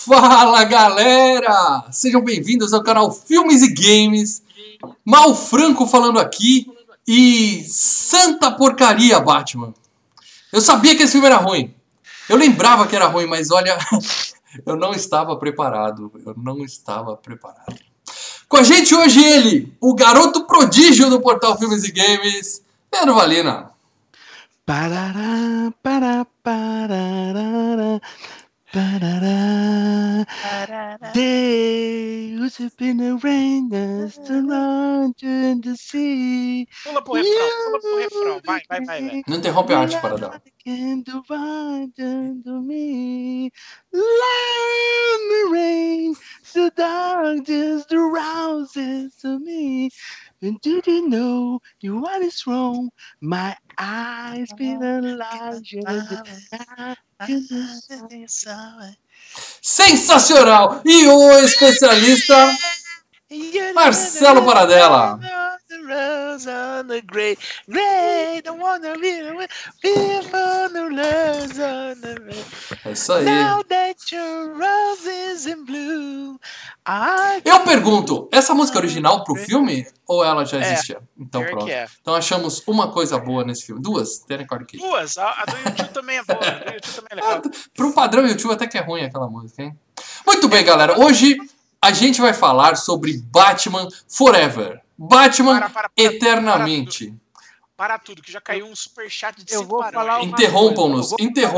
Fala galera! Sejam bem-vindos ao canal Filmes e Games. Mal Franco falando aqui e santa porcaria, Batman. Eu sabia que esse filme era ruim. Eu lembrava que era ruim, mas olha, eu não estava preparado. Com a gente hoje ele, o garoto prodígio do portal Filmes e Games, Pedro Valina. Parará, pará, parará, parará. Deus has been a rain that's around the sea. Pula pro refrão, vai. Não interrompe a arte, Paradão. Rain, so dark just the roses to me. And did you know what is wrong? My eyes been larger. Sensacional! E o especialista Marcelo Paradela. É isso aí. Eu pergunto, essa música é original pro filme ou ela já existia? Então pronto. Então achamos uma coisa boa nesse filme. Duas, tem recorde aqui. Duas, a do YouTube também é boa. A do YouTube também é legal. Pro padrão YouTube até que é ruim aquela música, hein? Muito bem, galera. Hoje a gente vai falar sobre Batman Forever. Batman Eternamente. Para tudo, que já caiu um superchat de 5 barões. Interrompam-nos.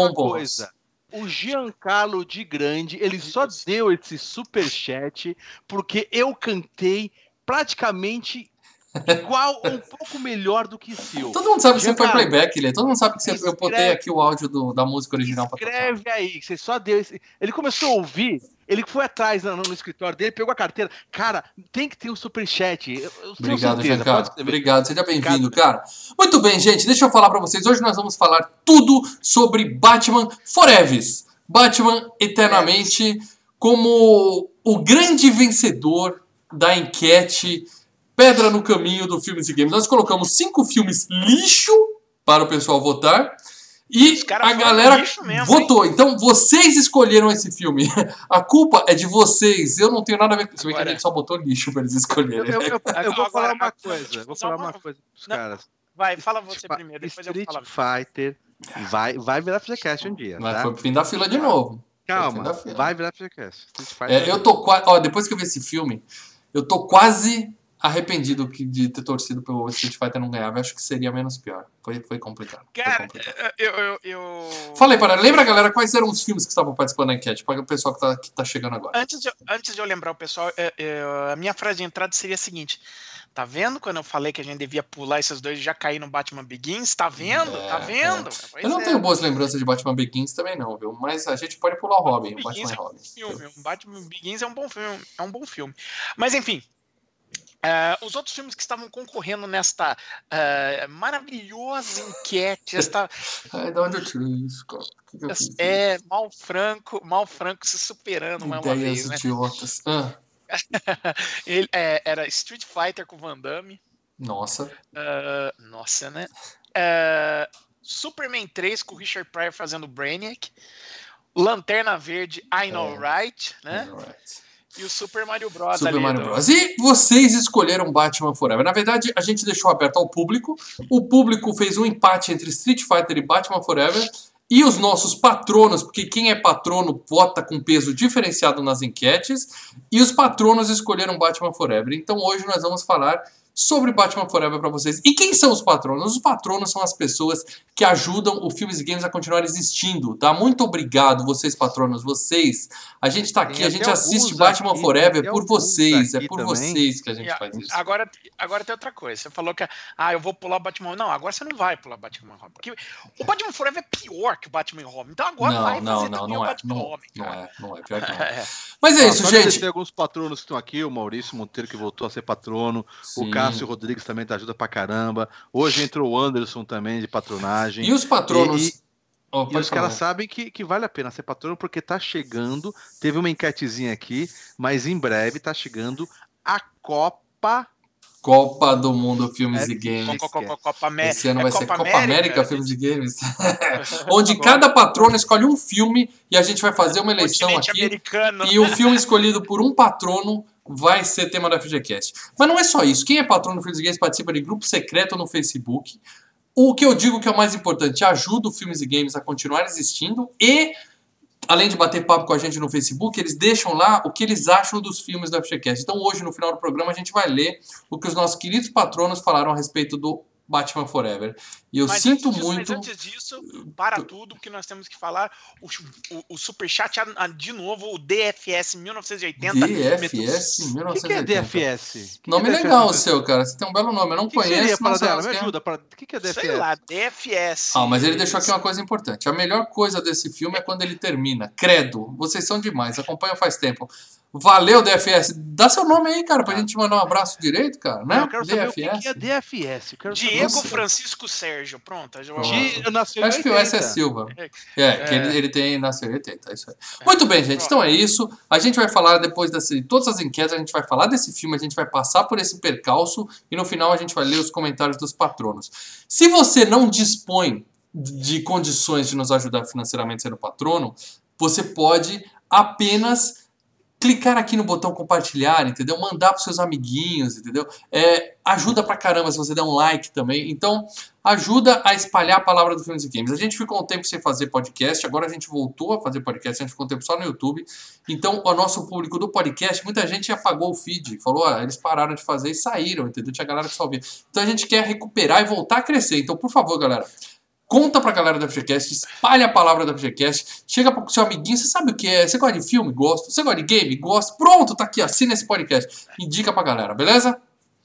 O Giancarlo de Grande, ele só deu esse superchat porque eu cantei praticamente igual ou um pouco melhor do que o seu. Todo mundo sabe que você foi playback, Lê. Todo mundo sabe que eu botei aqui o áudio da música original pra tocar. Escreve aí, que você só deu esse... Ele começou a ouvir, ele foi atrás no escritório dele, pegou a carteira. Cara, tem que ter um superchat. Obrigado, Giancarlo. Obrigado, seja bem-vindo, cara. Muito bem, gente, deixa eu falar pra vocês. Hoje nós vamos falar tudo sobre Batman Forever. Batman Eternamente como o grande vencedor da enquete Pedra no Caminho do Filmes e Games. Nós colocamos 5 filmes lixo para o pessoal votar e a galera votou. Hein? Então vocês escolheram esse filme. A culpa é de vocês. Eu não tenho nada a ver com isso. A gente só botou lixo para eles escolherem. Eu vou falar uma coisa. Vou falar uma coisa pros caras. Vai, fala você primeiro. Depois Street Fighter vai virar FGCast um dia. Mas tá? foi pro fim da fila de novo. Calma, vai virar FGCast. Eu tô quase. Depois que eu vi esse filme, eu tô quase arrependido de ter torcido pelo Street Fighter não ganhar. Eu acho que seria menos pior. Foi complicado. Cara, Falei, lembra, galera, quais eram os filmes que estavam participando da enquete? Para o pessoal que tá chegando agora. Antes de eu lembrar o pessoal, a minha frase de entrada seria a seguinte. Tá vendo quando eu falei que a gente devia pular esses dois e já cair no Batman Begins? Tá vendo? Tá vendo? Eu não tenho boas lembranças de Batman Begins também não, viu? Mas a gente pode pular o Robin, o Batman Robin. O Batman Begins é um bom filme. Mas enfim, os outros filmes que estavam concorrendo nesta maravilhosa enquete, Da onde eu tirei isso, cara? Que eu fiz Mal Franco se superando uma vez, né? Ideias idiotas. Ele, era Street Fighter com Van Damme. Nossa, né? Superman 3 com o Richard Pryor fazendo Brainiac. Lanterna Verde, I Know Right, né? E o Super Mario Bros. E vocês escolheram Batman Forever. Na verdade, a gente deixou aberto ao público. O público fez um empate entre Street Fighter e Batman Forever. E os nossos patronos, porque quem é patrono vota com peso diferenciado nas enquetes. E os patronos escolheram Batman Forever. Então hoje nós vamos falar sobre Batman Forever para vocês. E quem são os patronos? Os patronos são as pessoas que ajudam o Filmes e Games a continuar existindo, tá? Muito obrigado, vocês patronos, vocês. A gente tá aqui, a gente assiste Batman Forever por vocês, é por vocês que a gente faz isso. Agora tem outra coisa, você falou que eu vou pular o Batman. Não, agora você não vai pular o Batman Robin, porque o Batman Forever é pior que o Batman Robin, então agora não o Batman Robin. Não é, pior que não é. Mas é isso, gente. Tem alguns patronos que estão aqui, o Maurício Monteiro que voltou a ser patrono, o Cássio Rodrigues também tá ajuda pra caramba. Hoje entrou o Anderson também de patronagem. E os patronos? E os caras sabem que vale a pena ser patrono porque tá chegando. Teve uma enquetezinha aqui, mas em breve tá chegando a Copa Copa do Mundo Filmes e Games. Copa América. Esse ano vai ser Copa América Filmes e Games. Onde Agora- cada patrono escolhe um filme e a gente vai fazer uma eleição Continente aqui. americano. E o filme escolhido por um patrono vai ser tema da FGCast. Mas não é só isso. Quem é patrono do Filmes e Games participa de grupo secreto no Facebook. O que eu digo que é o mais importante, ajuda o Filmes e Games a continuar existindo e, além de bater papo com a gente no Facebook, eles deixam lá o que eles acham dos filmes da FGCast. Então hoje, no final do programa, a gente vai ler o que os nossos queridos patronos falaram a respeito do Batman Forever. E eu sinto muito... Mas antes disso, para tudo que nós temos que falar, o Superchat, de novo, o DFS 1980. DFS O 1980. que é DFS? Nome legal o seu, cara. Você tem um belo nome. Eu não O que seria, conheço. Não sei Paradela? o Me que é. ajuda. O que é DFS? Sei lá, DFS. Mas ele deixou aqui uma coisa importante. A melhor coisa desse filme é quando ele termina. Credo, vocês são demais. Acompanham faz tempo. Valeu, DFS. Dá seu nome aí, cara, pra gente mandar um abraço direito, cara, né? Eu quero saber o que é DFS. Eu quero saber. Diego Francisco Sérgio. Pronto. Nasceu em Acho que o 80. S é Silva. Que ele tem nasceu em 80, é isso aí. Muito bem, gente. Então é isso. A gente vai falar depois de todas as enquetes, a gente vai falar desse filme, a gente vai passar por esse percalço e no final a gente vai ler os comentários dos patronos. Se você não dispõe de condições de nos ajudar financeiramente sendo patrono, você pode apenas clicar aqui no botão compartilhar, entendeu? Mandar pros seus amiguinhos, entendeu? Ajuda pra caramba se você der um like também. Então, ajuda a espalhar a palavra do Filmes e Games. A gente ficou um tempo sem fazer podcast, agora a gente voltou a fazer podcast, a gente ficou um tempo só no YouTube. Então, o nosso público do podcast, muita gente apagou o feed, falou, eles pararam de fazer e saíram, entendeu? Tinha galera que só via. Então, a gente quer recuperar e voltar a crescer. Então, por favor, galera, conta pra galera da FGCast, espalha a palavra da FGCast, chega pro seu amiguinho, você sabe o que é, você gosta de filme? Gosto. Você gosta de game? Gosto. Pronto, tá aqui, assina esse podcast. Indica pra galera, beleza?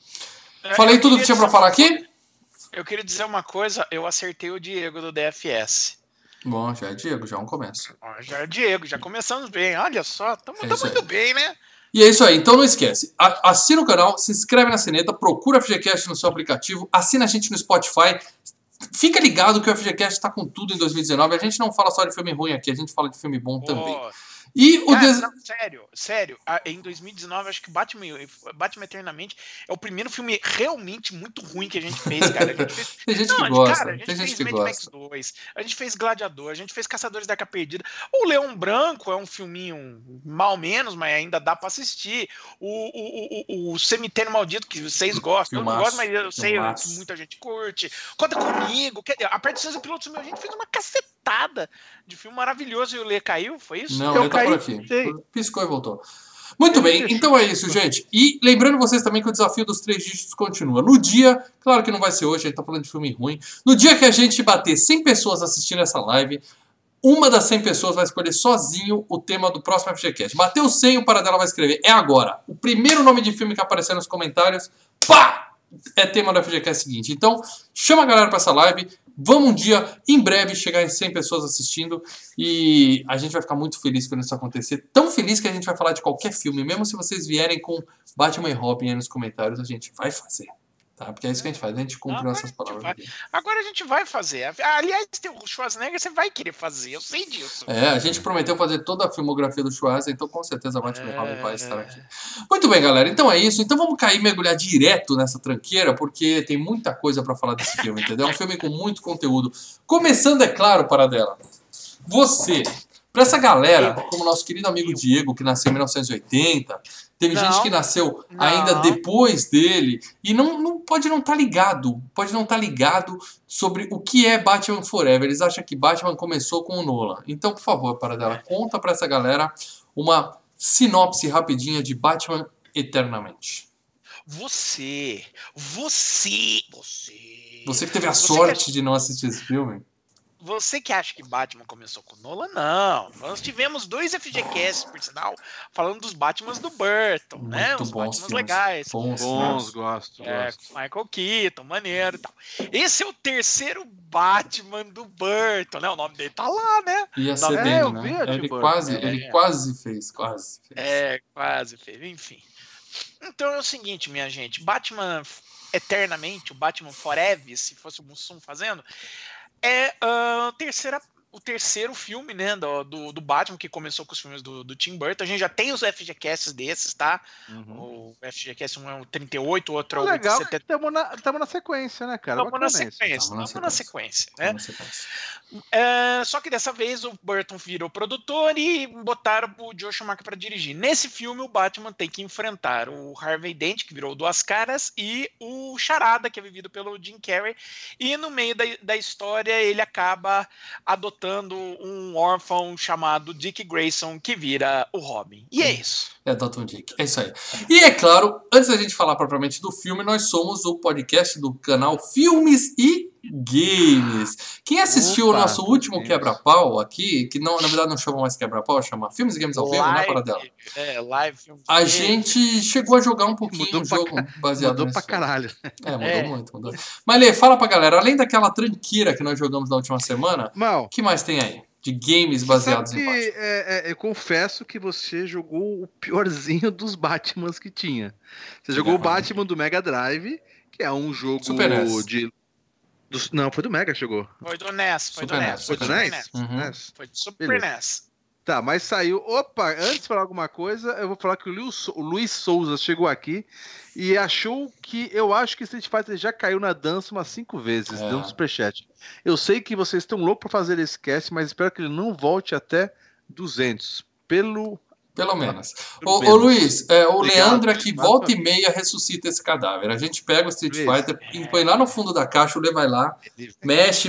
Falei tudo que tinha pra falar aqui? Eu queria dizer uma coisa, eu acertei o Diego do DFS. Bom, já é Diego, já é um começo. Já é Diego, já começamos bem. Olha só, estamos muito bem, né? E é isso aí, então não esquece, assina o canal, se inscreve na sineta, procura a FGCast no seu aplicativo, assina a gente no Spotify. Fica ligado que o FGCast tá com tudo em 2019. A gente não fala só de filme ruim aqui, a gente fala de filme bom também. E o não, sério. Em 2019, acho que Batman Eternamente é o primeiro filme realmente muito ruim que a gente fez, cara. Tem gente que gosta, cara, a gente tem gente fez que Mad gosta. Max 2, a gente fez Gladiador, a gente fez Caçadores da Arca Perdida. O Leão Branco é um filminho mal menos, mas ainda dá pra assistir. O Cemitério Maldito, que vocês gostam, Filmaço, eu não gosto, mas eu sei filmaço. que muita gente curte. Conta Comigo, a Perdições e Pilotos Meu, a gente fez uma cacetada de filme maravilhoso e o Lê caiu, foi isso? Não, Eu ele tá caí, por aqui. sei. Piscou e voltou. Muito bem, então é isso, gente. E lembrando vocês também que o desafio dos 3 dígitos continua. No dia, claro que não vai ser hoje, a gente tá falando de filme ruim. No dia que a gente bater 100 pessoas assistindo essa live, uma das 100 pessoas vai escolher sozinho o tema do próximo FGCast. Bateu 100, o Paradela vai escrever. É agora. O primeiro nome de filme que aparecer nos comentários, pá! É tema do FGCast seguinte. Então, chama a galera pra essa live. Vamos um dia, em breve, chegar em 100 pessoas assistindo. E a gente vai ficar muito feliz quando isso acontecer. Tão feliz que a gente vai falar de qualquer filme. Mesmo se vocês vierem com Batman e Robin aí nos comentários, a gente vai fazer. Tá? Porque é isso que a gente faz. A gente cumpre nossas palavras. Aqui. Agora a gente vai fazer. Aliás, tem o Schwarzenegger, você vai querer fazer. Eu sei disso. A gente prometeu fazer toda a filmografia do Schwarzenegger, então com certeza Batman e Robin vai estar aqui. Muito bem, galera. Então é isso. Então vamos cair e mergulhar direto nessa tranqueira, porque tem muita coisa pra falar desse filme, entendeu? É um filme com muito conteúdo. Começando, é claro, Paradela. Você, pra essa galera, como nosso querido amigo Diego, que nasceu em 1980... Teve gente que nasceu ainda depois dele e não pode não estar ligado. Pode não estar ligado sobre o que é Batman Forever. Eles acham que Batman começou com o Nolan. Então, por favor, Paradela, conta pra essa galera uma sinopse rapidinha de Batman Eternamente. Você que teve a sorte de não assistir esse filme. Você que acha que Batman começou com Nolan, não. Nós tivemos 2 FGCasts, por sinal, falando dos Batmans do Burton, Muito né? Os bons Batmans filmes. legais. Bons, gosto. Com Michael Keaton, maneiro e tal. Esse é o terceiro Batman do Burton, né? O nome dele tá lá, né? Ia ser dele, né? Ele quase fez. Quase fez. Enfim. Então é o seguinte, minha gente. Batman Eternamente, o Batman Forever, se fosse o Mussum fazendo... é o terceiro filme, né, do Batman, que começou com os filmes do Tim Burton. A gente já tem os FGCasts desses, tá? O FGCast 1 é o 38, o outro é o legal, 70. estamos na sequência, né, cara? Estamos na sequência, né? Só que dessa vez o Burton virou produtor e botaram o Joe Schumacher para dirigir. Nesse filme, o Batman tem que enfrentar o Harvey Dent, que virou Duas Caras, e o Charada, que é vivido pelo Jim Carrey. E no meio da história, ele acaba adotando um órfão chamado Dick Grayson, que vira o Robin. E é isso. Adota um Dick. É isso aí. E é claro, antes da gente falar propriamente do filme, nós somos o podcast do canal Filmes e Games. Quem assistiu o nosso último quebra-pau aqui, que não, na verdade não chama mais quebra-pau, chama Filmes e Games ao vivo, né, para dela? Live. A gente chegou a jogar um pouquinho o jogo baseado mudou nesse pra jogo. caralho. Mudou. Mas Lê, fala pra galera, além daquela tranqueira que nós jogamos na última semana, o que mais tem aí? De games baseados em Batman. Eu confesso que você jogou o piorzinho dos Batmans que tinha. Você jogou o Batman do Mega Drive, que é um jogo Super NES. Não, foi do Mega que jogou. Foi do NES. Foi do NES? Foi do Super NES. Tá, mas saiu... Opa, antes de falar alguma coisa, eu vou falar que o Luiz Souza chegou aqui e achou que... Eu acho que Street Fighter já caiu na dança umas 5 vezes, deu um superchat. Eu sei que vocês estão loucos pra fazer esse cast, mas espero que ele não volte até 200. Pelo menos. Ô Luiz, o Leandro aqui volta e meia ressuscita esse cadáver. A gente pega o Street Fighter, põe lá no fundo da cxa, o Lê vai lá, mexe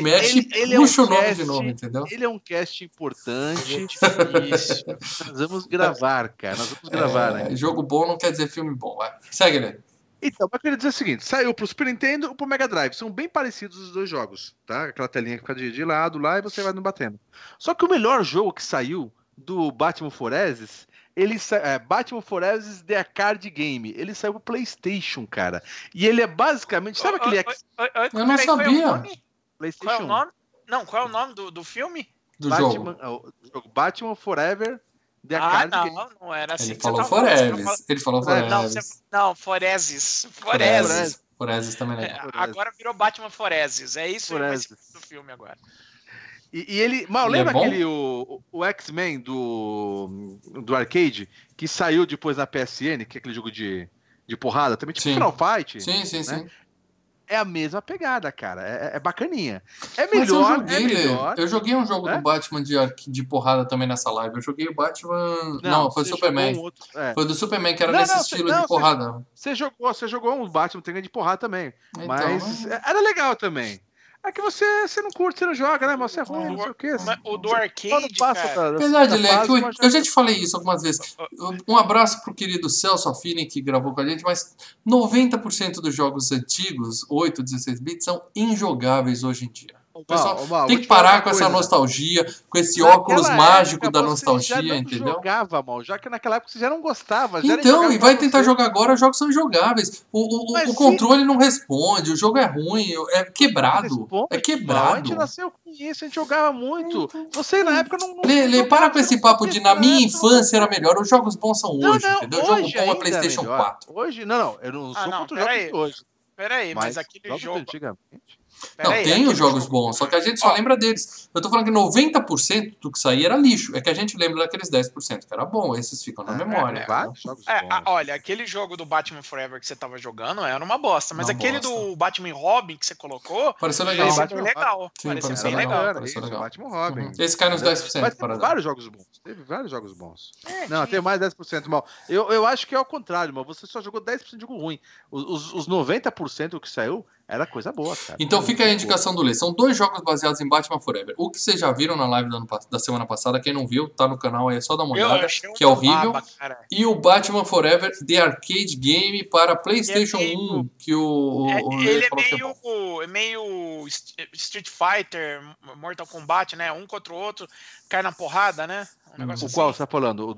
e puxa o nome de novo, entendeu? Ele é um cast importante. Isso. Nós vamos gravar, cara. Né? Jogo bom não quer dizer filme bom. Vai. Segue, Lê. Então, eu queria dizer o seguinte, saiu pro Super Nintendo e pro Mega Drive, são bem parecidos os dois jogos, tá? Aquela telinha que fica de lado lá e você vai no batendo. Só que o melhor jogo que saiu do Batman Forever, Batman Forever The Arcade Game, ele saiu pro PlayStation, cara. E ele é basicamente, sabe aquele Eu não sabia. PlayStation. Qual é o nome? Não, qual é o nome do filme? Do jogo. Batman Forever The Arcade Game. Não era assim. Ele falou Forever. Ele falou Forever. Não, Forezes também é. Agora virou Batman Forezes. É isso aí do filme agora. E ele... Mal, lembra aquele o X-Men do arcade que saiu depois na PSN, que é aquele jogo de porrada, também tipo Final Fight? Sim. É a mesma pegada, cara. É bacaninha. É melhor, eu joguei um jogo do Batman de porrada também nessa live. Eu joguei o Batman... Não, foi o Superman. Foi do Superman, que era nesse estilo de porrada. Você jogou um Batman de porrada também. Então, mas era legal também. É que você não curte, você não joga, né? Mas você é ruim, não sei o quê. O do arcade, cara... Verdade, Lê, eu já te falei isso algumas vezes. Um abraço pro querido Celso Affini, que gravou com a gente, mas 90% dos jogos antigos, 8, 16 bits, são injogáveis hoje em dia. O pessoal tem que parar com essa nostalgia, com esse óculos mágico da nostalgia, entendeu? Jogava, mal, já que naquela época você já não gostava. Então, e vai tentar jogar agora, os jogos são injogáveis. O controle não responde, o jogo é ruim, é quebrado. É quebrado. A gente nasceu com isso, a gente jogava muito. Você na época não. Lê, para com esse papo de na minha infância era melhor. Os jogos bons são hoje, entendeu? O jogo bom é PlayStation 4. Hoje, não, eu não sou contra o jogo de hoje. Peraí, mas aquele jogo. Antigamente. Tem os jogos bons, só que a gente só lembra deles. Eu tô falando que 90% do que saía era lixo. É que a gente lembra daqueles 10% que era bom, esses ficam na memória. Olha, aquele jogo do Batman Forever que você tava jogando era uma bosta, mas aquele do Batman e Robin que você colocou pareceu legal. Pareceu legal. Pareceu bem legal. Batman Robin. Esse cai nos 10%. Mas teve vários jogos bons. Não, tem mais 10% mal. Eu acho que é ao contrário, mas você só jogou 10% de jogo ruim. Os 90% que saiu era coisa boa, cara. Então fica a indicação do Lê. São 2 jogos baseados em Batman Forever. O que vocês já viram na live da semana passada, quem não viu, tá no canal aí, é só dar uma olhada, que é horrível. E o Batman Forever The Arcade Game para PlayStation 1, que o Lê falou que é meio Street Fighter, Mortal Kombat, né? Um contra o outro, cai na porrada, né? Qual você tá falando?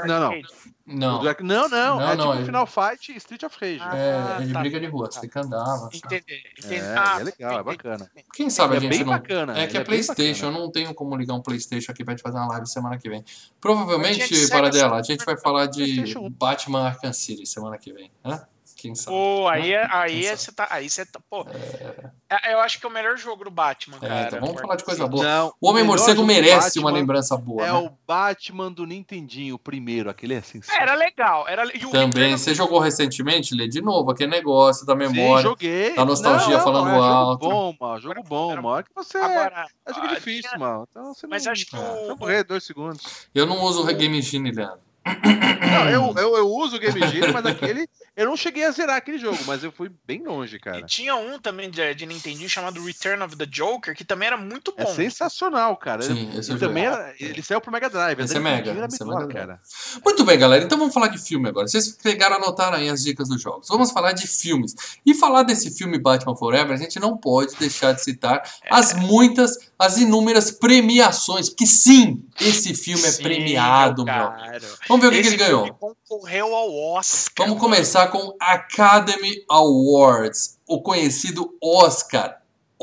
Não. Tipo Final Fight e Street of Rage. De briga de rua, você tem que andar. Entendi. É legal, é bacana. Quem sabe a gente não... Bacana, é PlayStation, eu não tenho como ligar um PlayStation aqui pra gente fazer uma live semana que vem. Provavelmente, Paradela, a gente vai falar de Batman Arkham City semana que vem, né? Quem sabe? Pô, aí Quem você tá. Aí você tá. Pô, eu acho que é o melhor jogo do Batman, cara. Então vamos falar de coisa boa. Não, O Homem-Morcego melhor jogo do merece uma Batman lembrança boa, é né? o Batman do Nintendinho, o primeiro, aquele é sensacional. Era legal. E o Também, Return você jogou recentemente, Lê? De novo, aquele negócio da Sim, memória, joguei. da nostalgia Não, falando é jogo alto. bom, mano. Jogo bom, Era- mano. É que você Agora, é jogo difícil, mano. Então você não mas acho que vai morrer 2 segundos. Eu não uso o Game Engine, Leandro. Não, eu uso o Game Genie, mas aquele. Eu não cheguei a zerar aquele jogo, mas eu fui bem longe, E cara. tinha um também de Nintendinho chamado Return of the Joker, que também era muito bom. É sensacional, cara. Sim, esse eu Ele também joguei. ele saiu pro Mega Drive. Esse a é da Mega, Nintendinho era esse é melhor, Mega Drive. cara. Muito bem, galera. Então vamos falar de filme agora. Vocês pegaram, anotaram aí as dicas dos jogos. Vamos falar de filmes. E falar desse filme Batman Forever, a gente não pode deixar de citar as inúmeras premiações. Porque sim, esse filme é Sim, premiado, meu meu. caro. Vamos ver o que Esse ele ganhou. filme concorreu ao Oscar. Vamos começar com Academy Awards, o conhecido Oscar.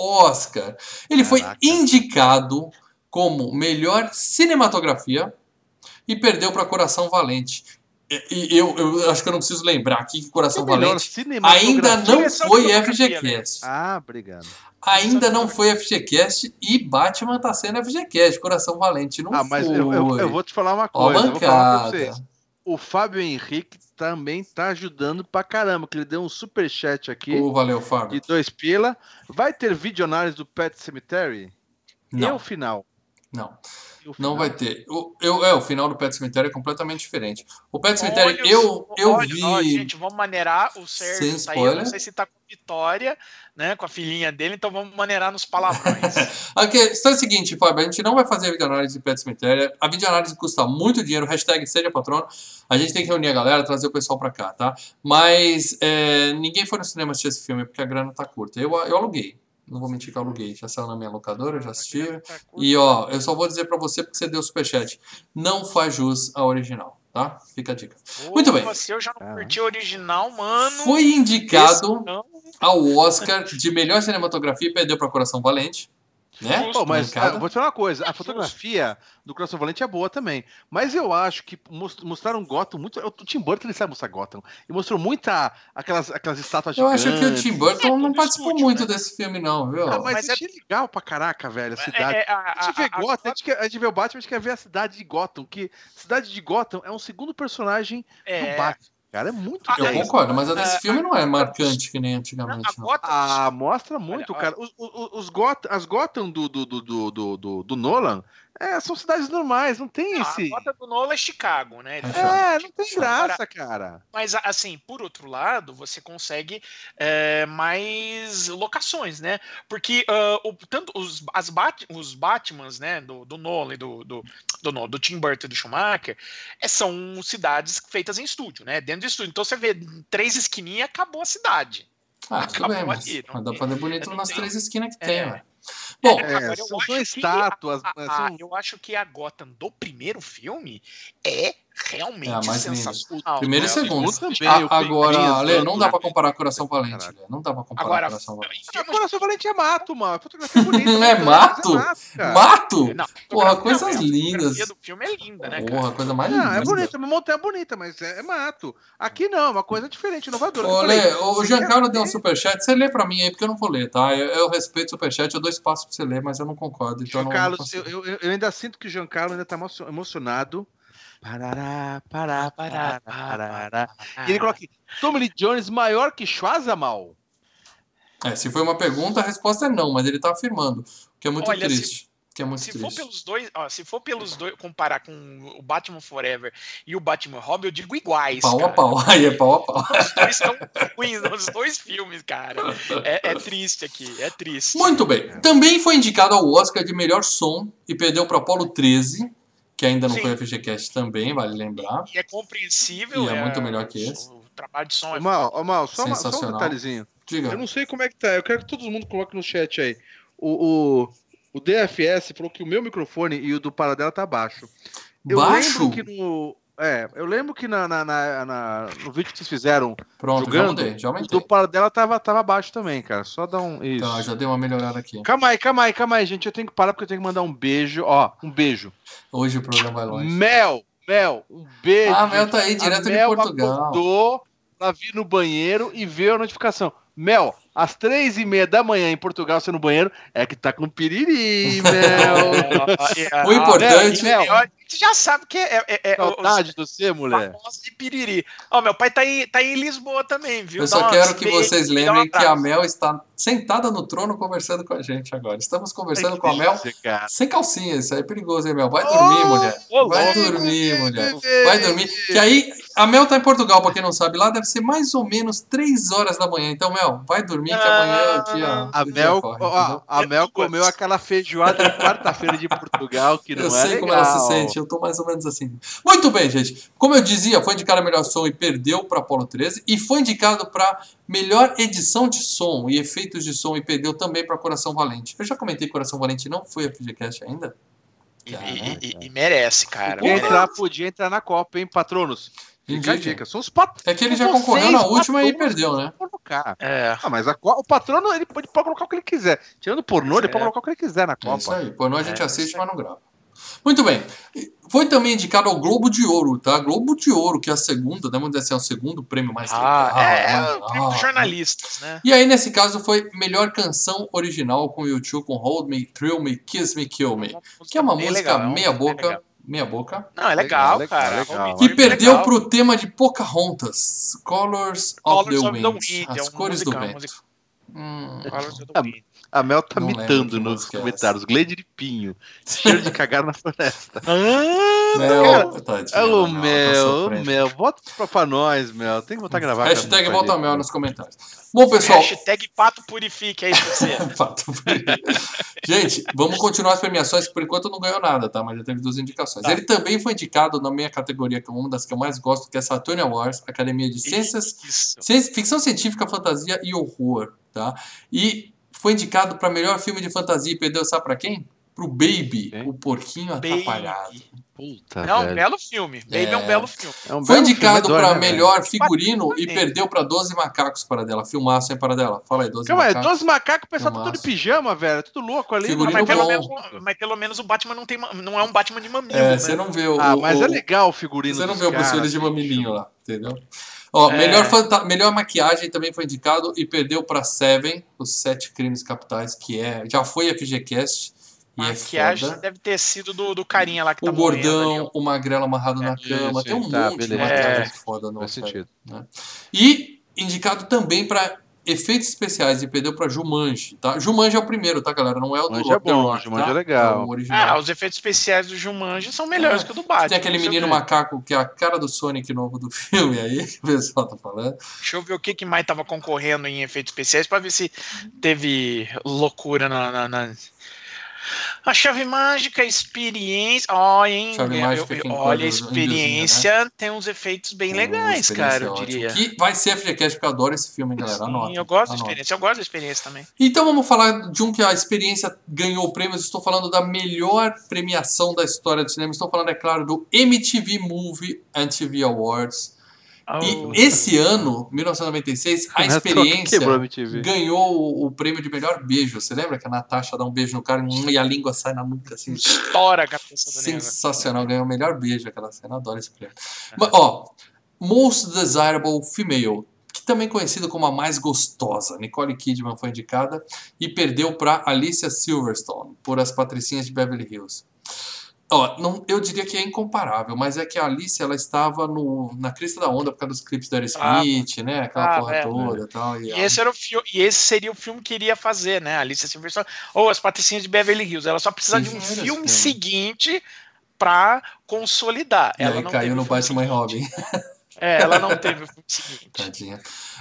Ele foi Caraca. indicado como melhor cinematografia e perdeu para Coração Valente. E eu acho que eu não preciso lembrar aqui que Coração Valente ainda não Direção foi de fotografia, FGCast. Ah, obrigado. Ainda não foi FGCast e Batman tá sendo FGCast. Coração Valente não foi. Mas eu vou te falar uma Ó, coisa. Eu vou falar pra bancada. vocês. O Fábio Henrique também tá ajudando pra caramba, que ele deu um superchat aqui Valeu, Fábio. de 2 pila. Vai ter vídeo análise do Pet Cemetery? E Não. o final? Não. E o Não final? vai ter. O final do Pet Cemetery é completamente diferente. O Pet Cemetery, eu vi. Gente, vamos maneirar. O Sérgio Sem tá aí. Eu spoiler. não sei se tá com Vitória, né? Com a filhinha dele, então vamos maneirar nos palavrões. A questão é a seguinte, Fábio, a gente não vai fazer a videoanálise de Pet Cemetery. A videoanálise custa muito dinheiro, hashtag seja patrono. A gente tem que reunir a galera, trazer o pessoal pra cá, tá? Mas ninguém foi no cinema assistir esse filme porque a grana tá curta. Eu aluguei. Não vou mentir que eu aluguei. Já saiu na minha locadora, eu já assisti. E ó, eu só vou dizer pra você porque você deu superchat. Não faz jus ao original, tá? Fica a dica. Muito bem. Eu já não curti o original, mano. Foi indicado Esse não. ao Oscar de melhor cinematografia e perdeu pra Coração Valente. Né? Pô, mas Bancada. eu vou te falar uma coisa, a fotografia do Coração Valente é boa também, mas eu acho que mostraram Gotham muito, o Tim Burton ele sabe mostrar Gotham, e mostrou aquelas estátuas Eu gigantes. acho que o Tim Burton não tudo participou estúdio, muito né? desse filme não, viu? Mas achei legal pra caraca, velho, a cidade. A gente vê a- Gotham, a gente vê o Batman, a gente quer ver a cidade de Gotham, que a cidade de Gotham é um segundo personagem do Batman. Cara, é muito Eu bem. concordo, mas a desse filme não é marcante que nem antigamente. A Não. Gotham, Mostra muito, Olha, cara. As Gotham do Nolan são cidades normais, não tem a esse. Gotham do Nolan é Chicago, né? Eles Não tem Agora, graça, cara. Mas, assim, por outro lado, você consegue mais locações, né? Porque tanto os Batmans, né, do Nolan, do Tim Burton e do Schumacher, são cidades feitas em estúdio, né? Dentro do estúdio. Então você vê 3 esquininhas e acabou a cidade. Tudo bem, mas ali, não dá pra tem- fazer bonito não nas tem. 3 esquinas que tem, velho. Bom, Agora, eu são acho que estátuas. eu acho que a Gotham do primeiro filme é realmente É a mais linda. sensacional. primeiro e né? segundo. também, Agora, Lê, não dá pra comparar com Coração Valente, Lê. Não dá pra comparar Agora, Coração Valente. A Coração Valente é mato, mano. A fotografia é bonita. Não é mato? cara. Mato? Não, Porra, a coisas fotografia lindas. do filme é linda, né, cara? Porra, coisa mais Não, linda. é bonita, uma montanha é bonita, mas é mato. Aqui não, é uma coisa diferente, inovadora. Ô, Eu falei, Lê, o você Giancarlo quer deu um ver? superchat. Você lê pra mim aí, porque eu não vou ler, tá? Eu respeito o superchat, eu dou espaço pra você ler, mas eu não concordo. Então João não Carlos, consigo. eu ainda sinto que o João Carlos ainda tá emocionado. Parará. E ele coloca aqui, Tommy Lee Jones maior que Schwarzenegger? Se foi uma pergunta, a resposta é não, mas ele tá afirmando, o que é muito Olha, triste. Que é muito Se triste. for pelos dois, comparar com o Batman Forever e o Batman Robin, eu digo iguais. Pau a cara. pau. Aí é pau a pau. Os dois estão ruins, os dois filmes, cara. É triste aqui, é triste. Muito bem. Também foi indicado ao Oscar de melhor som e perdeu para Apollo 13, que ainda não Sim. foi FGCast também, vale lembrar. E é compreensível. E é muito melhor que esse. O trabalho de som é Mal, só um Sensacional. detalhezinho. Diga. Eu não sei como é que tá, eu quero que todo mundo coloque no chat aí. O DFS falou que o meu microfone e o do Paradela tá baixo. Baixo? Eu lembro que no vídeo que vocês fizeram Pronto, jogando, já o aumentei. do Paradela tava baixo também, cara. Só dá um... Isso. Tá, já dei uma melhorada aqui. Calma aí, gente. Eu tenho que parar porque eu tenho que mandar um beijo. Ó, um beijo. Hoje o programa vai longe. Mel, um beijo. Ah, Mel tá aí, gente. direto A de Mel Portugal. acordou Ela vir no banheiro e ver a notificação. Mel, às 3h30 da manhã em Portugal, você no banheiro, é que tá com piriri, Mel. O importante... Mel, você já sabe que é saudade do você, mulher. Famoso de piriri. Ó, meu pai tá em Lisboa também, viu? Eu só quero que vocês lembrem que a Mel está sentada no trono conversando com a gente agora. Estamos conversando com a Mel sem calcinha. Isso aí é perigoso, hein, Mel? Vai dormir, mulher. Vai dormir, mulher. Vai dormir. Que aí, a Mel tá em Portugal, pra quem não sabe. Lá deve ser mais ou menos 3 horas da manhã. Então, Mel, vai dormir que amanhã é o dia... A Mel comeu aquela feijoada de quarta-feira de Portugal, que não é legal. Eu sei como ela se sente. Eu tô mais ou menos assim. Muito bem, gente. Como eu dizia, foi indicado a melhor som e perdeu para Apollo 13. E foi indicado para melhor edição de som e efeitos de som e perdeu também para Coração Valente. Eu já comentei que Coração Valente não foi a FGCast ainda. E merece, cara. Podia entrar na Copa, hein, patronos? Fica a dica. São os patronos. É que ele já concorreu na última e perdeu, né? Mas o patrono ele pode colocar o que ele quiser. Tirando pornô, ele pode colocar o que ele quiser na Copa. É isso aí. Pornô a gente assiste, mas não grava. Muito bem. Foi também indicado ao Globo de Ouro, tá? Globo de Ouro, que é a segunda, vamos dizer assim, é o segundo prêmio mais legal. O prêmio dos jornalistas, né? E aí, nesse caso, foi melhor canção original com o YouTube, com Hold Me, Thrill Me, Kiss Me, Kill Me. Que é uma música meia boca. Não, é legal, cara. Legal. E perdeu pro tema de Pocahontas, Colors of the Wind, as cores do vento. A Mel tá mitando nos comentários. Glade de pinho. Cheiro de cagar na floresta. Mel, bota pra nós, Mel. Tem que botar a gravar. Hashtag bota Mel nos comentários. Bom, pessoal. Hashtag Pato Purifique, é isso você. Pato Purifique. Gente, vamos continuar as premiações. Por enquanto não ganhou nada, tá? Mas já teve 2 indicações. Ele também foi indicado na minha categoria, que é uma das que eu mais gosto, que é Saturn Awards, Academia de Ciências, Ficção Científica, Fantasia e Horror, tá? E foi indicado para melhor filme de fantasia e perdeu, sabe para quem? Pro Baby, o porquinho atrapalhado. Puta, é um belo filme. Baby é um belo filme. Foi indicado para melhor figurino e perdeu para 12 Macacos para dela. Filmaço, hein, para dela. Fala aí, 12 macacos. Calma aí, 12 macacos, o pessoal tá tudo de pijama, velho. Tudo louco ali. Mas pelo menos o Batman não é um Batman de mamilo, né? Você não vê o... mas é legal o figurino. Você não vê o Bruce Willis de mamilinho lá, entendeu? Ó, melhor maquiagem também foi indicado e perdeu para Seven, os 7 Crimes Capitais, que já foi a FGCast. Maquiagem deve ter sido do carinha lá que tá morrendo. O gordão, ali, o magrelo amarrado na cama. Tem um monte de maquiagem foda no sentido. Né? E indicado também para efeitos especiais e perdeu para Jumanji, tá? Jumanji é o primeiro, tá, galera? Não é o do Jumanji é bom, Jumanji é legal. É o original. Os efeitos especiais do Jumanji são melhores que o do Batman. Tem aquele menino macaco que é a cara do Sonic novo do filme aí, que o pessoal tá falando. Deixa eu ver o que mais tava concorrendo em efeitos especiais para ver se teve loucura na... A chave mágica, experiência. Olha, a experiência, né? Tem uns efeitos bem legais, cara, eu diria. Que vai ser a FGCast, porque eu adoro esse filme, galera. Anota. Eu gosto da experiência, eu gosto da experiência também. Então vamos falar de um que a experiência ganhou prêmios. Estou falando da melhor premiação da história do cinema. Estou falando, é claro, do MTV Movie and TV Awards. E esse ano, 1996, a experiência ganhou o prêmio de melhor beijo. Você lembra que a Natasha dá um beijo no cara e a língua sai na nuca assim? Estoura a cabeça do sensacional, ganhou o melhor beijo aquela cena. Adoro esse prêmio. Mas, Most Desirable Female, que também conhecida como a mais gostosa. Nicole Kidman foi indicada e perdeu para Alicia Silverstone por As Patricinhas de Beverly Hills. Eu diria que é incomparável, mas é que a Alice, ela estava na crista da onda por causa dos clipes da Aerosmith, né? Aquela porra toda e tal. E esse seria o filme que iria fazer, né? A Alice Silverstone ou As Patricinhas de Beverly Hills. Ela só precisa de um filme seguinte pra consolidar. E ela aí caiu no Batman e Robin. Ela não teve o filme seguinte. Tadinha.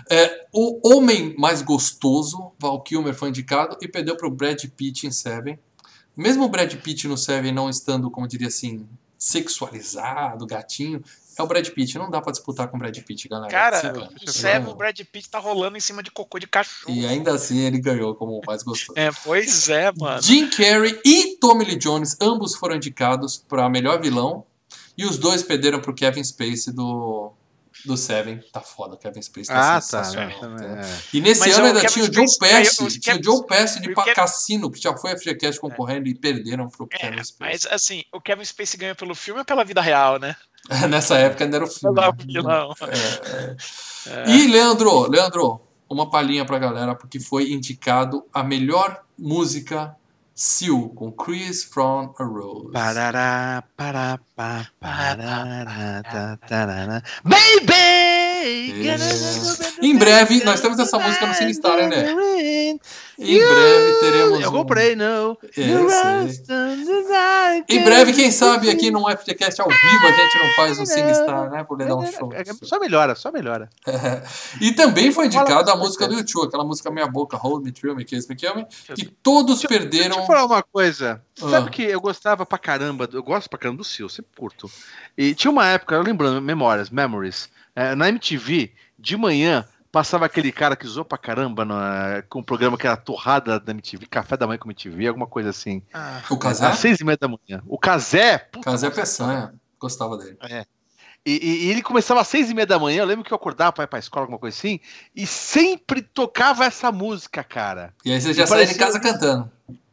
O Homem Mais Gostoso, Val Kilmer, foi indicado e perdeu pro Brad Pitt em Seven. Mesmo o Brad Pitt no Seven não estando, como eu diria assim, sexualizado, gatinho, é o Brad Pitt. Não dá pra disputar com o Brad Pitt, galera. Cara, o Seven, o Brad Pitt tá rolando em cima de cocô de cachorro. E ainda assim ele ganhou como o mais gostoso. Pois é, mano. Jim Carrey e Tommy Lee Jones, ambos foram indicados pra melhor vilão. E os dois perderam pro Kevin Spacey do Seven. Tá foda, o Kevin Spacey tá sensacional. E nesse ano ainda tinha o Joe Pesci. Tinha o Joe Pesci de Cassino, que já foi a FGCast concorrendo e perderam pro Kevin Spacey. Mas assim, o Kevin Spacey ganhou pelo filme ou pela vida real, né? Nessa época ainda era o filme. E, Leandro, uma palhinha pra galera, porque foi indicado a melhor música Seal, com Chris from a Rose. Parará, pará, pá, parará, tá, tarará. Baby! Em breve, nós temos essa música no Sinistar, né? Em breve teremos Eu comprei, não. Em breve, quem sabe aqui no FGCast ao vivo a gente não faz um Sinistar, né? Poder dar um show. Só melhora, só melhora. E também foi indicada a música do YouTube, aquela música Minha Boca, Hold Me, Thrill Me, Kiss Me, Kill Me, que todos perderam. Deixa eu falar uma coisa. Sabe que eu gostava pra caramba, eu gosto pra caramba do Seal, sempre curto. E tinha uma época, eu lembrando, Memories, na MTV, de manhã, passava aquele cara que zoou pra caramba com um programa que era Torrada da MTV, Café da Manhã com MTV, alguma coisa assim. O Cazé? Às 6h30 da manhã. O Cazé, Cazé Peçanha, gostava dele. E ele começava às 6h30 da manhã, eu lembro que eu acordava pra ir pra escola, alguma coisa assim, e sempre tocava essa música, cara. E aí você já saía de casa cantando.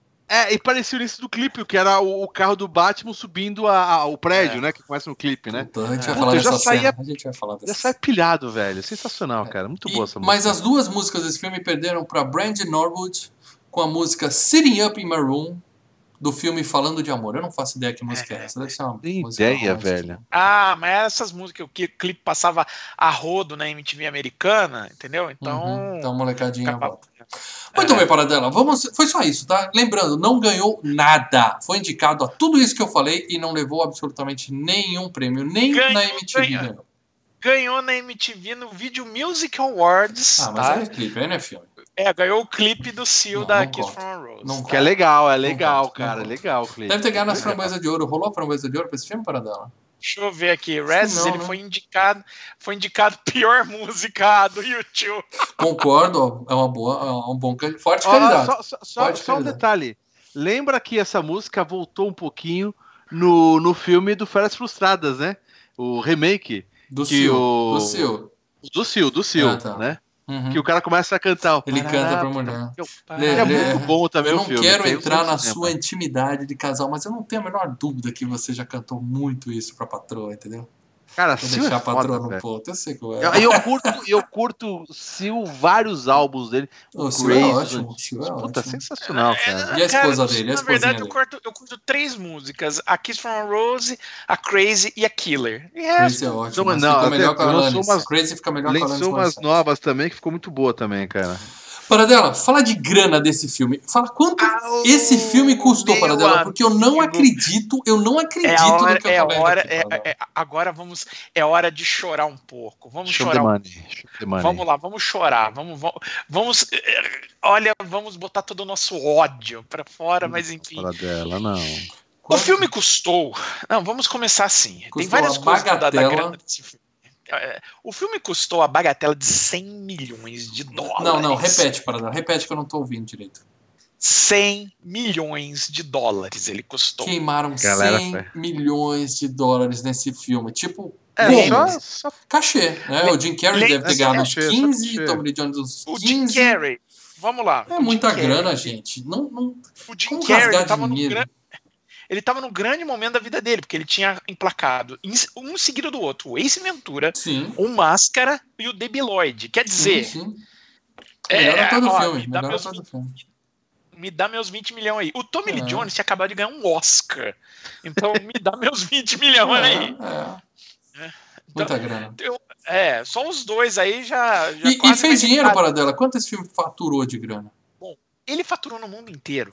E parecia o início do clipe, que era o carro do Batman subindo o prédio, né? Que começa no clipe, né? Então, a gente vai falar dessa cena. A gente vai falar dessa cena. Já sai pilhado, velho. Sensacional, cara. Muito boa essa música. Mas as duas músicas desse filme perderam pra Brandy Norwood com a música Sitting Up in My Room, do filme Falando de Amor. Eu não faço ideia que música é essa. Deve ser uma música ideia, velho. Mas essas músicas, o clipe passava a rodo na MTV americana, entendeu? Então... Então, molecadinha volta. Muito bem, Paradela. Foi só isso, tá? Lembrando, não ganhou nada. Foi indicado a tudo isso que eu falei e não levou absolutamente nenhum prêmio. Nem na MTV ganhou. Ganhou na MTV no Video Music Awards. Mas é clipe, aí não é filme. Ganhou o clipe do Seal da Kiss from a Rose. Que é legal, cara. É legal o clipe. Deve ter ganhado nas Framboesa de Ouro. Rolou a Framboesa de Ouro pra esse filme, Paradela? Deixa eu ver aqui. Ele foi indicado pior música do YouTube. Concordo, é uma boa, forte qualidade. Só um detalhe. Lembra que essa música voltou um pouquinho no filme do Férias Frustradas, né? O remake. Do Seal. Do Seal, né? Que o cara começa a cantar. Ele canta pra mulher. É muito bom também o filme. Eu não quero entrar na sua intimidade de casal, mas eu não tenho a menor dúvida que você já cantou muito isso pra patroa, entendeu? Cara, vou deixar a patroa no ponto, eu sei que eu curto Seal, vários álbuns dele. O Seal é ótimo. Puta, sensacional, cara. E a esposa dele? Na verdade, eu curto 3 músicas: a Kiss from a Rose, a Crazy e a Killer. Crazy é ótimo, mas fica melhor com a Alanis. Crazy fica melhor com a Alanis. Lançou umas novas também, que ficou muito boa também, cara. Paradela, fala de grana desse filme. Fala quanto esse filme custou, Paradela, porque eu não acredito no que eu falei aqui. Agora é hora de chorar um pouco. Vamos chorar. Vamos lá, vamos chorar. Vamos botar todo o nosso ódio pra fora, mas enfim. Paradela, não. O filme custou. Não, vamos começar assim. Tem várias coisas da grana desse filme. O filme custou a bagatela de $100 milhões. Não, repete, Paradela. Repete que eu não tô ouvindo direito. $100 milhões ele custou. Queimaram $100 milhões nesse filme. Tipo, só cachê, né? O Jim Carrey deve ter ganhado uns 15, Tommy Lee Jones uns 15. O Jim Carrey, vamos lá. É muita grana, gente. O Jim Carrey tava ele estava no grande momento da vida dele, porque ele tinha emplacado um seguido do outro, o Ace Ventura, o Máscara e o Debi Lloyd. Quer dizer... Melhor ator do filme. Me dá meus 20 milhões aí. O Tommy Lee Jones tinha acabado de ganhar um Oscar. Então, me dá meus 20 milhões aí. Muita grana. Só os dois aí já e fez dinheiro, Paradela? Quanto esse filme faturou de grana? Bom, ele faturou no mundo inteiro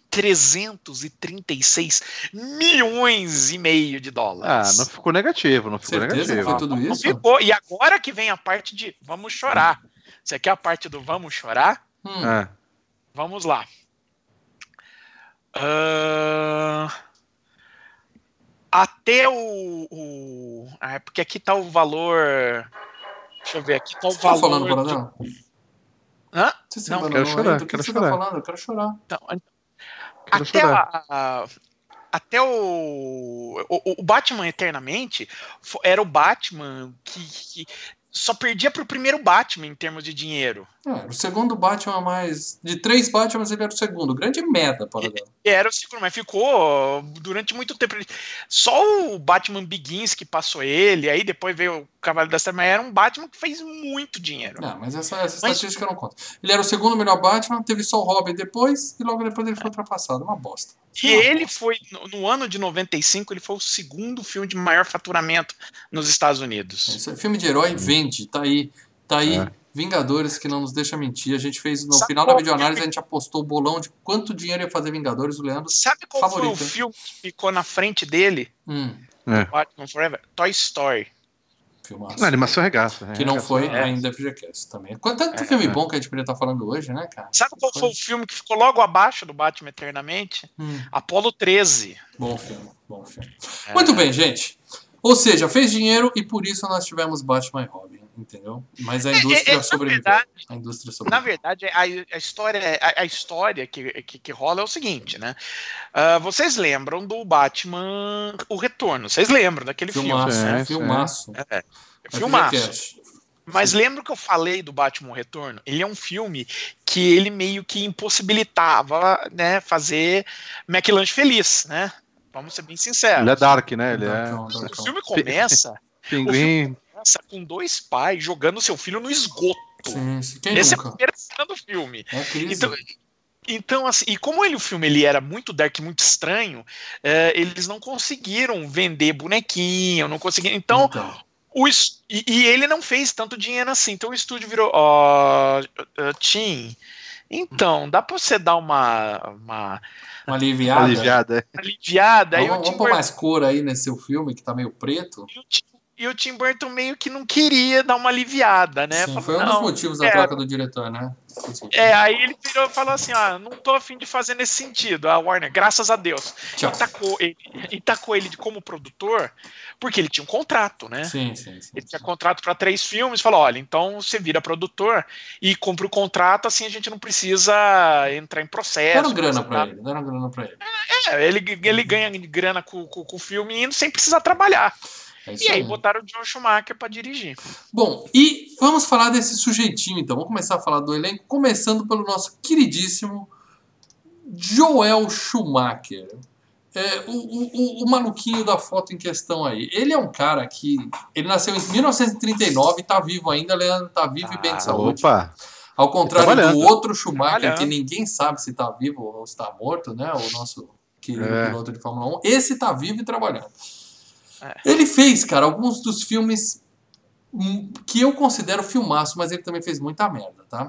$336 milhões e meio de dólares. Não ficou negativo, não ficou Certeza negativo. Que foi tudo isso? Ficou. E agora que vem a parte de vamos chorar. Você quer a parte do vamos chorar? Vamos lá. Até porque aqui tá o valor. Deixa eu ver, aqui tá o valor. Tá falando, Paradela? Não, quero chorar. Do que você tá falando? Eu quero chorar. Até o Batman Eternamente era o Batman que só perdia pro primeiro Batman em termos de dinheiro. O segundo Batman mais... De 3 Batmans ele era o segundo. Grande merda, Paradela. Era o segundo, mas ficou durante muito tempo. Só o Batman Begins que passou ele, aí depois veio Cavaleiro das Trevas, mas era um Batman que fez muito dinheiro. Não, mas essa estatística não conta. Ele era o segundo melhor Batman, teve só o Robin depois, e logo depois ele foi ultrapassado. Uma bosta. E ele foi, no ano de 95, ele foi o segundo filme de maior faturamento nos Estados Unidos. Isso é filme de herói, vende. Tá aí. Vingadores, que não nos deixa mentir. A gente fez, no final da videoanálise, a gente apostou o bolão de quanto dinheiro ia fazer Vingadores. O Leandro, sabe qual foi o filme que ficou na frente dele? Batman Forever? Toy Story. Filmaço. Não, animação regaça. Que não foi ainda FGCast também. Tanto filme bom que a gente poderia estar falando hoje, né, cara? Sabe qual foi o filme que ficou logo abaixo do Batman Eternamente? Apollo 13. Bom filme. Muito bem, gente. Ou seja, fez dinheiro e por isso nós tivemos Batman e Robin, entendeu? Mas a indústria sobreviveu. Na verdade, a história que rola é o seguinte, né? Vocês lembram do Batman O Retorno? Vocês lembram daquele filme? Né? Filmaço. Filmaço. Mas lembra que eu falei do Batman O Retorno? Ele é um filme que ele meio que impossibilitava, né, fazer McLanche feliz, né? Vamos ser bem sinceros. Ele é dark, né? O filme começa... Pinguim. Com dois pais jogando seu filho no esgoto. Sim. Essa é a primeira cena do filme. Então, assim, e como o filme ele era muito dark, muito estranho, eles não conseguiram vender bonequinho, não conseguiram. Então. E ele não fez tanto dinheiro assim. Então o estúdio virou, Tim, então, dá pra você dar uma aliviada. Vamos pôr mais cor aí nesse seu filme, que tá meio preto. E o Tim Burton meio que não queria dar uma aliviada, né? Sim, foi um dos motivos da troca do diretor, né? Aí ele virou e falou assim, não tô a fim de fazer nesse sentido. A Warner, graças a Deus. E tacou ele como produtor, porque ele tinha um contrato, né? Sim. Ele tinha contrato para 3 filmes, falou, olha, então você vira produtor e cumpre o contrato, assim a gente não precisa entrar em processo. Deram grana pra ele. Ele ganha grana com o filme indo sem precisar trabalhar. E aí botaram o Joel Schumacher para dirigir. Bom, e vamos falar desse sujeitinho, então. Vamos começar a falar do elenco, começando pelo nosso queridíssimo Joel Schumacher. O maluquinho da foto em questão aí. Ele é um cara que... Ele nasceu em 1939, tá vivo ainda, Leandro, tá vivo e bem de saúde. Opa! Ao contrário do outro Schumacher, que ninguém sabe se tá vivo ou se tá morto, né? O nosso querido piloto de Fórmula 1. Esse tá vivo e trabalhando. Ele fez, cara, alguns dos filmes que eu considero filmaço, mas ele também fez muita merda, tá?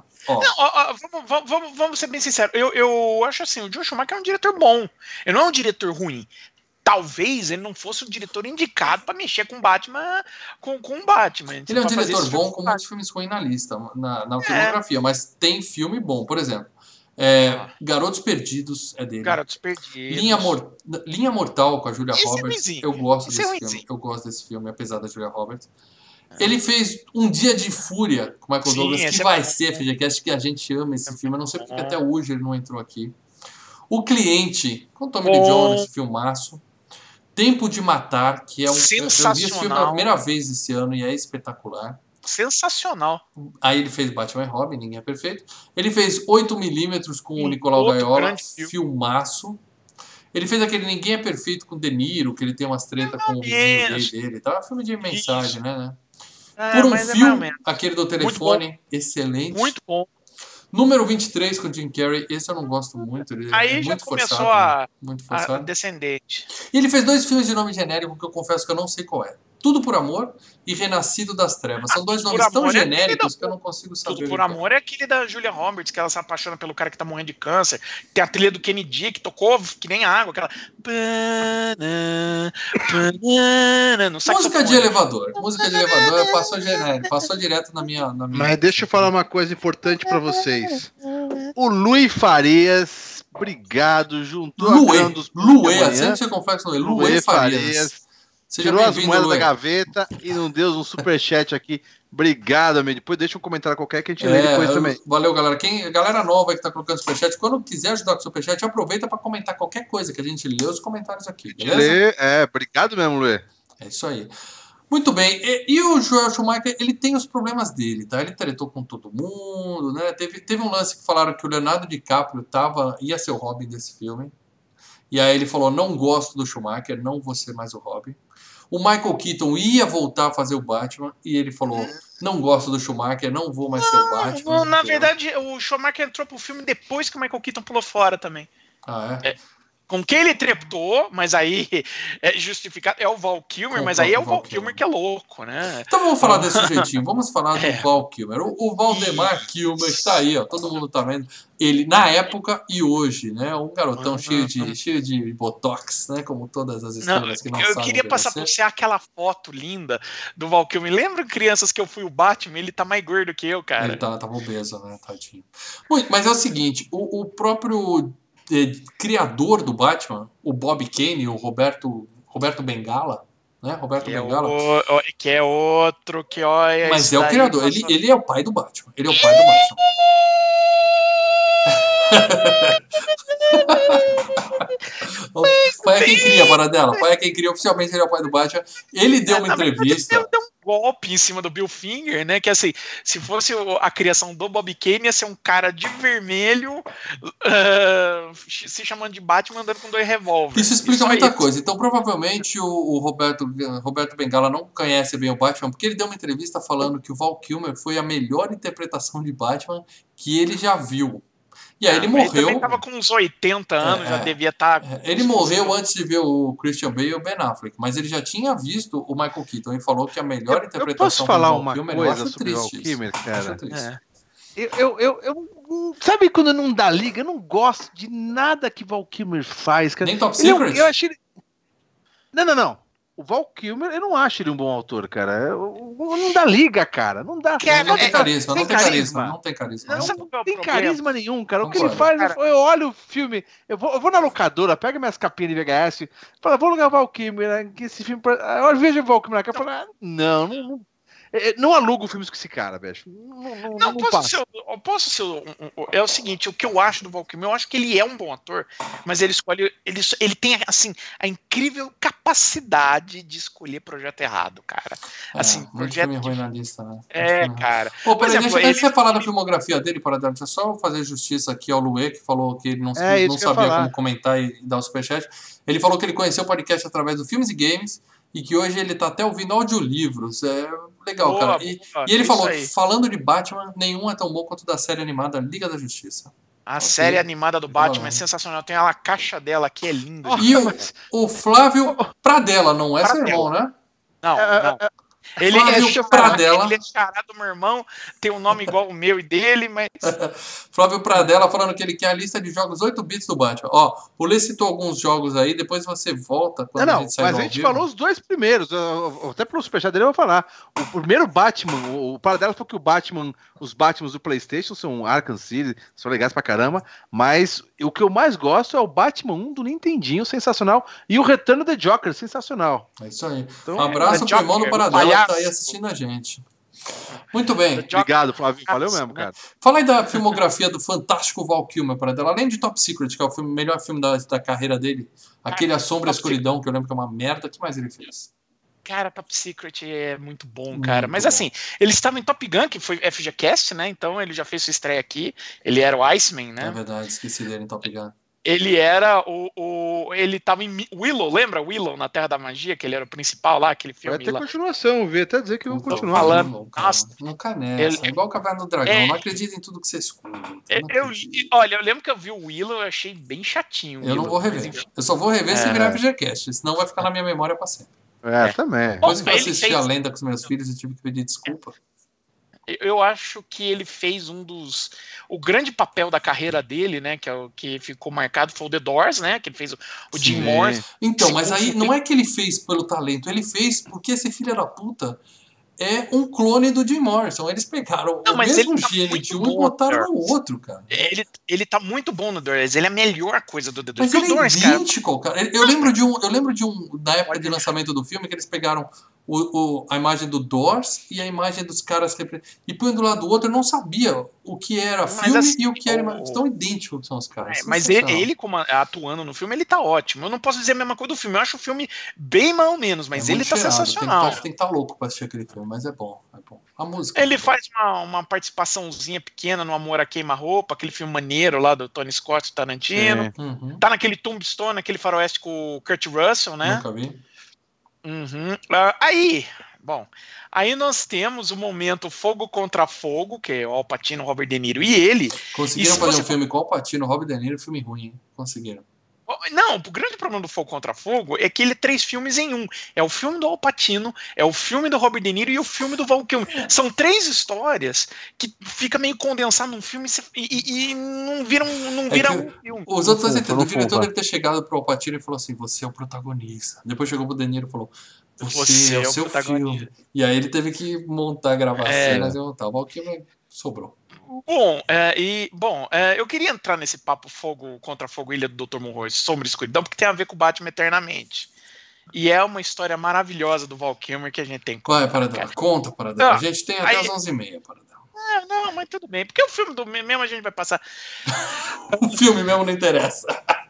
Vamos ser bem sinceros. Eu acho assim, o Joel Schumacher é um diretor bom. Ele não é um diretor ruim. Talvez ele não fosse o diretor indicado para mexer com Batman, com Batman. Ele é um diretor bom com muitos filmes ruins na lista, na filmografia, mas tem filme bom. Por exemplo, Garotos Perdidos é dele. Garotos Perdidos. Linha Mortal com a Julia Esse Roberts. É eu gosto desse filme. Eu gosto desse filme, apesar da Julia Roberts. Ele fez Um Dia de Fúria com Michael Douglas, que vai ser FGCast, que a gente ama esse filme. Eu não sei porque até hoje ele não entrou aqui. O Cliente, com Tommy Lee Jones, filmaço. Tempo de Matar, que é sensacional. Eu vi esse filme pela primeira vez esse ano e é espetacular. Sensacional. Aí ele fez Batman e Robin, ninguém é perfeito. Ele fez 8mm com o Nicolau Gaiola, filmaço. Ele fez aquele Ninguém é Perfeito com De Niro, que ele tem umas tretas com o vizinho gay dele. Tá? Filme de mensagem, né? Por um fio, aquele do telefone, excelente. Muito bom. Número 23 com Jim Carrey, esse eu não gosto muito. Ele aí é já muito começou forçado, a descendente. E ele fez 2 filmes de nome genérico que eu confesso que eu não sei qual é. Tudo por Amor e Renascido das Trevas. São 2 nomes tão genéricos que eu não consigo saber. Tudo por Amor é aquele da Julia Roberts, que ela se apaixona pelo cara que tá morrendo de câncer. Tem a trilha do Kennedy, que tocou que nem água. Aquela... Música de elevador. Música de elevador passou genérico, passou direto na minha... Mas deixa eu falar uma coisa importante pra vocês. O Luiz Farias, obrigado, juntou a grana dos... sempre você confessa no Luiz Farias. Tirou as moedas da gaveta e não deu um superchat aqui. Obrigado, amigo. Depois deixa um comentário qualquer que a gente lê depois também. Valeu, galera. Galera nova que tá colocando superchat, quando quiser ajudar com o superchat, aproveita para comentar qualquer coisa que a gente lê os comentários aqui, beleza? Obrigado mesmo, Luê. É isso aí. Muito bem. E o Joel Schumacher, ele tem os problemas dele, tá? Ele tretou com todo mundo, né? Teve um lance que falaram que o Leonardo DiCaprio ia ser o Robin desse filme. E aí ele falou, não gosto do Schumacher, não vou ser mais o Robin. O Michael Keaton ia voltar a fazer o Batman e ele falou, não gosto do Schumacher, não vou mais ser o Batman. Na verdade, o Schumacher entrou pro filme depois que o Michael Keaton pulou fora também. Ah, é? Com quem ele treptou, mas aí é justificado, é o Val Kilmer, mas aí é o Val Kilmer que é louco, né? Então vamos falar desse jeitinho, vamos falar do Val Kilmer. O Valdemar Kilmer, que tá aí, ó, todo mundo tá vendo. Ele, na época e hoje, né? Um garotão cheio de botox, né? Como todas as estrelas que não sabem. Eu queria passar por você aquela foto linda do Val Kilmer. Lembra, crianças, que eu fui o Batman? Ele tá mais gordo que eu, cara. Ele tá obeso, né? Tadinho. Mas é o seguinte, o próprio criador do Batman, o Bob Kane, o Roberto Bengala, né? Roberto Bengala. Que é outro que olha. Mas é o criador, ele é o pai do Batman. Ele é o pai do Batman. Pai é quem cria, Paradela. Pai é quem cria, oficialmente ele é o pai do Batman. Ele deu uma entrevista. Ele deu um golpe em cima do Bill Finger, né? Que assim, se fosse a criação do Bob Kane, ia ser um cara de vermelho se chamando de Batman andando com 2 revólveres. Isso explica muita coisa. Então, provavelmente, o Roberto Bengala não conhece bem o Batman, porque ele deu uma entrevista falando que o Val Kilmer foi a melhor interpretação de Batman que ele já viu. E aí ele morreu. Ele tava com uns 80 anos, já devia estar. Ele morreu antes de ver o Christian Bale e o Ben Affleck, mas ele já tinha visto o Michael Keaton e falou que a melhor interpretação do Val Kilmer, coisa sobre o Val Kilmer, cara? Sabe quando não dá liga? Eu não gosto de nada que Val Kilmer faz, cara. Nem Top Secret? Eu achei ele... Não. O Val Kilmer, eu não acho ele um bom autor, cara. Não dá liga, cara. Não dá. Não tem carisma, não tem carisma. Não tem carisma. Não tem carisma nenhum, cara. O que ele faz, eu olho o filme, eu vou na locadora, pego minhas capinhas de VHS, falo, vou alugar o Val Kilmer, que esse filme. Eu vejo o Val Kilmer aqui, eu falo, não alugo filmes com esse cara, bicho. Não posso ser. É o seguinte, o que eu acho do Val Kilmer, eu acho que ele é um bom ator, mas ele tem assim a incrível capacidade de escolher projeto errado, cara. Assim, projeto filme ruim na lista, né? Cara. Por exemplo, deixa você falar da filmografia dele, para dar, deixa eu só fazer justiça aqui ao Luê, que falou que ele não sabia como comentar e dar o superchat. Ele falou que ele conheceu o podcast através do Filmes e Games e que hoje ele tá até ouvindo audiolivros. É legal, cara. E ele falou que, falando de Batman, nenhum é tão bom quanto da série animada Liga da Justiça. A série animada do Batman é sensacional. Tem a caixa dela que é linda. E o Flávio Pradella, não é seu irmão, né? Não. Ele é chará do meu irmão, tem um nome igual o meu e dele, mas... Flávio Pradella falando que ele quer a lista de jogos 8 bits do Batman. Ó, o Lê citou alguns jogos aí, depois você volta quando a gente sair mas a gente falou os 2 primeiros, até pelo superchat dele eu vou falar. O primeiro Batman, o Pradella falou que os Batmans do PlayStation são Arkham City, são legais pra caramba, mas o que eu mais gosto é o Batman 1 do Nintendinho, sensacional, e o Return of the Joker, sensacional. É isso aí. Então, um abraço pro irmão do Pradella que tá aí assistindo a gente. Muito bem. Obrigado, Flávio. Valeu mesmo, cara. Fala aí da filmografia do fantástico Val Kilmer, Pradella. Além de Top Secret, que é o melhor filme da carreira dele, aquele A Sombra e a Escuridão, que eu lembro que é uma merda, o que mais ele fez? Cara, Top Secret é muito bom, cara. Mas assim, ele estava em Top Gun, que foi FGCast, né? Então ele já fez sua estreia aqui. Ele era o Iceman, né? É verdade, esqueci dele em Top Gun. Ele era ele tava em Willow, lembra Willow, na Terra da Magia, que ele era o principal lá, aquele filme. Vai ter continuação, vi até dizer que vão continuar. Falando. Nunca nessa, é igual o Caverna do Dragão, não acredita em tudo que você escuta. Eu lembro que eu vi o Willow, eu achei bem chatinho. Eu não vou rever. Eu só vou rever se virar FGCast, senão vai ficar na minha memória pra sempre. Também. Depois que eu assisti a Lenda com os meus filhos e tive que pedir desculpa. Eu acho que ele fez o grande papel da carreira dele, né, que é o que ficou marcado, foi o The Doors, né, que ele fez o Jim Morrison. Então, mas aí não é que ele fez pelo talento, ele fez porque esse filho da puta é um clone do Jim Morrison. Eles pegaram o mesmo gene de um e botaram no outro, cara. Ele tá muito bom no Doors, ele é a melhor coisa do The Doors. Mas ele é idêntico, cara. Eu lembro de um, na época de lançamento do filme, que eles pegaram a imagem do Doors e a imagem dos caras e põe do lado do outro. Eu não sabia o que era filme assim, e o que era imagem. Estão idênticos que são os caras. Mas ele, como atuando no filme, ele tá ótimo. Eu não posso dizer a mesma coisa do filme. Eu acho o filme bem mal ou menos, mas ele tá sensacional. Tem que estar louco pra assistir aquele filme, mas é bom. A música. Ele faz uma participaçãozinha pequena no Amor a Queima-Roupa, aquele filme maneiro lá do Tony Scott e Tarantino. Tá naquele Tombstone, aquele faroeste com o Kurt Russell, né? Nunca vi. Aí nós temos o momento Fogo contra Fogo, que é o Al Pacino, Robert De Niro e ele. Conseguiram fazer um filme com o Al Pacino, Robert De Niro, filme ruim, hein? Conseguiram. Não, o grande problema do Fogo contra Fogo é que ele é 3 filmes em um. É o filme do Al Pacino, é o filme do Robert De Niro e o filme do Val Kilmer. São 3 histórias que fica meio condensado num filme e não viram um filme. Os outros dois entenderam. O diretor deve ter chegado pro Al Pacino e falou assim: você é o protagonista. Depois chegou pro De Niro e falou: você é o seu filme. E aí ele teve que montar, gravar cenas e montar. O Val Kilmer sobrou. Eu queria entrar nesse papo Fogo contra Fogo, Ilha do Dr. Monroe, Sombra e Escuridão, porque tem a ver com o Batman Eternamente. E é uma história maravilhosa do Val Kilmer que a gente tem. Vai, Paradão, conta, Paradão. A gente tem até as 11h30, Paradão. Não, mas tudo bem, porque o filme do mesmo a gente vai passar. O filme mesmo não interessa.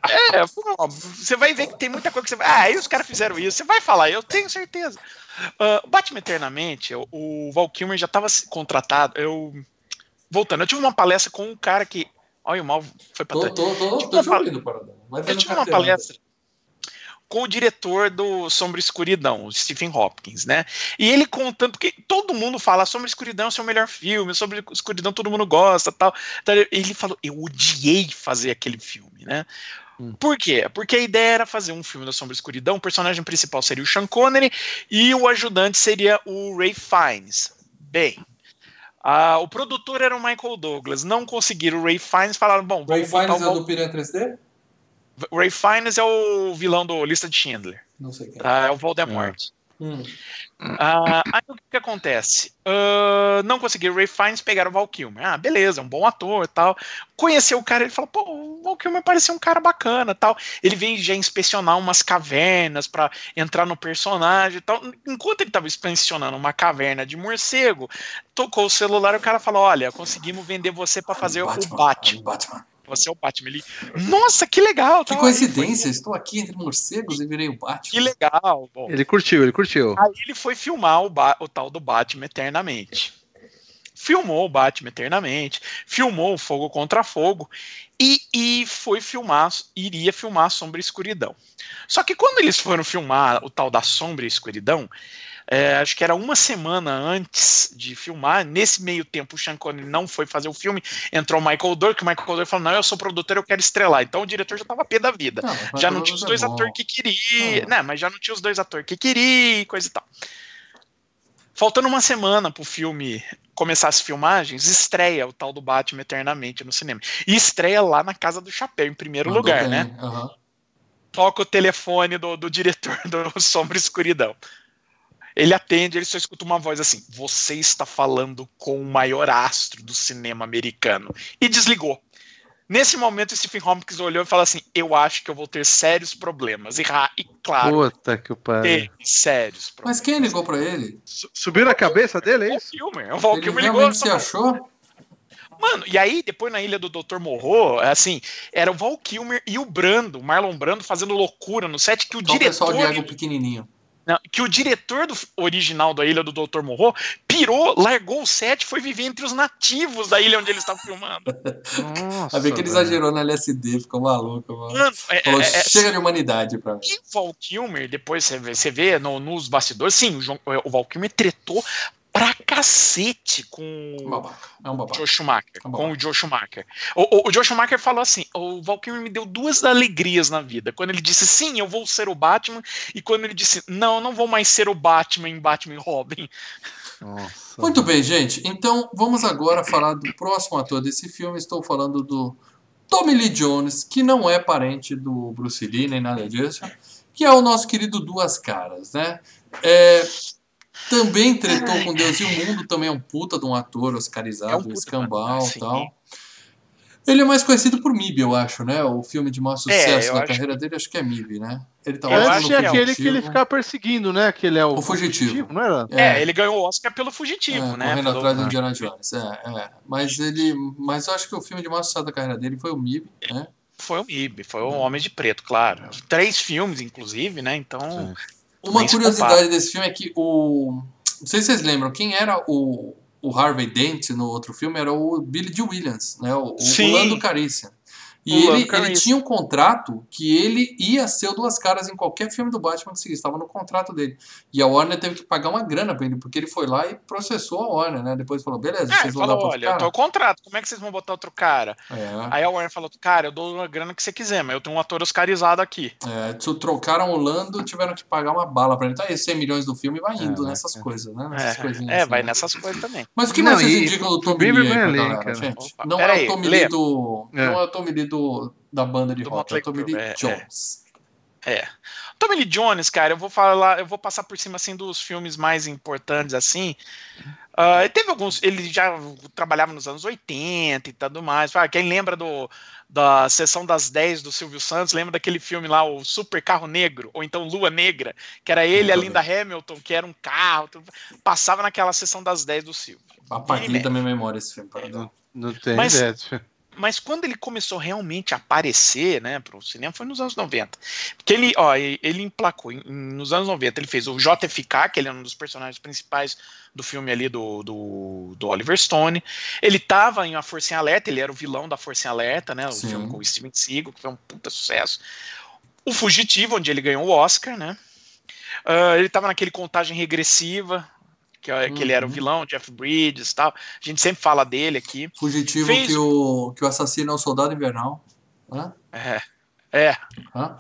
Você vai ver que tem muita coisa que você vai. Aí os caras fizeram isso, você vai falar, eu tenho certeza. O Batman Eternamente, o Val Kilmer já estava contratado. Voltando, eu tive uma palestra com um cara que. Olha, o mal foi pra trás. Tô te ouvindo, Paradão. Eu tive uma palestra com o diretor do Sombra e Escuridão, o Stephen Hopkins, né? E ele contando, porque todo mundo fala Sombra e Escuridão é o seu melhor filme, Sombra e Escuridão todo mundo gosta, tal. Ele falou, eu odiei fazer aquele filme, né? Por quê? Porque a ideia era fazer um filme da Sombra e Escuridão, o personagem principal seria o Sean Connery e o ajudante seria o Ray Fiennes. Bem, o produtor era o Michael Douglas, não conseguiram o Ray Fiennes, falaram, bom, Ray Fiennes é o do Piranha 3D? O Ray Fiennes é o vilão do Lista de Schindler. Não sei quem. É o Voldemort. Aí o que acontece? Não conseguiram o Ray Fiennes, pegaram o Val Kilmer. Beleza, é um bom ator e tal. Conheceu o cara, ele falou, o Val Kilmer parecia um cara bacana tal. Ele veio já inspecionar umas cavernas pra entrar no personagem e tal. Enquanto ele tava inspecionando uma caverna de morcego, tocou o celular e o cara falou, olha, conseguimos vender você pra fazer o Batman. Você é o Batman. Ele, nossa, que legal. Que coincidência, estou aqui entre morcegos e virei o Batman. Que legal. Bom, ele curtiu. Aí ele foi filmar o tal do Batman Eternamente. Filmou o Batman Eternamente, filmou o Fogo contra Fogo e iria filmar Sombra e Escuridão. Só que quando eles foram filmar o tal da Sombra e Escuridão, acho que era uma semana antes de filmar. Nesse meio tempo o Sean Connery não foi fazer o filme, entrou o Michael Douglas, que o Michael Douglas falou, não, eu sou produtor, eu quero estrelar. Então o diretor já estava pé da vida, já não tinha os dois atores que queria, né, mas já não tinha os dois atores que queria e coisa e tal. Faltando uma semana pro filme começar as filmagens, estreia o tal do Batman Eternamente no cinema, e estreia lá na Casa do Chapéu, em primeiro lugar, né? Toca o telefone do diretor do Sombra e Escuridão. Ele atende, ele só escuta uma voz assim, você está falando com o maior astro do cinema americano. E desligou. Nesse momento, o Stephen Hopkins olhou e falou assim, eu acho que eu vou ter sérios problemas. E claro, puta que pariu. Sérios problemas. Mas quem ligou pra ele? Subiu na cabeça dele, é isso? O Val Kilmer ligou. Realmente se achou? Mano, e aí, depois na Ilha do Dr. Monroe, assim, era o Val Kilmer e o Marlon Brando, fazendo loucura no set, que o diretor... O pessoal de ego pequenininho. Não, que o diretor original da Ilha do Dr. Monroe pirou, largou o set e foi viver entre os nativos da ilha onde ele estava filmando. Nossa, a ver que ele exagerou na LSD, ficou maluco. Mano, falou, chega de humanidade pra mim. E o Val Kilmer, depois você vê nos bastidores, sim, o Val Kilmer tretou pra cacete com o Joe Schumacher. Com o Joe Schumacher. O Joe Schumacher falou assim, o Val Kilmer me deu 2 alegrias na vida. Quando ele disse, sim, eu vou ser o Batman, e quando ele disse, não, eu não vou mais ser o Batman em Batman e Robin. Nossa. Muito bem, gente. Então, vamos agora falar do próximo ator desse filme. Estou falando do Tommy Lee Jones, que não é parente do Bruce Lee, nem nada disso, que é o nosso querido Duas Caras, né? Também tretou com Deus e o Mundo, também é um puta de um ator oscarizado, escambau e tal. Ele é mais conhecido por MIB, eu acho, né? O filme de maior sucesso eu da acho carreira dele, acho que é MIB, né? Ele tá Eu ótimo acho no que é aquele que ele Fugitivo. ficava perseguindo, né? Que ele é O Fugitivo. não era? Ele ganhou o Oscar pelo Fugitivo, né? Correndo Pelo... atrás do Indiana Jones. Mas eu acho que o filme de maior sucesso da carreira dele foi o MIB, né? Foi o MIB, foi o Homem de Preto, claro. 3 filmes, inclusive, né? Então. Uma curiosidade desse filme é que Não sei se vocês lembram, quem era o Harvey Dent no outro filme era o Billy Dee Williams, né? O Lando Calrissian. E ele tinha um contrato que ele ia ser o Duas Caras em qualquer filme do Batman que seguisse, estava no contrato dele. E a Warner teve que pagar uma grana pra ele, porque ele foi lá e processou a Warner, né? Depois falou, beleza, vocês vão dar pra outro cara? Eu tô contrato, como é que vocês vão botar outro cara? É. Aí a Warner falou, cara, eu dou uma grana que você quiser, mas eu tenho um ator oscarizado aqui. Trocaram o Lando, tiveram que pagar uma bala pra ele. Tá aí, 100 milhões do filme vai indo nessas coisas, né? Nessas coisinhas assim, vai né? nessas coisas também. Mas o que mais vocês indicam do Tommy Lee aí pra galera, gente? Não é o Tommy Lee da banda de rock, é o Tommy Lee Jones. Tommy Lee Jones, cara, eu vou passar por cima assim dos filmes mais importantes assim. Teve alguns, ele já trabalhava nos anos 80 e tudo mais. Quem lembra da Sessão das 10 do Silvio Santos, lembra daquele filme lá, o Super Carro Negro, ou então Lua Negra, que era ele e a Linda Hamilton, que era um carro, passava naquela Sessão das 10 do Silvio. Apaguei da minha memória esse filme. Não tem ideia. Mas quando ele começou realmente a aparecer, né, para o cinema, foi nos anos 90. Porque ele emplacou, nos anos 90, ele fez o JFK, que ele é um dos personagens principais do filme ali do Oliver Stone. Ele estava em A Força em Alerta, ele era o vilão da Força em Alerta, né, o filme com o Steven Seagal, que foi um puta sucesso. O Fugitivo, onde ele ganhou o Oscar, né. Ele estava naquele Contagem Regressiva, que ele era o vilão, Jeff Bridges e tal. A gente sempre fala dele aqui. Fugitivo que o assassino é o Soldado Invernal. Hã? Hã?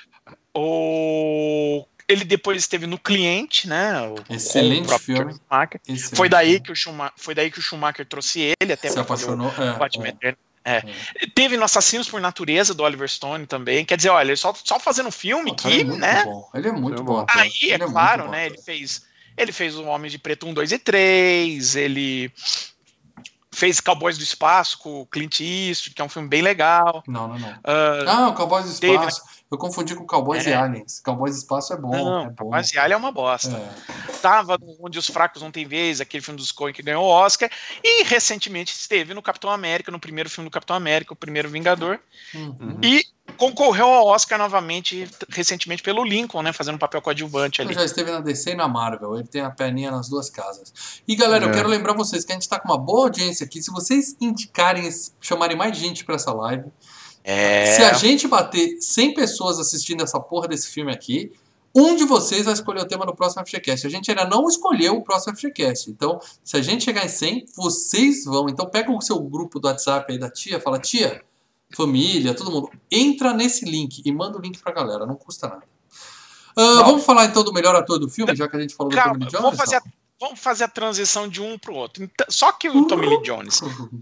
Ele depois esteve no Cliente, né? Excelente filme. Excelente. Foi daí que o Schumacher trouxe ele até para fazer o Batman. Teve no Assassinos por Natureza, do Oliver Stone também. Quer dizer, olha, ele só fazendo filme que, né? Ele é muito bom. Aí, claro, né? Ele fez o Homem de Preto 1, 2 e 3, ele fez Cowboys do Espaço com o Clint Eastwood, que é um filme bem legal. Não. O Cowboys do Espaço. Eu confundi com Cowboys e Aliens. Cowboys do Espaço é bom. Não, Cowboys e Aliens é uma bosta. Tava Onde os Fracos Não Têm Vez, aquele filme dos Coen que ganhou o Oscar, e recentemente esteve no Capitão América, no primeiro filme do Capitão América, o primeiro Vingador, e concorreu ao Oscar novamente, recentemente, pelo Lincoln, né, fazendo um papel coadjuvante ali. Ele já esteve na DC e na Marvel, ele tem a perninha nas duas casas. E galera, eu quero lembrar vocês que a gente tá com uma boa audiência aqui, se vocês indicarem, chamarem mais gente pra essa live, se a gente bater 100 pessoas assistindo essa porra desse filme aqui, um de vocês vai escolher o tema do próximo FGCast. A gente ainda não escolheu o próximo FGCast. Então, se a gente chegar em 100, vocês vão. Então, pega o seu grupo do WhatsApp aí da tia, fala, tia, família, todo mundo, entra nesse link e manda o link pra galera, não custa nada. Vamos falar então do melhor ator do filme, já que a gente falou do Tommy Lee Jones? Vamos fazer a transição de um pro outro. Então, só que o Tommy Lee Jones,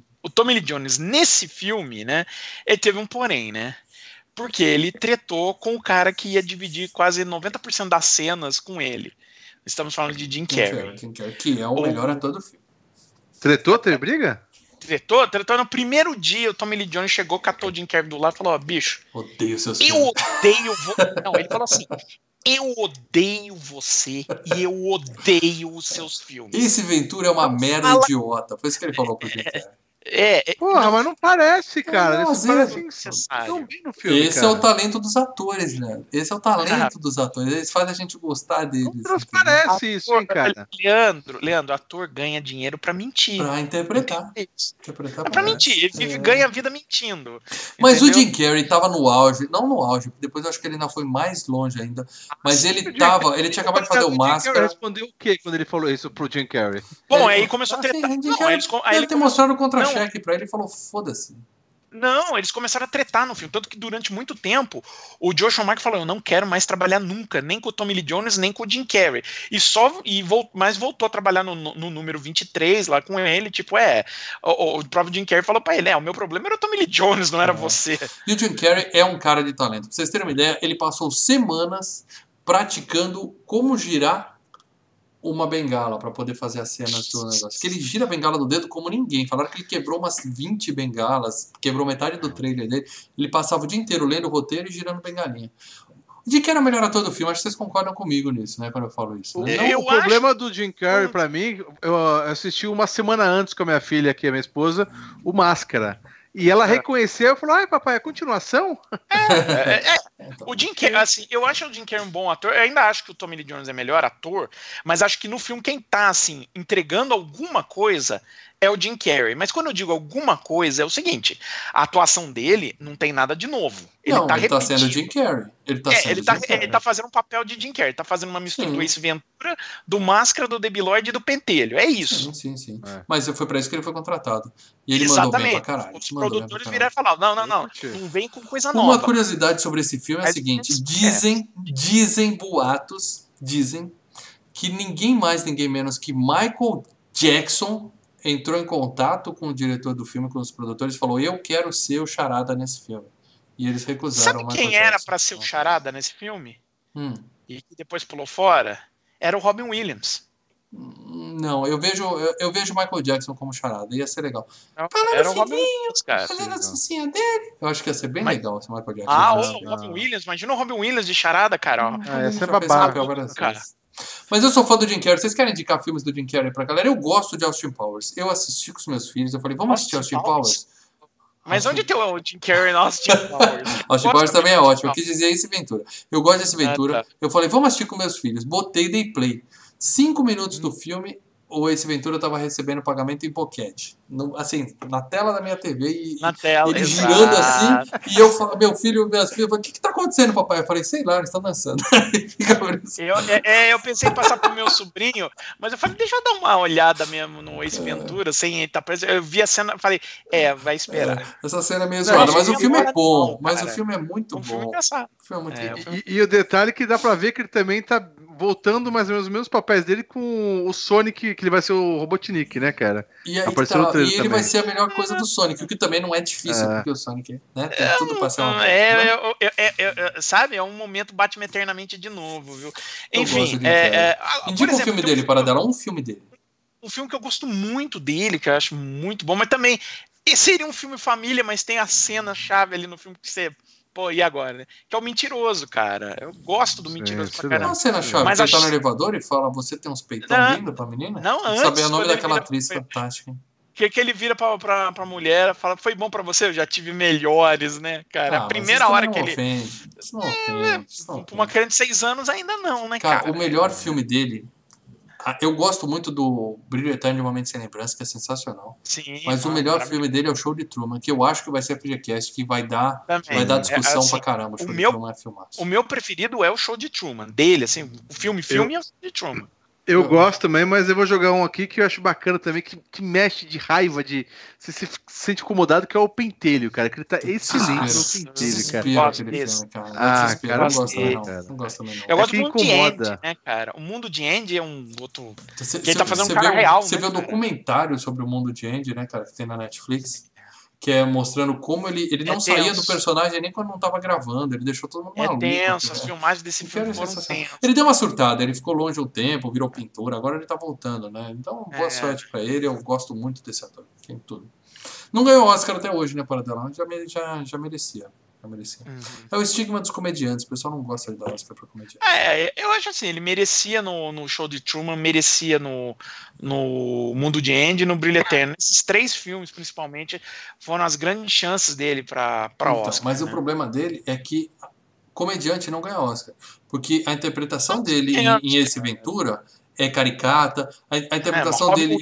nesse filme, né, ele teve um porém, né? Porque ele tretou com o cara que ia dividir quase 90% das cenas com ele. Estamos falando de Jim Carrey. Que é o melhor ator do filme. Tretou? Teve briga? Tretou no primeiro dia. O Tommy Lee Jones chegou, catou o Jim Carrey do lado e falou: bicho, odeio seus filmes. Não, ele falou assim: eu odeio você e eu odeio os seus filmes. Esse Ventura é uma merda idiota. Foi isso que ele falou pro Jim Carrey. Porra, mas não parece, cara. Isso parece tão bem no filme. Esse é o talento dos atores, né? Esse é o talento dos atores. Eles fazem a gente gostar deles. Não transparece isso, hein, cara? Leandro, ator ganha dinheiro pra mentir. Pra interpretar. Pra mentir. Ele ganha a vida mentindo. Mas entendeu? O Jim Carrey tava no auge. Não no auge, depois eu acho que ele ainda foi mais longe ainda. Mas ele tinha acabado de fazer o Máscara. Ele respondeu o quê quando ele falou isso pro Jim Carrey? Bom, aí começou a tretar. Aí ele ter mostrado o contra-cheque pra ele e falou, foda-se. Não, eles começaram a tretar no filme, tanto que durante muito tempo o Joe Schumacher falou, eu não quero mais trabalhar nunca, nem com o Tommy Lee Jones, nem com o Jim Carrey, mas voltou a trabalhar no número 23 lá com ele, tipo, o próprio Jim Carrey falou pra ele, o meu problema era o Tommy Lee Jones, não era você. E o Jim Carrey é um cara de talento, pra vocês terem uma ideia, ele passou semanas praticando como girar uma bengala pra poder fazer as cenas do negócio. Que ele gira a bengala do dedo como ninguém. Falaram que ele quebrou umas 20 bengalas, quebrou metade do trailer dele. Ele passava o dia inteiro lendo o roteiro e girando bengalinha. O Jim Carrey é o melhor ator do filme, acho que vocês concordam comigo nisso, né, quando eu falo isso. Né? Não, o problema do Jim Carrey, pra mim, eu assisti uma semana antes com a minha filha, que é minha esposa, o Máscara. E ela reconheceu e falou: ai, papai, é continuação? O Jim Carrey, assim, eu acho o Jim Carrey um bom ator. Eu ainda acho que o Tommy Lee Jones é melhor ator, mas acho que no filme quem tá, assim, entregando alguma coisa é o Jim Carrey. Mas quando eu digo alguma coisa, é o seguinte: a atuação dele não tem nada de novo. Ele tá sendo o Jim Carrey. Ele tá fazendo um papel de Jim Carrey. Ele tá fazendo uma mistura do Ace Ventura, do Máscara, do Debi Lloyd e do Pentelho. É isso. Sim. Mas foi pra isso que ele foi contratado. E ele mandou bem pra caralho. Os produtores viraram e falaram: não vem com coisa nova. Uma curiosidade sobre esse filme é a seguinte: dizem boatos, que ninguém mais, ninguém menos que Michael Jackson entrou em contato com o diretor do filme, com os produtores, e falou: eu quero ser o Charada nesse filme. E eles recusaram. Sabe quem era pra ser o Charada nesse filme? E que depois pulou fora? Era o Robin Williams. Não, eu vejo Michael Jackson como Charada. Ia ser legal. Era o Robin Williams, cara. Fazendo a dancinha dele. Eu acho que ia ser bem legal esse Michael Jackson. O Robin Williams. Imagina o Robin Williams de Charada, cara. Essa é babado. Mas eu sou fã do Jim Carrey. Vocês querem indicar filmes do Jim Carrey pra galera? Eu gosto de Austin Powers. Eu assisti com os meus filhos. Eu falei, vamos assistir Austin Powers? Mas onde tem o Jim Carrey no Austin Powers? Austin Powers também é ótimo. Eu quis dizer Ace Ventura. Eu gosto desse Ventura. Eu falei, vamos assistir com meus filhos. Botei, dei play. 5 minutos do filme, o Ace Ventura estava recebendo pagamento em boquete. Assim, na tela da minha TV. Ele girando assim. E eu falo, meu filho e minhas filhas, o que tá acontecendo, papai? Eu falei, sei lá, eles estão dançando. Eu pensei em passar pro meu sobrinho, mas eu falei, deixa eu dar uma olhada mesmo no Ace Ventura, sem estar preso. Eu vi a cena e falei, vai esperar. Essa cena é meio zoada, mas o filme é bom. Mas o filme é muito bom. Filme engraçado. E o detalhe que dá pra ver que ele também tá voltando mais ou menos os mesmos papéis dele com o Sonic, que ele vai ser o Robotnik, né, cara? E ele vai ser a melhor coisa do Sonic, o que também não é difícil, porque o Sonic, né, tem tudo pra ser uma... sabe, é um momento Batman eternamente de novo, viu? Enfim, indica um filme dele, Paradela, um filme dele. Um filme que eu gosto muito dele, que eu acho muito bom, mas também seria um filme família, mas tem a cena-chave ali no filme que você... Pô, e agora, né? Que é o Mentiroso, cara. Eu gosto do Mentiroso pra caramba. Uma cena chave, mas você tá no elevador e fala, você tem uns peitão lindo pra menina? Não, antes. Saber o nome daquela atriz fantástica. Que ele vira pra mulher, fala, foi bom pra você? Eu já tive melhores, né, cara? A primeira hora que ele... Isso não ofende. Pra uma criança de 6 anos ainda não, né, cara? O melhor filme dele... Eu gosto muito do Brilho Eterno de Uma Mente Sem Lembrança, que é sensacional. Sim, mas o melhor filme dele é o Show de Truman, que eu acho que vai ser a FGCast, que vai dar discussão pra caramba. O Show de Truman é filmaço. O meu preferido é o Show de Truman, dele, assim, o filme é o Show de Truman. Eu gosto também, mas eu vou jogar um aqui que eu acho bacana também, que mexe de raiva, de você se sente incomodado, que é o Pentelho, cara, que ele tá excelente no Pentelho, cara. Eu gosto desse. Cara, não gosto também não. Eu gosto do Mundo de Andy, né, cara? O Mundo de Andy é um outro... que ele tá fazendo um cara real, Você vê o documentário sobre o Mundo de Andy, né, cara, que tem na Netflix, que é mostrando como ele não saía do personagem nem quando não tava gravando, ele deixou todo mundo maluco. Tenso, as filmagens desse filme foram tensas. Ele deu uma surtada, ele ficou longe um tempo, virou pintor, agora ele tá voltando, né? Então, boa sorte pra ele, eu gosto muito desse ator, tem tudo. Não ganhou Oscar até hoje, né, Paradela? Já merecia. É o estigma dos comediantes, o pessoal não gosta de dar Oscar pra comediante. Eu acho assim, ele merecia no Show de Truman, merecia no Mundo de Andy e no Brilho Eterno. Esses 3 filmes, principalmente, foram as grandes chances dele pra Oscar. Mas o problema dele é que comediante não ganha Oscar, porque a interpretação dele em Ace Ventura é caricata, a interpretação dele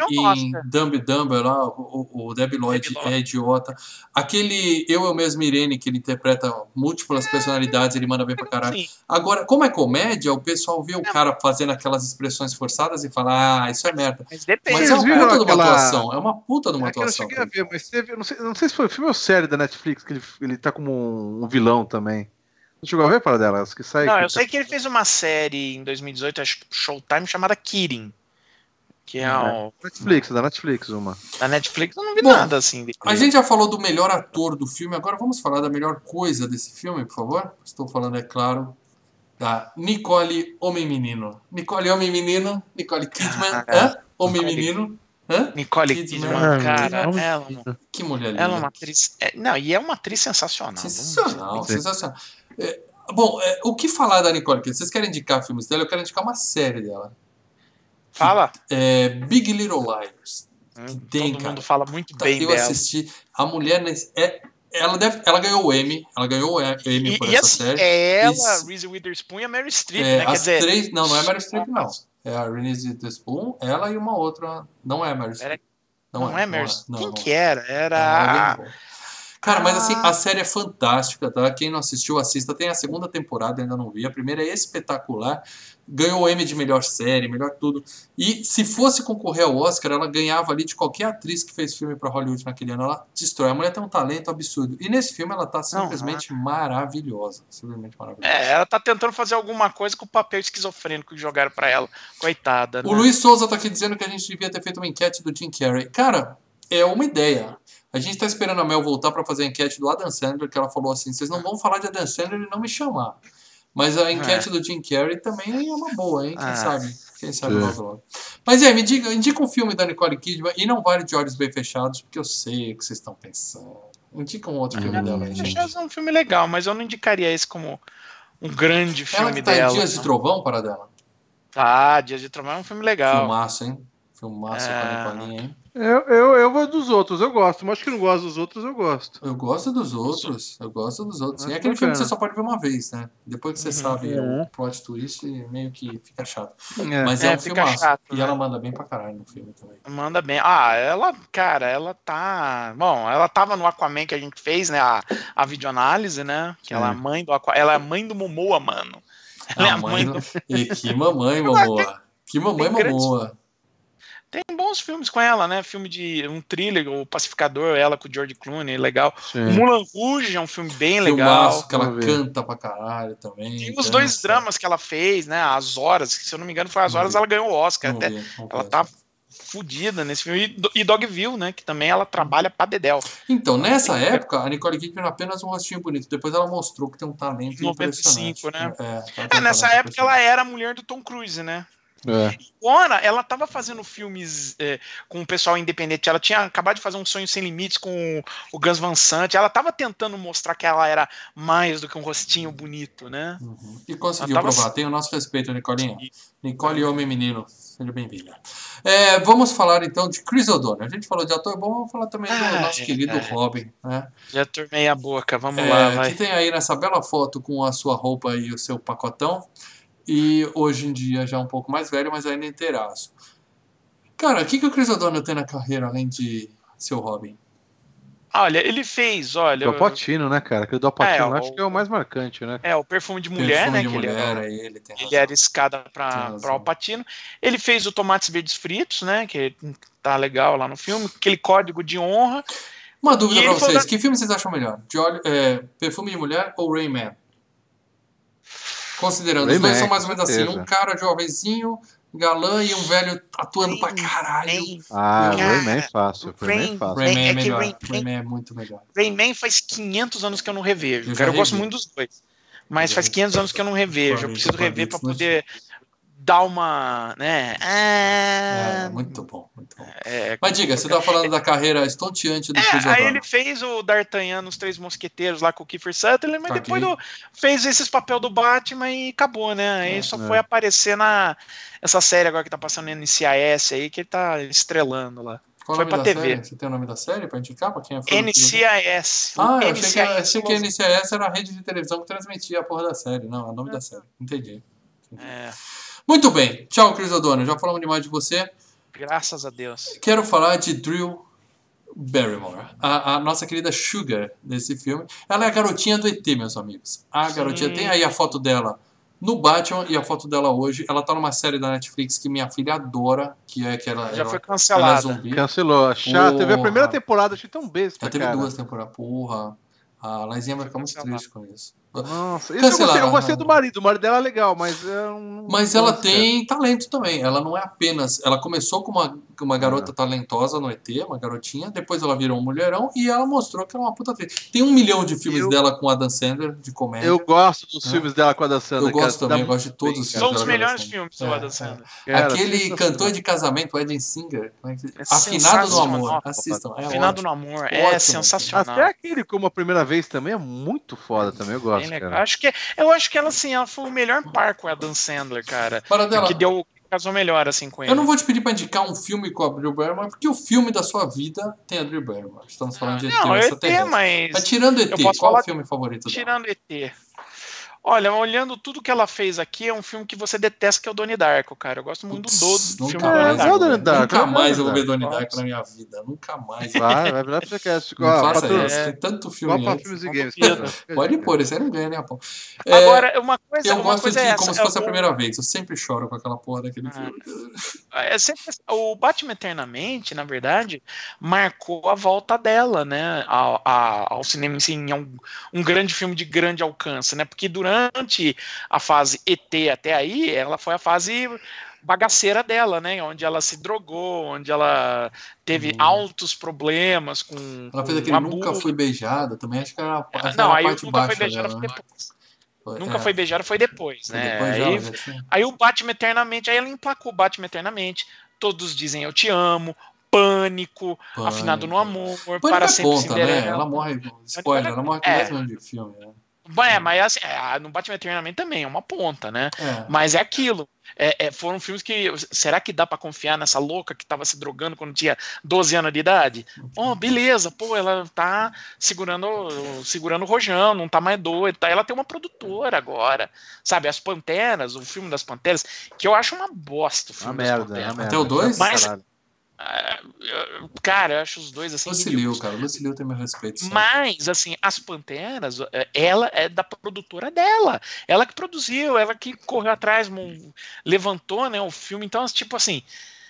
em Dumb and Dumber lá, o Debi Lloyd é idiota. Aquele Eu Mesmo Irene, que ele interpreta múltiplas personalidades, ele manda bem pra caralho. Sim. Agora, como é comédia, o pessoal vê o cara fazendo aquelas expressões forçadas e fala, isso é merda. Mas é uma puta de uma atuação. É uma puta de uma atuação. Eu cheguei a ver, mas teve, não sei se foi filme ou série da Netflix, que ele tá como um vilão também. Você chegou a ver, Paradela? Que sai, eu sei que ele fez uma série em 2018, acho que Showtime, chamada Kidding. Que é da Netflix, uma. Da Netflix eu não vi nada assim. A gente já falou do melhor ator do filme, agora vamos falar da melhor coisa desse filme, por favor? Estou falando, é claro, Tá. Nicole Homem Menino. Nicole Homem Menino. Nicole Kidman. Homem Menino. Nicole Kidman, cara, ela, que mulher linda. Ela é uma atriz. Não, e é uma atriz sensacional. Sensacional. Bom, o que falar da Nicole Kidman? Vocês querem indicar filmes dela? Eu quero indicar uma série dela. Fala. Big Little Liars. Todo mundo fala muito bem dela. Eu assisti. A mulher ela ganhou o Emmy. Ela ganhou o Emmy por essa série. Ela, Reese Witherspoon e a Meryl Streep, né? Quer dizer, três, não é Meryl Streep, não. É a Reese Witherspoon, ela e uma outra. Não é a Meryl Streep. Não é Meryl Streep. Quem que era? Era. Cara, mas assim, a série é fantástica, tá? Quem não assistiu, assista. Tem a segunda temporada, ainda não vi. A primeira é espetacular. Ganhou o Emmy de melhor série, melhor tudo. E se fosse concorrer ao Oscar, ela ganhava ali de qualquer atriz que fez filme pra Hollywood naquele ano. Ela destrói. A mulher tem um talento absurdo. E nesse filme ela tá simplesmente maravilhosa. Simplesmente maravilhosa. Ela tá tentando fazer alguma coisa com o papel esquizofrênico que jogaram pra ela. Coitada, né? O Luiz Souza tá aqui dizendo que a gente devia ter feito uma enquete do Jim Carrey. Cara, é uma ideia. A gente tá esperando a Mel voltar pra fazer a enquete do Adam Sandler, que ela falou assim, vocês não vão falar de Adam Sandler e não me chamar. Mas a enquete do Jim Carrey também é uma boa, hein? Quem sabe logo. Mas me indica um filme da Nicole Kidman e não vale de olhos bem fechados, porque eu sei o que vocês estão pensando. Indica um outro filme dela aí, gente. É um filme legal, mas eu não indicaria esse como um grande filme ela que tá dela. Em Dias de Trovão, para dela? Dias de Trovão é um filme legal. Filmaço, hein? Filmaço com a Nicolinha, hein? Eu vou dos outros, eu gosto. Mas acho que não gosto dos outros, eu gosto. Eu gosto dos outros. E é aquele filme que você só pode ver uma vez, né? Depois que você sabe o plot twist, meio que fica chato. Mas é um filmaço. Chato, e ela manda bem pra caralho no filme também. Manda bem. Ela tá... Bom, ela tava no Aquaman que a gente fez, né? A videoanálise, né? Que ela é mãe do Aquaman. Ela é mãe do Momoa, mano. Ela é a mãe do... E que mamãe, Momoa. Que mamãe, Momoa. Tem bons filmes com ela, né? Filme de um thriller, O Pacificador, ela com o George Clooney, legal. Sim. Moulin Rouge é um filme bem legal. Que ela canta pra caralho também. Tem os dois dramas que ela fez, né? As Horas, que se eu não me engano foi As Horas, ela ganhou o Oscar. Ela tá fodida nesse filme. E Dogville, né? Que também ela trabalha pra dedéu. Então, nessa época, a Nicole Kidman era apenas um rostinho bonito. Depois ela mostrou que tem um talento 95, impressionante. né? Nessa época ela era a mulher do Tom Cruise, né? Agora, ela tava fazendo filmes com o pessoal independente. Ela tinha acabado de fazer um Sonho Sem Limites com o Gus Van Sant. Ela tava tentando mostrar que ela era mais do que um rostinho bonito, né? E conseguiu provar. Tem o nosso respeito, Nicolinha. Nicole Homem Menino. Seja bem-vinda. Vamos falar então de Chris O'Donnell. A gente falou de ator bom, vamos falar também do nosso querido Robin. Né? Já turmei a boca, vamos lá. Vai. Que tem aí nessa bela foto com a sua roupa e o seu pacotão. E hoje em dia já um pouco mais velho, mas ainda inteiraço. Cara, o que o Chris O'Donnell tem na carreira, além de ser o Robin? Olha, ele fez, o Al Pacino, né, cara? Aquele do Al Pacino acho que é o mais marcante, né? O Perfume de Mulher, né? Ele era escada pra Al Pacino. Ele fez o Tomates Verdes Fritos, né? Que tá legal lá no filme. Aquele Código de Honra. Uma dúvida pra vocês. Que filme vocês acham melhor? Perfume de Mulher ou Rayman? Considerando, os dois são mais ou menos assim, um cara jovenzinho, galã e um velho atuando pra caralho. O Rayman é fácil. Rayman é melhor. Rayman é muito melhor. Rayman faz 500 anos que eu não revejo. Eu gosto muito dos dois. Mas faz 500 anos que eu não revejo. Eu preciso rever pra poder dar uma... né? Muito bom, muito bom. Mas diga, você tá falando da carreira estonteante do Chris O'Donnell. Aí ele fez o D'Artagnan nos Três Mosqueteiros lá com o Kiefer Sutherland, mas depois fez esses papel do Batman e acabou, né? Aí só foi aparecer essa série agora que tá passando no NCIS aí, que ele tá estrelando lá. Qual foi pra TV. Série? Você tem o nome da série pra indicar pra quem é fã? NCIS. Eu achei que a NCIS era a rede de televisão que transmitia a porra da série. Não, é o nome da série. Entendi. Muito bem. Tchau, Chris O'Donnell. Já falamos demais de você. Graças a Deus. Quero falar de Drew Barrymore, a nossa querida Sugar desse filme. Ela é a garotinha do ET, meus amigos. Garotinha. Tem aí a foto dela no Batman e a foto dela hoje. Ela tá numa série da Netflix que minha filha adora, que é que ela já foi cancelada. Zumbi. Cancelou. Chato. Teve a primeira temporada, achei tão besta, teve 2 temporadas. Porra. A Laizinha vai ficar muito triste com isso. Nossa, isso eu gostei do marido. O marido dela é legal, mas Mas ela tem talento também. Ela não é apenas. Ela começou com uma garota talentosa no ET, uma garotinha. Depois ela virou um mulherão e ela mostrou que ela é uma puta atriz. Tem 1 milhão de filmes dela com Adam Sandler, de comédia. Eu gosto dos filmes dela com a Adam Sandler. Eu gosto também, eu gosto de todos os filmes. São os melhores filmes do Adam Sandler. Aquele cantor de casamento, o Eden Singer, Afinado no Amor. Assistam. Afinado no Amor é sensacional. Até aquele como a primeira vez também é muito foda também. Eu gosto. Eu acho que ela, assim, ela foi o melhor par com a Adam Sandler, cara. Que casou melhor, assim, com ele. Eu não vou te pedir pra indicar um filme com a Drew Barrymore, porque o filme da sua vida tem a Drew Barrymore. Estamos falando de ET, mas tirando ET, qual é o filme favorito dela? Tirando ET. Olha, olhando tudo que ela fez aqui, é um filme que você detesta, que é o Donnie Darko, cara. Eu gosto muito do filme Donnie Darko. Nunca mais eu vou ver Donnie Darko na minha vida. Nunca mais. Vai virar podcast. Não faça isso. Tem tanto filme filmes e games. Pode pôr, isso aí não ganha nem a pau. Agora, uma coisa eu gosto coisa de como se fosse a primeira vez. Eu sempre choro com aquela porra daquele filme. O Batman Eternamente, na verdade, marcou a volta dela, né, ao cinema, assim, um grande filme de grande alcance, né, porque durante a fase ET até aí, ela foi a fase bagaceira dela, né? Onde ela se drogou, onde ela teve altos problemas com. Ela fez aquele Nunca Fui Beijada também, acho que era a parte Nunca Foi Beijada foi depois. Nunca Foi Beijada foi depois, né? Aí o Batman Eternamente, aí ela emplacou o Batman Eternamente, Todos Dizem Eu Te Amo, Pânico, Afinado no Amor, Para Sempre Cinderela. Né? Ela morre, spoiler, ela morre com 10 anos de filme, né? Mas assim, no Batman Eternamente também é uma ponta, né? Mas é aquilo. Foram filmes que. Será que dá pra confiar nessa louca que tava se drogando quando tinha 12 anos de idade? Beleza, pô, ela tá segurando o rojão, não tá mais doida, tá? Ela tem uma produtora agora, sabe? As Panteras, o filme das Panteras, que eu acho uma bosta o filme das Panteras. Até o 2? Mas, cara, eu acho os dois assim. Lucy Liu tem meu respeito. Sabe? Mas, assim, as Panteras, ela é da produtora dela. Ela que produziu, ela que correu atrás, levantou, né, o filme. Então, tipo assim,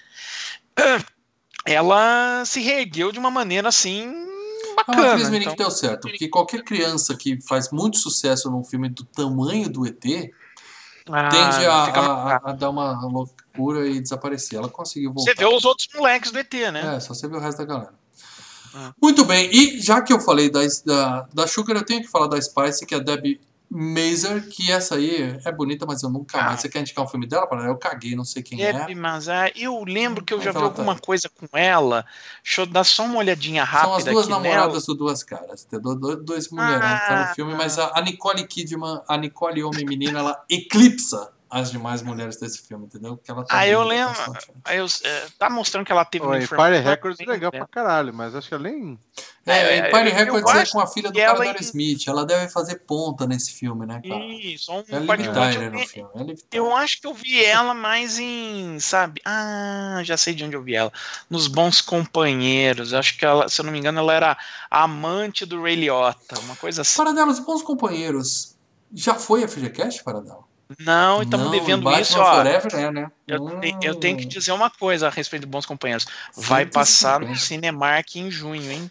ela se reergueu de uma maneira assim bacana. A atriz Mirim que deu certo, porque qualquer criança que faz muito sucesso num filme do tamanho do ET tende a dar uma loucura e desaparecer. Ela conseguiu voltar. Você vê os outros moleques do ET, né? Só você vê o resto da galera. Muito bem, e já que eu falei da Sugar, eu tenho que falar da Spice, que é a Debbie Mazar, que essa aí é bonita, mas eu nunca mais. Você quer indicar um filme dela? Eu caguei, não sei quem Debbie Mazar, eu lembro que eu já vi alguma coisa com ela. Deixa eu dar só uma olhadinha rápida. São as duas namoradas do Duas Caras. Tem dois mulherão que tá no filme, mas a Nicole Kidman, a Nicole Homem Menina, ela eclipsa as demais mulheres desse filme, entendeu? Porque ela tá eu lembro. Tá mostrando que ela teve uma Empire Records é legal pra caralho, mas acho que ela nem. Empire Records é com a filha do cara da Smith. Ela deve fazer ponta nesse filme, né, cara? Isso, no filme. Eu acho que eu vi ela mais em, sabe? Já sei de onde eu vi ela. Nos Bons Companheiros. Eu acho que ela, se eu não me engano, ela era a amante do Ray Liotta, uma coisa assim. Paradela, Os Bons Companheiros. Já foi a FGCast, Paradela? Não, estamos devendo isso, Forever, né? Eu tenho que dizer uma coisa a respeito de Bons Companheiros. Vai passar no Cinemark em junho, hein?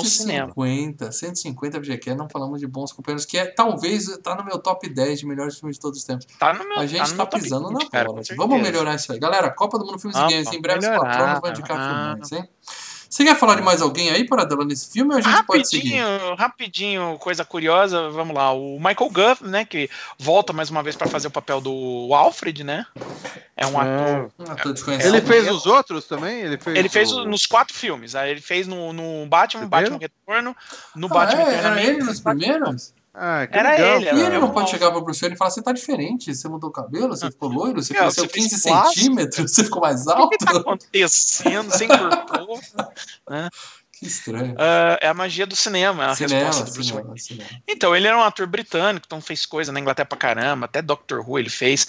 150 FGCast, não falamos de Bons Companheiros, que talvez tá no meu top 10 de melhores filmes de todos os tempos. A gente tá pisando na bola. Vamos melhorar isso aí. Galera, Copa do Mundo Filmes e Games. Em breve os patronos vão indicar filmes, hein? Você quer falar de mais alguém aí, Paradela, nesse filme, ou a gente pode seguir? Rapidinho, coisa curiosa, vamos lá. O Michael Gough, né, que volta mais uma vez para fazer o papel do Alfred, né? É um ator desconhecido. Ele fez os outros também? Ele fez nos 4 filmes. Aí ele fez no Batman Retorno, no Batman Eternamente. Era ele nos primeiros? Era legal, ele. E ele não pode chegar pro Bruce Wayne e falar: você tá diferente, você mudou o cabelo, você ficou loiro, você cresceu 15 centímetros, você ficou mais alto. O que tá acontecendo? Você encurtou, né? Que estranho. É a magia do cinema, a resposta do Bruce Wayne. Então, ele era um ator britânico, então fez coisa na Inglaterra pra caramba, até Doctor Who ele fez.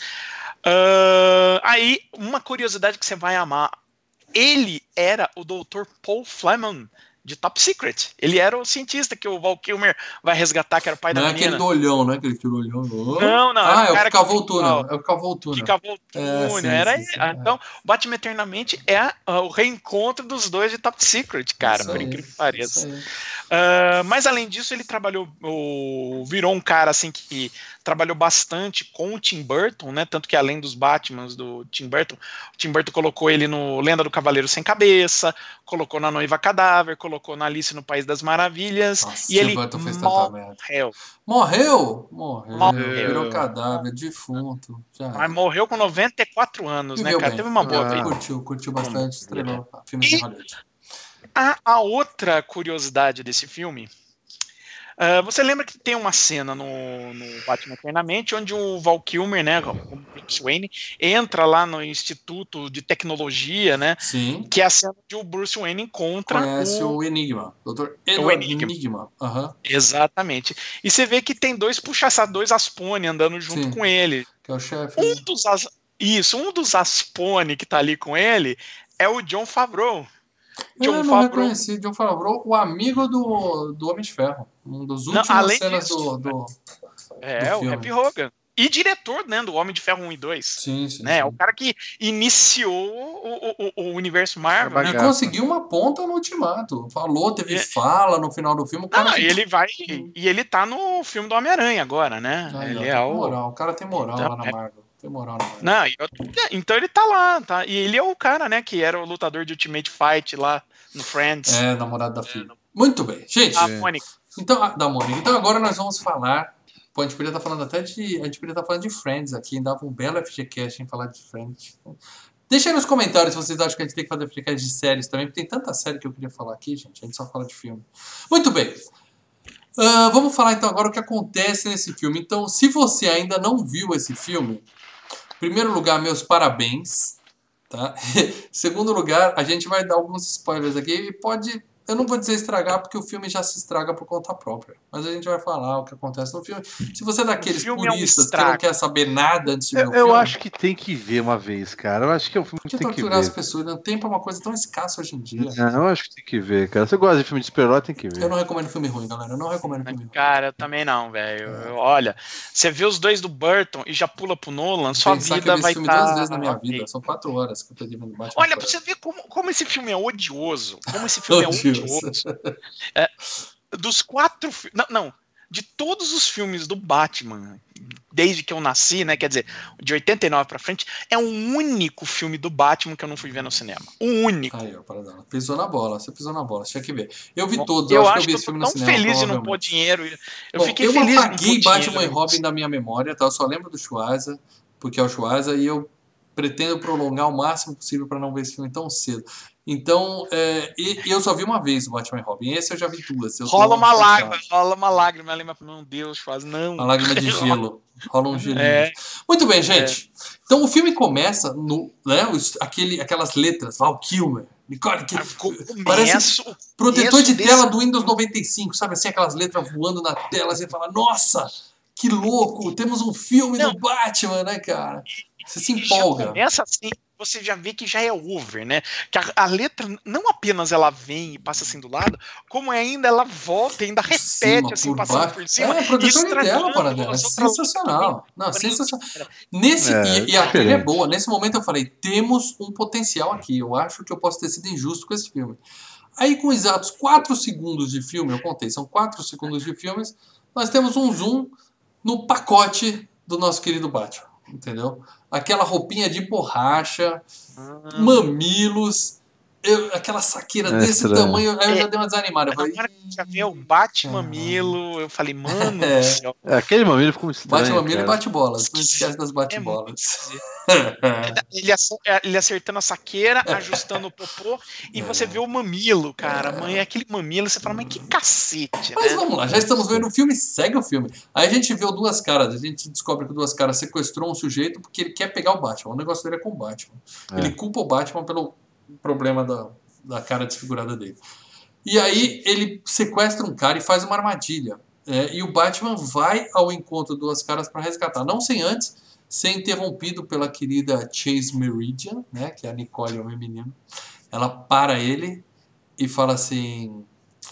Aí, uma curiosidade que você vai amar. Ele era o Dr. Paul Fleming de Top Secret. Ele era o cientista que o Val Kilmer vai resgatar, que era o pai da menina. Não é aquele do olhão, não é aquele que tirou o olhão? Não. É o Cavoltúnio. É o Cavoltúnio. Era ele. Então, Batman Eternamente é o reencontro dos dois de Top Secret, cara, por incrível que pareça. Mas além disso, ele virou um cara assim que trabalhou bastante com o Tim Burton, né? Tanto que além dos Batmans do Tim Burton, o Tim Burton colocou ele no Lenda do Cavaleiro Sem Cabeça, colocou na Noiva Cadáver, colocou na Alice no País das Maravilhas. Nossa, E ele fez tanta merda. morreu. Virou cadáver, defunto. Mas morreu com 94 anos, né, cara? Bem. Teve uma boa vida. Curtiu bastante, estreou filmes de Hollywood. A outra curiosidade desse filme, você lembra que tem uma cena no Batman Eternamente onde o Val Kilmer, né, o Bruce Wayne, entra lá no Instituto de Tecnologia, né? Sim. Que é a cena onde o Bruce Wayne encontra o Enigma, Dr. Edward Enigma. Exatamente. E você vê que tem dois Aspone andando junto com ele. Que é o chefe. Um dos Aspone que tá ali com ele é o Jon Favreau. Eu não reconheci Jon Favreau, o amigo do Homem de Ferro. Um dos últimos cenas do filme. O Happy Hogan. E diretor, né, do Homem de Ferro 1 e 2. Sim. O cara que iniciou o universo Marvel. Ele conseguiu uma ponta no Ultimato. Teve fala no final do filme. E ele tá no filme do Homem-Aranha agora, né? O cara tem moral lá na Marvel. Tem moral na Marvel. Então ele tá lá, tá? E ele é o cara, né, que era o lutador de Ultimate Fight lá no Friends. Namorado da filha. Muito bem, gente. Mônica. Então, da Mônica. Então agora nós vamos falar. Pô, a gente podia estar falando de Friends aqui. Dava um belo FGCast em falar de Friends. Deixa aí nos comentários se vocês acham que a gente tem que fazer FGCast de séries também, porque tem tanta série que eu queria falar aqui, gente. A gente só fala de filme. Muito bem. Vamos falar então agora o que acontece nesse filme. Então, se você ainda não viu esse filme, em primeiro lugar, meus parabéns. Tá? Segundo lugar, a gente vai dar alguns spoilers aqui e pode... Eu não vou dizer estragar, porque o filme já se estraga por conta própria. Mas a gente vai falar o que acontece no filme. Se você é daqueles puristas que não quer saber nada antes de ver o filme... Eu acho que tem que ver uma vez, cara. Eu acho que é um filme que tem que ver. torturar as pessoas. O tempo é uma coisa tão escassa hoje em dia. Eu acho que tem que ver, cara. Você gosta de filme de super-herói, tem que ver. Eu não recomendo filme ruim, galera. Eu não recomendo filme ruim. Cara, eu também não, velho. Olha, você vê os dois do Burton e já pula pro Nolan, sua vida vai estar... Eu vi esse filme 2 vezes na minha vida. São 4 horas que eu tô vendo Batman. Olha, pra você ver como esse filme é odioso. Dos 4 de todos os filmes do Batman, desde que eu nasci, né, quer dizer, de 89 pra frente, é o único filme do Batman que eu não fui ver no cinema. O único. Aí, ó, Paradela. Pisou na bola, você tinha que ver. Eu vi todos, eu acho que eu vi esse filme no cinema. Eu fiquei feliz de não pôr dinheiro. Eu apaguei Batman e Robin da minha memória, tá? Eu só lembro do Schwarza, porque é o Schwarza, e eu pretendo prolongar o máximo possível pra não ver esse filme tão cedo. Então, eu só vi uma vez o Batman e Robin. Esse eu já vi 2. Rola uma lágrima. Meu Deus, faz não. Uma lágrima de gelo. Rola um gelinho. Muito bem, gente. Então o filme começa aquelas letras, Val Kilmer, Nicole, que parece protetor de tela do Windows 95, sabe assim, aquelas letras voando na tela, você fala, nossa, que louco, temos um filme do Batman, né, cara? Você se empolga. Começa assim, você já vê que já é over, né? Que a letra não apenas ela vem e passa assim do lado, como ainda ela volta e ainda repete assim, passando por cima. Protetor de tela, Paradela. Sensacional. Não, sensacional. E a trilha é boa. Nesse momento eu falei, temos um potencial aqui. Eu acho que eu posso ter sido injusto com esse filme. Aí com exatos 4 segundos de filme, eu contei, são 4 segundos de filmes, nós temos um zoom no pacote do nosso querido Batman. Entendeu? Aquela roupinha de borracha, mamilos, aquela saqueira desse tamanho, aí eu já dei uma desanimada. Na hora que já vê o bate-mamilo, eu falei, mano do céu. Aquele mamilo ficou estranho. Bate-mamilo e bate-bolas. Não esquece das bate-bolas. Ele acertando a saqueira, ajustando o popô, e você vê o mamilo, cara. Mãe, aquele mamilo, você fala, mas que cacete, Mas né? vamos lá, já estamos vendo o filme, segue o filme. Aí a gente vê o Duas Caras, a gente descobre que o Duas Caras sequestrou um sujeito porque ele quer pegar o Batman. O negócio dele é com o Batman. Ele culpa o Batman pelo problema da cara desfigurada dele. E aí ele sequestra um cara e faz uma armadilha. E o Batman vai ao encontro do Duas Caras para resgatar. Não sem antes ser interrompido pela querida Chase Meridian, né, que é a Nicole, o meu menino. Ela para ele e fala assim...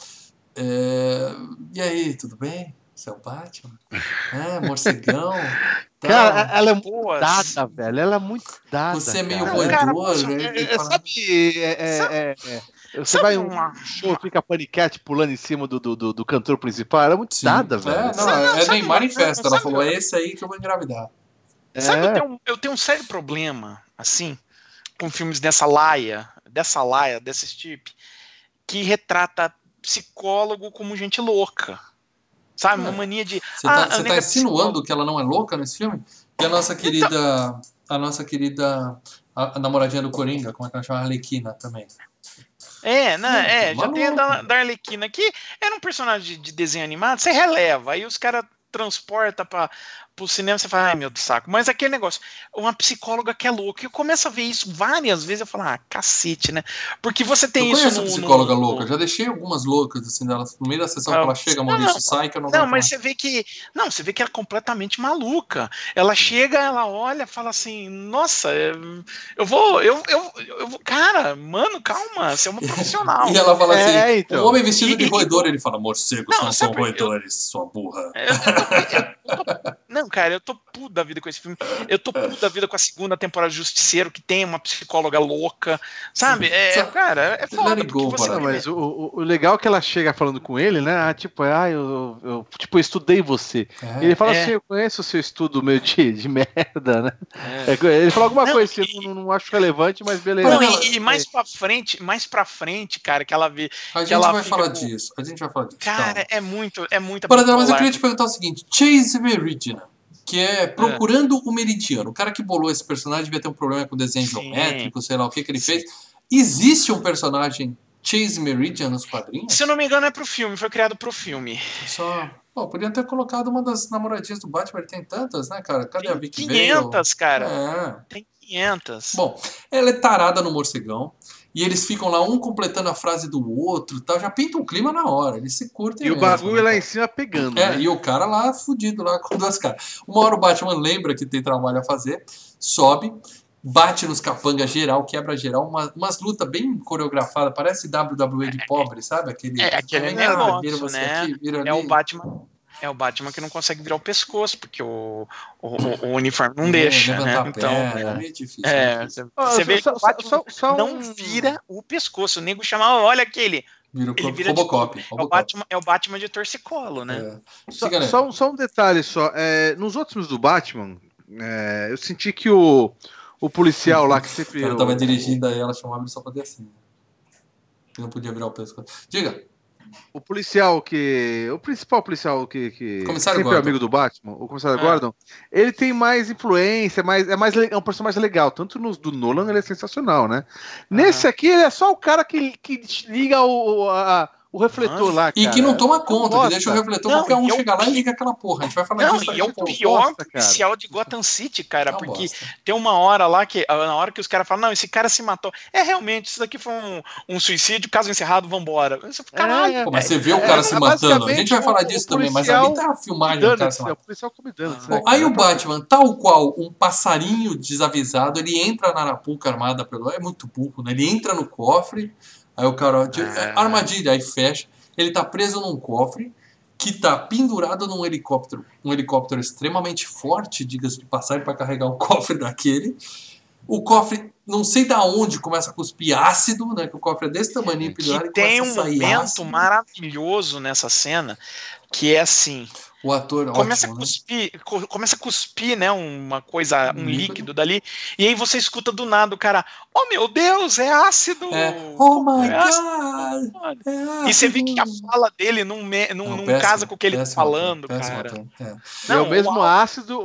e aí, tudo bem? Você é o Batman? Morcegão? Cara, ela é muito dada, velho. Ela é muito dada. Você é meio roedor, né? Sabe... Você vai um show, fica paniquete pulando em cima do cantor principal. Era muito nada, velho. É Neymar em festa. Ela falou, é esse aí que eu vou engravidar. Sabe, eu tenho um sério problema, assim, com filmes desse tipo, que retrata psicólogo como gente louca. Sabe? Uma mania de... Você tá insinuando que ela não é louca nesse filme? E a nossa querida... A namoradinha do Coringa, como é que ela chama? A Arlequina também. Já tem a da Arlequina, que era um personagem de desenho animado, você releva, aí os caras transporta pro cinema, você fala, ai meu Deus, saco. Mas aquele negócio, uma psicóloga que é louca, eu começo a ver isso várias vezes, eu falo, cacete, né? Porque você tem isso conheço psicóloga louca, já deixei algumas loucas, assim, delas, no meio da sessão que ela chega, Maurício, sai, que eu não vou mas você vê que ela é completamente maluca. Ela chega, ela olha, fala assim, nossa, eu vou, cara, mano, calma, você é uma profissional. E ela fala assim, então. um homem vestido de roedor, ele fala, morcegos não são roedores, sua burra. Não, cara, eu tô puto da vida com esse filme. Eu tô puto da vida com a segunda temporada de Justiceiro, que tem uma psicóloga louca, sabe? Cara, é foda. Mas o legal é que ela chega falando com ele, né? Eu estudei você. E ele fala assim, eu conheço o seu estudo meio de merda, né? Ele fala alguma coisa assim, não acho relevante, mas beleza. Não, e mais pra frente, cara, que ela vê... A gente vai falar disso. Cara, é muita mas eu queria te perguntar o seguinte, Chase Meridian, que é Procurando o Meridiano. O cara que bolou esse personagem devia ter um problema com desenho geométrico, sei lá o que ele fez. Existe um personagem Chase Meridian nos quadrinhos? Se eu não me engano, é pro filme, foi criado pro filme. Podia ter colocado uma das namoradinhas do Batman, ele tem tantas, né, cara? Cadê a Vicky Vale? 500, cara. Tem 500. Bom, ela é tarada no morcegão. E eles ficam lá, um completando a frase do outro, tá? Já pinta um clima na hora, eles se curtem. E o bagulho lá em cima pegando, né? E o cara lá fudido lá com duas caras. Uma hora o Batman lembra que tem trabalho a fazer, sobe, bate nos capangas geral, quebra geral, umas lutas bem coreografadas, parece WWE de pobre, sabe? Aquele negócio, né? É o Batman que não consegue virar o pescoço, porque o uniforme não deixa, né? Então, é meio difícil. Você vê que o Batman não vira o pescoço. O nego chama, olha aquele. Ele vira Robocop. É o Batman de torcicolo, né? Só um detalhe só. Nos outros filmes do Batman, eu senti que o policial lá que sempre... Ela tava dirigindo aí, ela chamava ele só pra descer. Ele não podia virar o pescoço. Diga. O principal policial que Comissário sempre Gordon. É amigo do Batman, o Comissário Gordon, ele tem mais influência, é um personagem mais legal. Tanto nos do Nolan ele é sensacional, né? Nesse aqui ele é só o cara que liga o refletor lá, cara. E que não toma conta, que deixa o refletor qualquer um chegar lá e liga aquela porra. A gente vai falar disso. E é o pior policial de Gotham City, cara, porque tem uma hora lá que, na hora que os caras falam, não, esse cara se matou. Realmente, isso daqui foi um suicídio, caso encerrado, vambora. Caralho. Mas você vê o cara se matando. A gente vai falar disso também, mas ali tá a filmagem do cara se matando. O policial comidando. Aí o Batman, tal qual um passarinho desavisado, ele entra na arapuca armada pelo... É muito burro, né? Ele entra no cofre... Aí o cara, armadilha, aí fecha. Ele tá preso num cofre que tá pendurado num helicóptero. Um helicóptero extremamente forte, diga-se de passagem, para carregar um cofre daquele. O cofre, não sei da onde, começa a cuspir ácido, né? Que o cofre é desse tamanho pendurado e tem começa a sair momento ácido. Maravilhoso nessa cena, que é assim... O ator começa ótimo, a cuspir, né, uma coisa, um líquido dali, e aí você escuta do nada o cara, oh meu Deus, é ácido! Oh my God! É ácido. E você vê que a fala dele não casa com o que ele tá falando, cara. Não, é o mesmo ácido,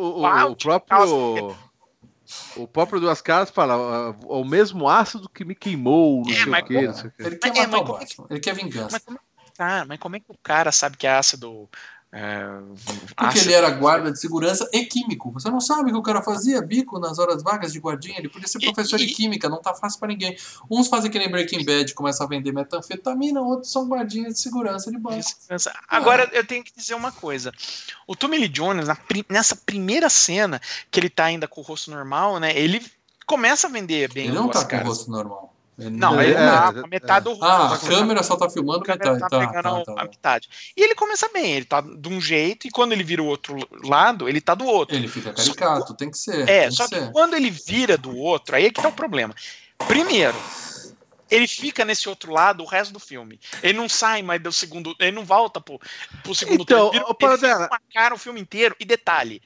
o próprio Duas Caras fala, o mesmo ácido que me queimou, não sei o quê. Ele quer matar o Batman, ele quer vingança. Mas como é que o cara sabe que é ácido... Porque ele era guarda de segurança e químico. Você não sabe que o cara fazia bico nas horas vagas de guardinha. Ele podia ser professor de química, não tá fácil pra ninguém. Uns fazem que nem Breaking Bad, começam a vender metanfetamina, outros são guardinhas de segurança de banco. Agora, eu tenho que dizer uma coisa. O Tommy Lee Jones, nessa primeira cena, que ele tá ainda com o rosto normal, né? Ele começa a vender bem. Ele não tá com o rosto normal. Ele tá com a metade do rosto. A câmera só tá filmando metade. Tá pegando a metade. E ele começa bem, ele tá de um jeito, e quando ele vira o outro lado, ele tá do outro. Ele fica caricato, tem que ser. Só que quando ele vira do outro, aí é que tá o problema. Primeiro, Ele fica nesse outro lado o resto do filme. Ele não sai mais do segundo. Ele não volta pro segundo então, turno. Ele fica com a cara o filme inteiro. E detalhe.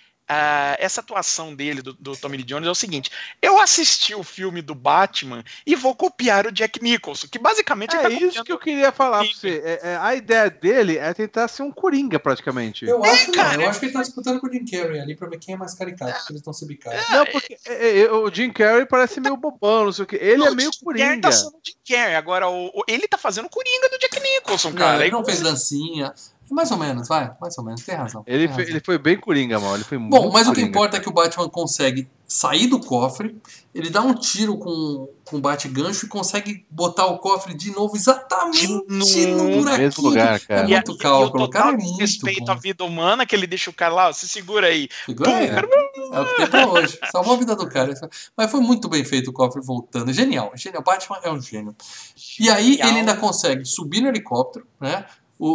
Essa atuação dele, do Tommy Lee Jones, é o seguinte: eu assisti o filme do Batman e vou copiar o Jack Nicholson, que basicamente é isso que eu queria falar pra você. A ideia dele é tentar ser um Coringa, praticamente. Eu acho que ele tá disputando com o Jim Carrey ali pra ver quem é mais caricato, porque eles estão se bicando. Não, porque o Jim Carrey parece meio bobão, não sei o que. Ele é meio Coringa. Ele tá sendo o Jim Carrey, agora ele tá fazendo o Coringa do Jack Nicholson, cara. Ele não fez dancinha. Mais ou menos, mais ou menos, tem razão. Ele foi bem Coringa, mano. Ele foi bom, mas Coringa. O que importa é que o Batman consegue sair do cofre, ele dá um tiro com o bate-gancho e consegue botar o cofre de novo exatamente no buraquinho. Mesmo lugar, cara. É muito cálculo, o cara é muito respeito bom. à vida humana, que ele deixa o cara lá, ó, se segura aí. Segura aí, é o que tem pra hoje. Salvou a vida do cara. Mas foi muito bem feito o cofre voltando. Genial. O Batman é um gênio. E aí ele ainda consegue subir no helicóptero, né?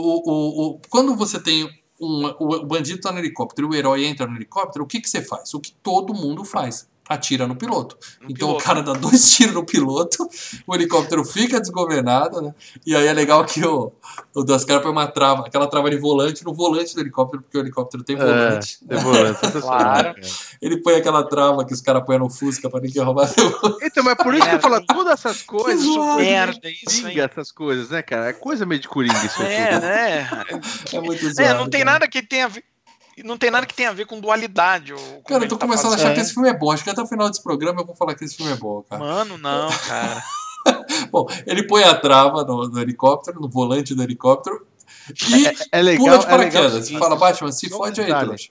Quando você tem o bandido tá no helicóptero e o herói entra no helicóptero, o que você faz? O que todo mundo faz. Atira no piloto. Então o cara dá 2 tiros no piloto, o helicóptero fica desgovernado, né? E aí é legal que o Das Caras põe uma trava, aquela trava de volante no volante do helicóptero, porque o helicóptero tem volante. Tem volante, claro. Ele põe aquela trava que os caras põem no Fusca pra ninguém roubar. Então, mas por isso que eu falo, todas essas coisas são merda, isso aí. Essas coisas, né, cara? É coisa meio de Coringa isso aqui. Né? É muito zoado, não tem nada que tenha a ver. Não tem nada que tenha a ver com dualidade. Cara, eu tô começando a achar que esse filme é bom. Acho que até o final desse programa eu vou falar que esse filme é bom, cara. Mano, não, cara. Bom, ele põe a trava no helicóptero, no volante do helicóptero e é legal, pula de paraquedas. Você fala, Batman, se fode aí, trouxa.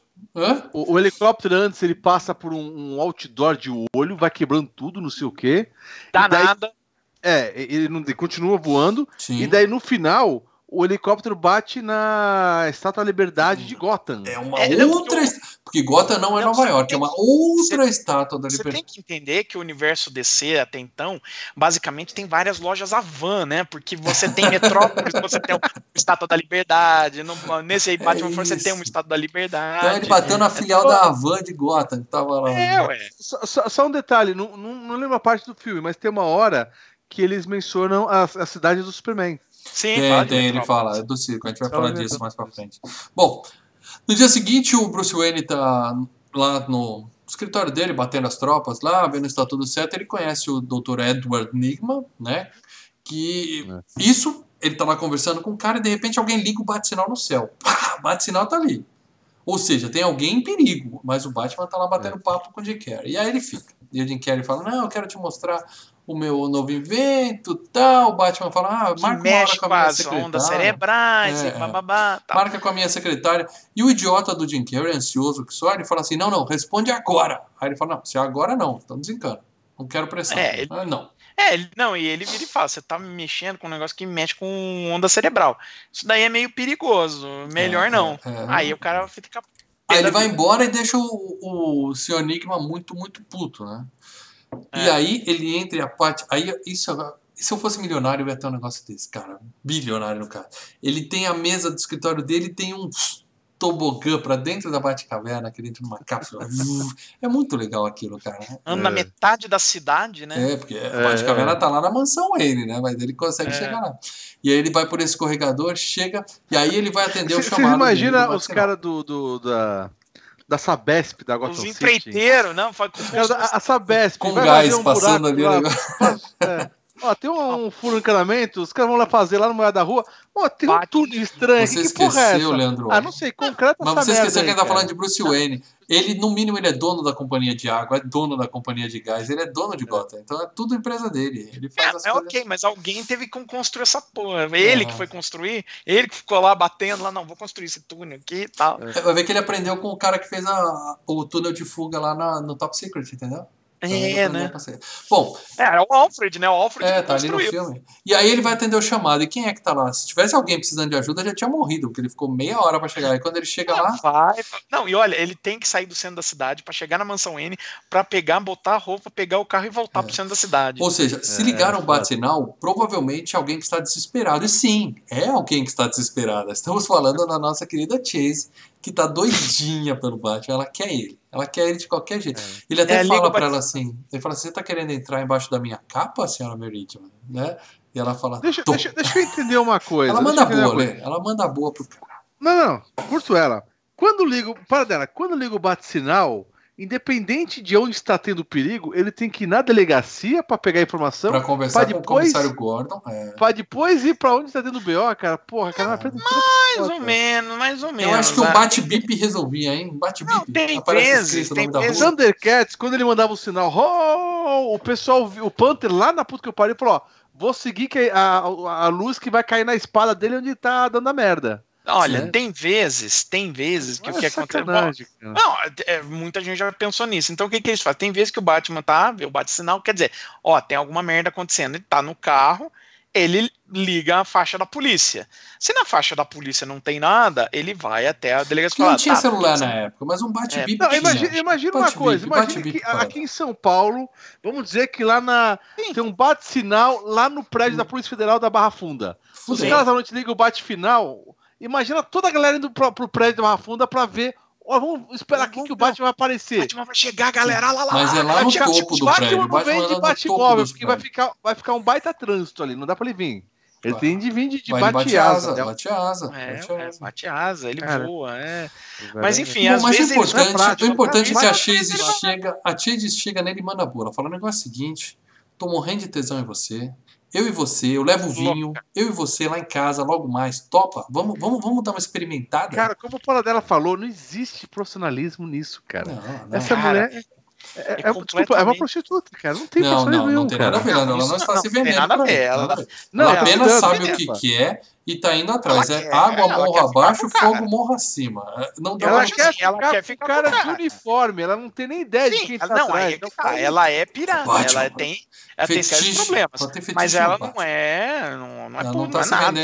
O helicóptero antes, ele passa por um outdoor de olho, vai quebrando tudo, não sei o quê. Danada. Ele continua voando. Sim. E daí, no final, o helicóptero bate na Estátua da Liberdade de Gotham. É uma outra... Porque Gotham não é Nova York, é uma outra estátua da Liberdade. Você tem que entender que o universo DC, até então, basicamente tem várias lojas Havan, né? Porque você tem Metrópolis, você tem uma Estátua da Liberdade, nesse aí Batman você tem uma Estátua da Liberdade. Então ele bateu na filial da Havan de Gotham, que tava lá. Ué. Só um detalhe, não lembro a parte do filme, mas tem uma hora que eles mencionam a cidade do Superman. Sim, tem ele fala, é do circo, a gente vai falar disso mais pra frente. Bom, no dia seguinte o Bruce Wayne tá lá no escritório dele, batendo as tropas lá, vendo se tá tudo certo, ele conhece o Dr. Edward Nygma, né, ele tá lá conversando com o cara e de repente alguém liga o bate-sinal no céu. Pá, o bate-sinal tá ali. Ou seja, tem alguém em perigo, mas o Batman tá lá batendo papo com o Jim Carrey. E aí ele fica. E o Jim Carrey fala, não, eu quero te mostrar o meu novo invento, tal. O Batman fala, marca uma hora com a minha secretária. Ondas cerebrais, bababá, tal. Marca com a minha secretária. E o idiota do Jim Carrey, ansioso que só, ele fala assim, não, responde agora. Aí ele fala, não, se é agora não, então desencana. Não quero pressão. Não. E ele vira e fala, você tá me mexendo com um negócio que mexe com onda cerebral. Isso daí é meio perigoso, melhor não. Aí o cara fica... Aí ele vai embora e deixa o Sr. Enigma muito, muito puto, né? E aí ele entra a parte... Aí se eu fosse milionário, eu ia ter um negócio desse, cara. Bilionário, no caso. Ele tem a mesa do escritório dele e tem um tobogã pra dentro da Batcaverna, aqui dentro de uma cápsula. É muito legal aquilo, cara. Anda na metade da cidade, né? Porque a Batcaverna tá lá na mansão Wayne, né? Mas ele consegue chegar lá. E aí ele vai por esse escorregador, chega, e aí ele vai atender o chamado. Você imagina os caras da Sabesp, da Gotham City? Os empreiteiros, não? A Sabesp. Com gás passando ali. Ó, tem um furo no encanamento, os caras vão lá fazer lá no meio da rua. Ó, tem um túnel estranho. Você esqueceu, Leandro? Não sei, concreto. Mas você esqueceu que ele tá falando de Bruce Wayne. Ele, no mínimo, ele é dono da companhia de água, é dono da companhia de gás, ele é dono de Gotham. Então é tudo empresa dele. Ele faz as coisas. Ok, mas alguém teve que construir essa porra. Ele que foi construir, ele que ficou lá batendo lá, não, vou construir esse túnel aqui e tal. Vai ver que ele aprendeu com o cara que fez o túnel de fuga lá no Top Secret, entendeu? Né? Bom, era o Alfred, né? O Alfred tá ali no filme. E aí ele vai atender o chamado. E quem é que tá lá? Se tivesse alguém precisando de ajuda, já tinha morrido, porque ele ficou meia hora pra chegar. E quando ele chega lá. Não, e olha, ele tem que sair do centro da cidade pra chegar na mansão N, pra pegar, botar a roupa, pegar o carro e voltar pro centro da cidade. Ou seja, se ligaram o bate-sinal, provavelmente alguém que está desesperado. E sim, é alguém que está desesperado. Estamos falando da nossa querida Chase, que tá doidinha pelo Batman. Ela quer ele. Ela quer ele de qualquer jeito. Ele até fala pra ela assim, ele fala assim, você tá querendo entrar embaixo da minha capa, senhora Meridian? né? E ela fala... Deixa eu entender uma coisa. Ela manda boa, Lê. Ela manda boa pro cara. Não, curto ela. Quando liga o bate-sinal, independente de onde está tendo perigo, ele tem que ir na delegacia para pegar a informação. Pra conversar com o comissário Gordon. Pra depois ir pra onde está tendo BO, cara. Porra, cara, mais ou menos. Eu acho que o bate-bip resolvia, hein? Bate-bip. Tem vezes. Thundercats, quando ele mandava o sinal, o pessoal, o Panther lá na puta que eu parei, falou, ó, vou seguir que a luz que vai cair na espada dele onde tá dando a merda. Olha, tem vezes que o que acontece... Não, muita gente já pensou nisso. Então o que eles fazem? Tem vezes que o Batman vê o bate-sinal, quer dizer, ó, tem alguma merda acontecendo, ele tá no carro, ele liga a faixa da polícia. Se na faixa da polícia não tem nada, ele vai até a delegacia. Não tinha celular na época, mas um bate-bip. Imagina uma coisa, imagina que aqui em São Paulo, vamos dizer que lá tem um bate-sinal lá no prédio da Polícia Federal da Barra Funda. Os caras à noite ligam o bate-final. Imagina toda a galera indo pro prédio da Barra Funda pra ver. Ó, vamos esperar aqui que o Batman vai aparecer. O Batman vai chegar, galera, lá. Mas é lá no topo do prédio. O Batman não vem de Batmóvel, porque vai ficar um baita trânsito ali, não dá pra ele vir. Ele tem de vir de bate-asa. Bate-asa, ele voa, Mas enfim, às vezes... O importante é que a Chase chega nele e manda boa. Ela fala o negócio seguinte, tô morrendo de tesão em você. Eu e você, eu levo vinho, eu e você lá em casa, logo mais, topa? Vamos dar uma experimentada? Cara, como a Paula dela falou, não existe profissionalismo nisso, cara. Não, essa mulher é uma prostituta, cara. Não tem profissionalismo nenhum, não tem nada a ver, ela não está se vendendo. Nada a ver, ela apenas sabe o que é e tá indo atrás. Água morra abaixo, fogo morra acima. Ela quer ficar com cara de uniforme, ela não tem nem ideia de quem tá atrás. Ela é pirata, ela tem certos problemas, mas ela não é nada.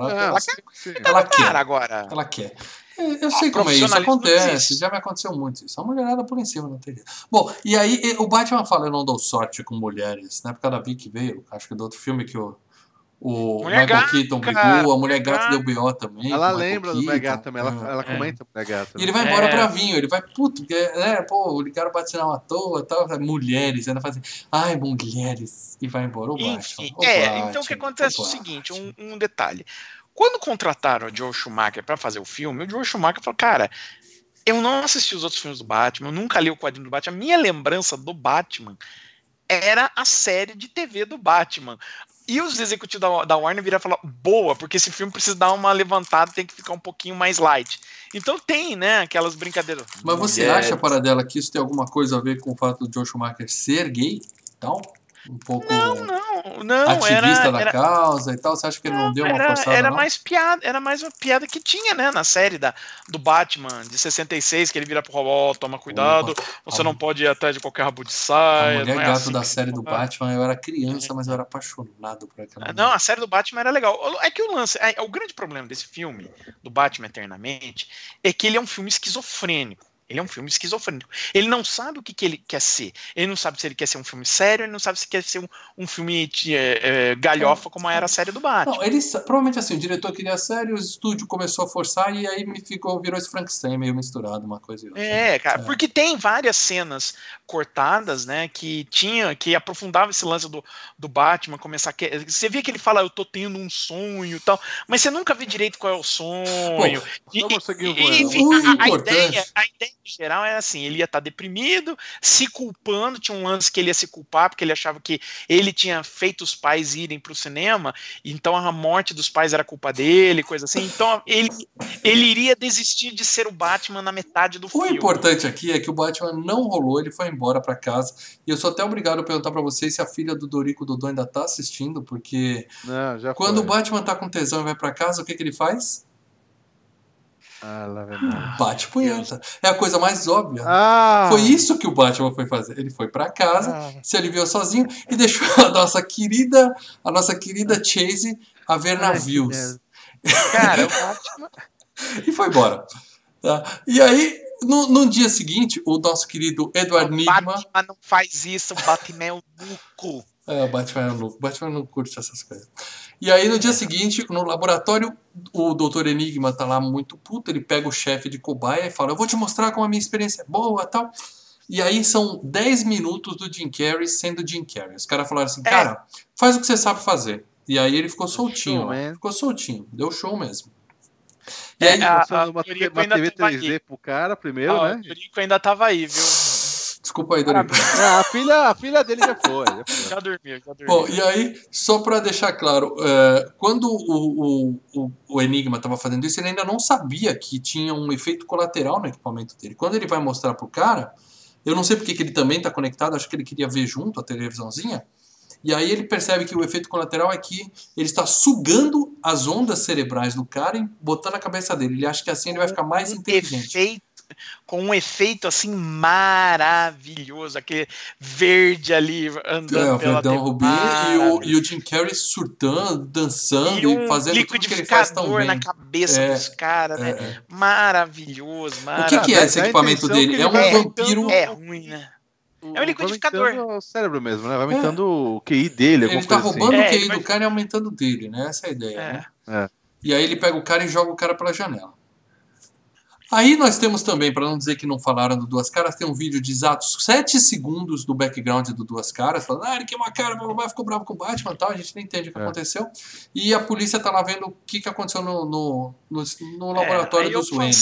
Ela quer agora. Ela quer. Eu sei como é isso, acontece, já me aconteceu muito isso. A mulherada por em cima não tem. Bom, e aí o Batman fala, eu não dou sorte com mulheres. Na época da Vicky veio, acho que do outro filme que o Michael Keaton brigou, a Mulher Gata deu B.O. também. Ela lembra do Mulher Gata também, ela comenta Mulher Gata. E ele vai embora pra vinho, ele vai, ligaram o bate-sinal à toa, tal, mulheres, ainda fazem, ai, mulheres, e vai embora o Batman. Então o que acontece é o seguinte, um detalhe. Quando contrataram o Joel Schumacher para fazer o filme, o Joel Schumacher falou, cara, eu não assisti os outros filmes do Batman, eu nunca li o quadrinho do Batman, a minha lembrança do Batman era a série de TV do Batman. E os executivos da Warner viraram e falaram, boa, porque esse filme precisa dar uma levantada, tem que ficar um pouquinho mais light. Então tem, né, aquelas brincadeiras. Mas você acha, Paradela, que isso tem alguma coisa a ver com o fato do Joel Schumacher ser gay? Então... um pouco não, ativista da causa e tal, você acha que ele não deu uma forçada? Era mais uma piada que tinha, né, na série do Batman de 66, que ele vira pro robô, toma cuidado, você não pode ir atrás de qualquer rabo de saia. A Mulher Gato da série do Batman, eu era criança, mas eu era apaixonado por aquela. Não, a série do Batman era legal. É que o grande problema desse filme, do Batman Eternamente, é que ele é um filme esquizofrênico. Ele é um filme esquizofrênico. Ele não sabe o que ele quer ser. Ele não sabe se ele quer ser um filme sério, ele não sabe se quer ser um filme galhofa, como era a série do Batman. Não, provavelmente assim, o diretor queria sério, o estúdio começou a forçar e aí virou esse Frankenstein meio misturado, uma coisa e outra. Cara, porque tem várias cenas cortadas, né, que aprofundava esse lance do Batman, você via que ele fala, eu tô tendo um sonho e tal, mas você nunca vê direito qual é o sonho. A ideia em geral era assim, ele ia estar deprimido, se culpando, tinha um lance que ele ia se culpar, porque ele achava que ele tinha feito os pais irem pro cinema, então a morte dos pais era culpa dele, coisa assim, então ele iria desistir de ser o Batman na metade do filme. O importante aqui é que o Batman não rolou, ele foi embora pra casa, e eu sou até obrigado a perguntar pra vocês se a filha do Dorico Dodô ainda tá assistindo, porque quando o Batman tá com tesão e vai pra casa, o que ele faz? Bate punheta. É a coisa mais óbvia. Foi isso que o Batman foi fazer. Ele foi pra casa, se aliviou sozinho e deixou a nossa querida Chase a ver navios. Cara, o Batman... e foi embora. Tá? E aí, no dia seguinte, o nosso querido Edward Nygma... O Batman não faz isso, o Batman é um louco. O Batman é louco. O Batman não curte essas coisas. E aí, no dia seguinte, no laboratório, o Dr. Enigma tá lá muito puto, ele pega o chefe de cobaia e fala, eu vou te mostrar como a minha experiência é boa e tal. E aí são 10 minutos do Jim Carrey sendo Jim Carrey. Os caras falaram assim, cara, faz o que você sabe fazer. E aí ele ficou soltinho lá. Ficou soltinho. Deu show mesmo. E aí, mostrando uma TV 3D pro cara primeiro, né? O Turico ainda tava aí, viu? Desculpa aí, Dorico. A filha dele já foi. Já dormiu. Bom, e aí, só para deixar claro, quando o Enigma estava fazendo isso, ele ainda não sabia que tinha um efeito colateral no equipamento dele. Quando ele vai mostrar pro cara, eu não sei porque que ele também está conectado, acho que ele queria ver junto a televisãozinha, e aí ele percebe que o efeito colateral é que ele está sugando as ondas cerebrais do cara e botando na cabeça dele. Ele acha que assim ele vai ficar mais inteligente. Com um efeito assim maravilhoso, aquele verde ali andando o verdão rubim e o Jim Carrey surtando, dançando e fazendo tudo que ele faz tão bem. Na cabeça dos caras, né? Maravilhoso. O que é esse equipamento dele? É um vampiro... É ruim, né? É um liquidificador. Vai aumentando o cérebro mesmo, né? Vai aumentando o QI dele. Ele tá roubando o QI do cara e aumentando o dele, né? Essa é a ideia, né? E aí ele pega o cara e joga o cara pela janela. Aí nós temos também, para não dizer que não falaram do Duas Caras, tem um vídeo de exatos 7 segundos do background do Duas Caras, falando, ele queimou a cara, ficou bravo com o Batman e tal, a gente não entende o que aconteceu. E a polícia tá lá vendo o que aconteceu no laboratório dos Wayne.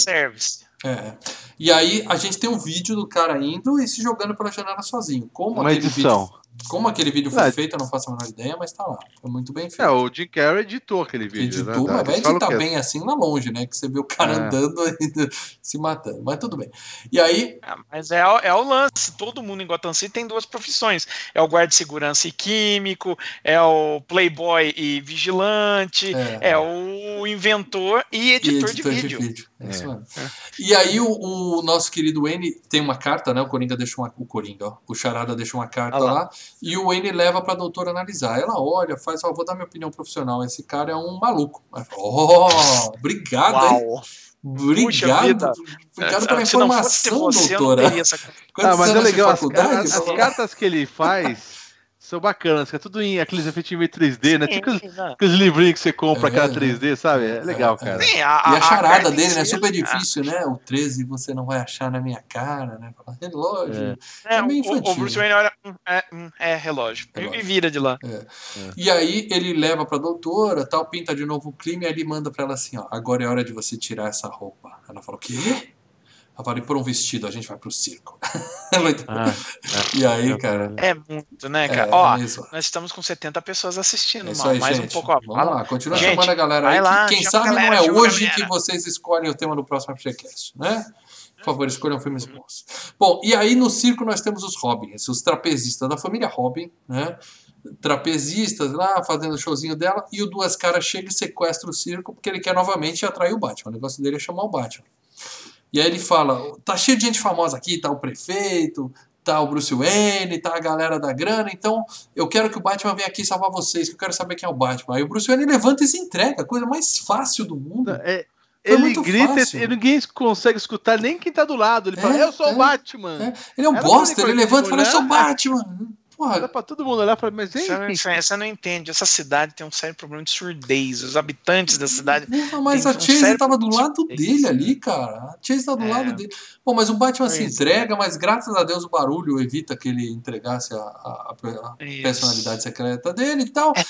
E aí a gente tem um vídeo do cara indo e se jogando pela janela sozinho. Como aquele vídeo foi feito, eu não faço a menor ideia, mas tá lá. Foi muito bem feito. O Jim Carrey editou aquele vídeo. Editou, mas vai editar bem assim lá longe, né? Que você vê o cara andando e se matando. Mas tudo bem. E aí... mas é o lance. Todo mundo em Gotham City tem duas profissões. É o guarda de segurança e químico, é o playboy e vigilante, é o inventor e editor de vídeo. É isso mesmo. E aí o nosso querido Wayne tem uma carta, né? O Coringa deixou o Charada deixou uma carta lá. E o Wayne leva pra doutora analisar. Ela olha, faz, vou dar minha opinião profissional. Esse cara é um maluco. Obrigado, hein? Obrigado pela informação, doutora. Mas é legal, as cartas que ele faz são bacanas, que é tudo em aqueles efeitos meio 3D, né? Tipo aqueles livrinhos que você compra, aquela 3D, sabe? É legal, cara. E a charada dele, né? Super difícil, né? O 13 você não vai achar na minha cara, né? Relógio. É meio infantil. O Bruce Wayne olha, relógio. E vira de lá. E aí ele leva pra doutora, tal, pinta de novo o crime, aí ele manda pra ela assim, agora é hora de você tirar essa roupa. Ela fala, o quê? Ela fala, e por um vestido, a gente vai pro circo. E aí, cara... É muito, né, cara? Nós estamos com 70 pessoas assistindo. Isso aí, mais gente. Um pouco. Vamos lá, continua chamando a galera aí. Lá, quem sabe não é hoje que vocês escolhem o tema do próximo FGCast, né? Por favor, escolham filmes bons. Bom, e aí no circo nós temos os Robins, os trapezistas da família Robin, né? Trapezistas lá, fazendo o showzinho dela, e o Duas Caras chega e sequestra o circo porque ele quer novamente atrair o Batman. O negócio dele é chamar o Batman. E aí ele fala, tá cheio de gente famosa aqui, tá o prefeito, tá o Bruce Wayne, tá a galera da grana, então eu quero que o Batman venha aqui salvar vocês, que eu quero saber quem é o Batman. Aí o Bruce Wayne levanta e se entrega, a coisa mais fácil do mundo. Ele grita e ninguém consegue escutar, nem quem tá do lado. Ele fala, eu sou o Batman. Ele é um bosta, ele levanta e fala, eu sou o Batman. Dá pra todo mundo olhar e falar, mas você não entende. Essa cidade tem um sério problema de surdez. Os habitantes da cidade. Mas a Chase tava do lado dele ali, cara. A Chase tá do lado dele. Bom, mas o Batman se entrega, mas graças a Deus o barulho evita que ele entregasse a personalidade secreta dele e tal.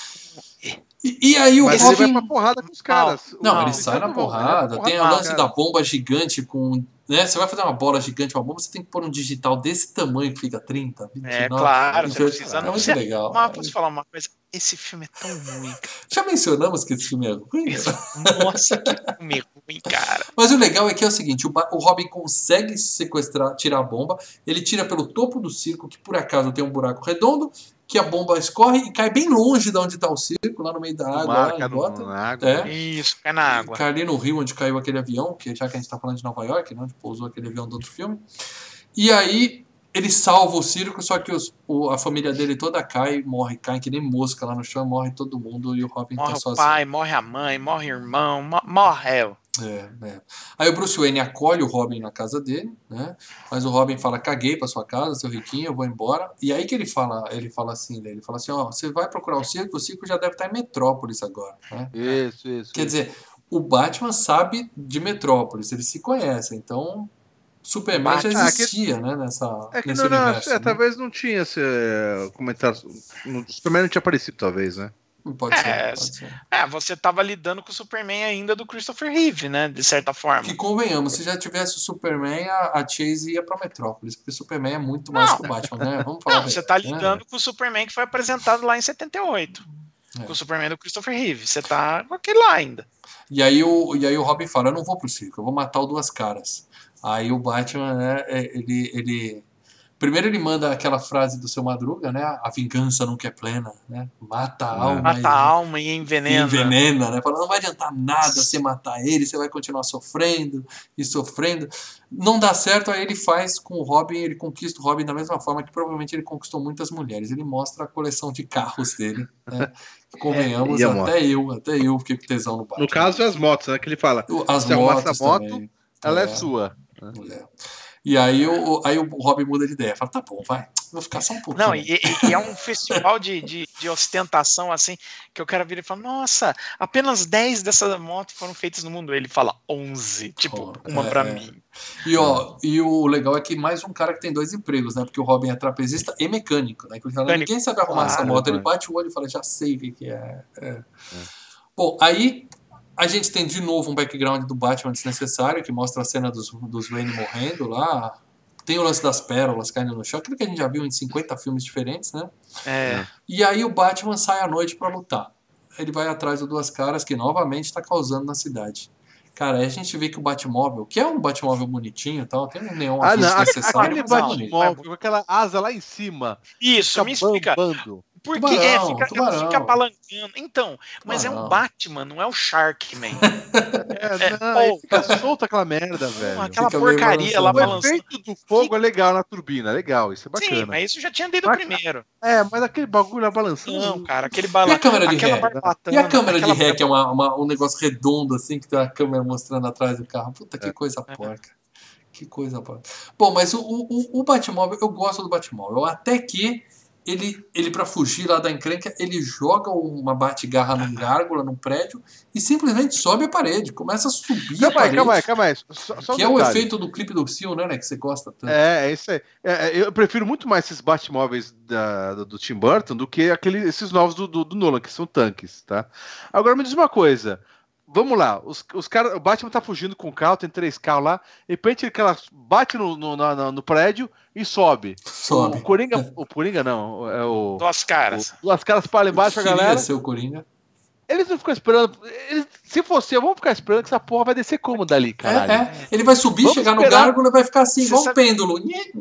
E aí o Robin... ele vai pra porrada com os caras. Não, ele sai na porrada. Tem o lance da bomba gigante com... Né? Você vai fazer uma bola gigante, uma bomba, você tem que pôr um digital desse tamanho que fica 30, 29. Claro, você precisa. É muito legal. Mas posso falar uma coisa? Esse filme é tão ruim. Já mencionamos que esse filme é ruim? Nossa, que filme ruim, cara. Mas o legal é que é o seguinte, o Robin consegue sequestrar, tirar a bomba, ele tira pelo topo do circo, que por acaso tem um buraco redondo, que a bomba escorre e cai bem longe de onde está o circo, lá no meio da água. Isso, cai na água. Cai ali no rio onde caiu aquele avião, que já que a gente está falando de Nova York, né, onde pousou aquele avião do outro filme. E aí ele salva o circo, só que a família dele toda cai que nem mosca lá no chão, morre todo mundo e o Robin tá sozinho. Morre o pai, morre a mãe, morre o irmão, morre. Aí o Bruce Wayne acolhe o Robin na casa dele, né? Mas o Robin fala, caguei pra sua casa, seu riquinho, eu vou embora. E aí que ele fala assim, você vai procurar o circo já deve estar em Metrópolis agora, né? Isso. Quer dizer, o Batman sabe de Metrópolis, eles se conhecem, então Superman já existia, né, nesse universo. Né? Talvez não tinha esse comentário. O Superman não tinha aparecido, talvez, né? Pode ser. Você tava lidando com o Superman ainda do Christopher Reeve, né? De certa forma. Que convenhamos, se já tivesse o Superman, a Chase ia pra Metrópolis, porque o Superman é muito mais que o Batman, né? Vamos falar. Você tá lidando com o Superman que foi apresentado lá em 78. Com o Superman do Christopher Reeve. Você tá com aquele lá ainda. E aí o Robin fala, eu não vou pro circo, eu vou matar o Duas Caras. Aí o Batman, né, ele... Primeiro ele manda aquela frase do Seu Madruga, né? A vingança nunca é plena, né? Mata a alma. Mata a alma e envenena. Envenena, né? Fala, não vai adiantar nada você matar ele, você vai continuar sofrendo e sofrendo. Não dá certo, aí ele faz com o Robin, ele conquista o Robin da mesma forma que provavelmente ele conquistou muitas mulheres. Ele mostra a coleção de carros dele, né? Convenhamos, até eu fiquei com tesão no Batman. No caso, as motos, né? Que ele fala, as motos moto, ela é sua. E aí o Robin muda de ideia. Fala, tá bom, vai. Vou ficar só um pouquinho. Não, e é um festival de ostentação, assim, que o cara vira e fala, nossa, apenas 10 dessas motos foram feitas no mundo. Ele fala 11, tipo, uma pra mim. E o legal é que mais um cara que tem 2 empregos, né? Porque o Robin é trapezista e mecânico, né? Ninguém sabe arrumar essa moto. Ele bate o olho e fala, já sei o que é. Bom, aí... A gente tem de novo um background do Batman desnecessário, que mostra a cena dos Wayne morrendo lá. Tem o lance das pérolas caindo no chão, aquilo que a gente já viu em 50 filmes diferentes, né? E aí o Batman sai à noite pra lutar. Ele vai atrás do Duas Caras, que novamente está causando na cidade. Cara, aí a gente vê que o Batmóvel, que é um Batmóvel bonitinho e tal, tem um neon azul desnecessário. Aquele Batmóvel com aquela asa lá em cima. Isso, me explica. Porque fica apalancando. Então, mas é um Batman, não é o Sharkman. Fica solta aquela merda, velho. Aquela porcaria lá balançando. O efeito do fogo é legal na turbina, é legal, isso é bacana. Sim, mas isso já tinha desde o primeiro. Mas aquele bagulho lá balançando. Não, cara, aquele balanço. E a câmera de ré? E a câmera de ré, que é um negócio redondo, assim, que tem a câmera mostrando atrás do carro. Puta, que coisa porca. Que coisa porca. Bom, mas o Batmóvel, eu gosto do Batmóvel. Até que ele para fugir lá da encrenca, ele joga uma bate-garra num gárgula, num prédio, e simplesmente sobe a parede, começa a subir a parede. Calma aí. Só que é o efeito do clipe do Seal, né, que você gosta tanto. É isso aí. Eu prefiro muito mais esses Batmóveis do Tim Burton do que esses novos do Nolan, que são tanques, tá? Agora me diz uma coisa. Vamos lá, os caras, o Batman tá fugindo com o carro, tem 3 carros lá, de repente ele bate no prédio e sobe. O Coringa não, é o... Duas Caras. Duas Caras para lá embaixo, a galera... ser o Coringa. Eles não ficam esperando... Se fosse, vamos ficar esperando que essa porra vai descer como dali, caralho? Ele vai subir, chegar no gárgula e vai ficar assim, igual um pêndulo.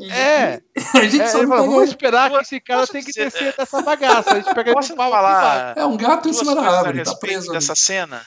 A gente só vamos esperar que esse cara tem que descer dessa bagaça. A gente pega ele falar... É um gato em cima da árvore, tá preso dessa cena...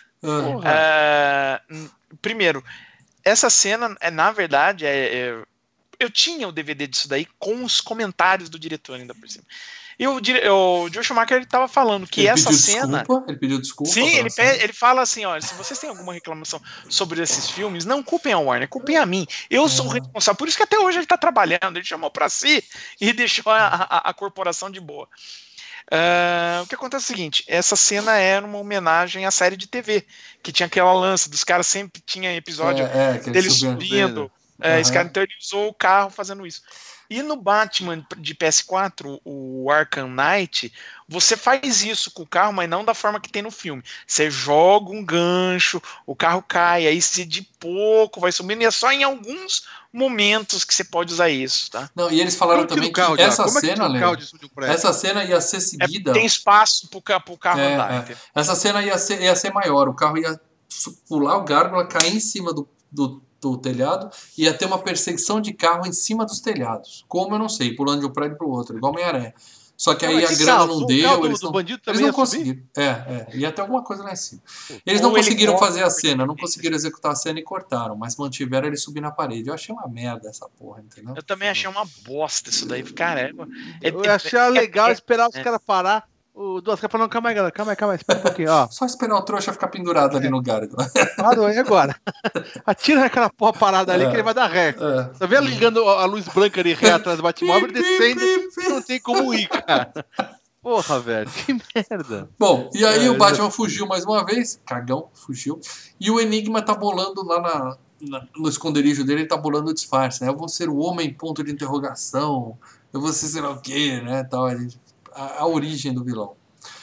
Primeiro, essa cena, na verdade, eu tinha o DVD disso daí com os comentários do diretor ainda por cima. E o Joe Schumacher ele tava falando que essa cena... Ele pediu desculpa. Sim, ele fala assim, olha, se vocês têm alguma reclamação sobre esses filmes, não culpem a Warner, culpem a mim. Eu sou o responsável. Por isso que até hoje ele tá trabalhando, ele chamou pra si e deixou a corporação de boa. O que acontece é o seguinte, essa cena era uma homenagem à série de TV, que tinha aquela lance dos caras, sempre tinha episódio deles subindo, então ele usou o carro fazendo isso. E no Batman de PS4, o Arkham Knight, você faz isso com o carro, mas não da forma que tem no filme. Você joga um gancho, o carro cai, aí você de pouco vai subindo, e é só em alguns momentos que você pode usar isso, tá? Não, e eles falaram também que essa cena, essa cena ia ser seguida... tem espaço pro carro andar. Essa cena ia ser maior, o carro ia pular o gárgula, cair em cima do telhado, ia ter uma perseguição de carro em cima dos telhados. Como eu não sei, pulando de um prédio pro outro, igual Homem-Aranha. Só que aí a grana não deu, eles não conseguiram. Ia ter alguma coisa lá em cima. Eles não conseguiram fazer a cena, não conseguiram executar a cena e cortaram, mas mantiveram ele subir na parede. Eu achei uma merda essa porra, entendeu? Eu também achei uma bosta isso daí, caramba. Eu achei legal esperar os caras parar. O Duas Caras falando, calma aí, espera um pouquinho, ó. Só esperar o trouxa ficar pendurado ali no gárgula. Parou, e agora? Atira naquela porra parada ali que ele vai dar ré. Tá vendo ligando a luz branca de ré atrás do Batmóvel e descendo, não tem como ir, cara. Porra, velho, que merda. Bom, e aí o Batman fugiu mais uma vez, cagão, fugiu, e o Enigma tá bolando lá no esconderijo dele, ele tá bolando o disfarce, né? Eu vou ser o homem ponto de interrogação, eu vou ser sei lá o quê, né? Tal, a origem do vilão.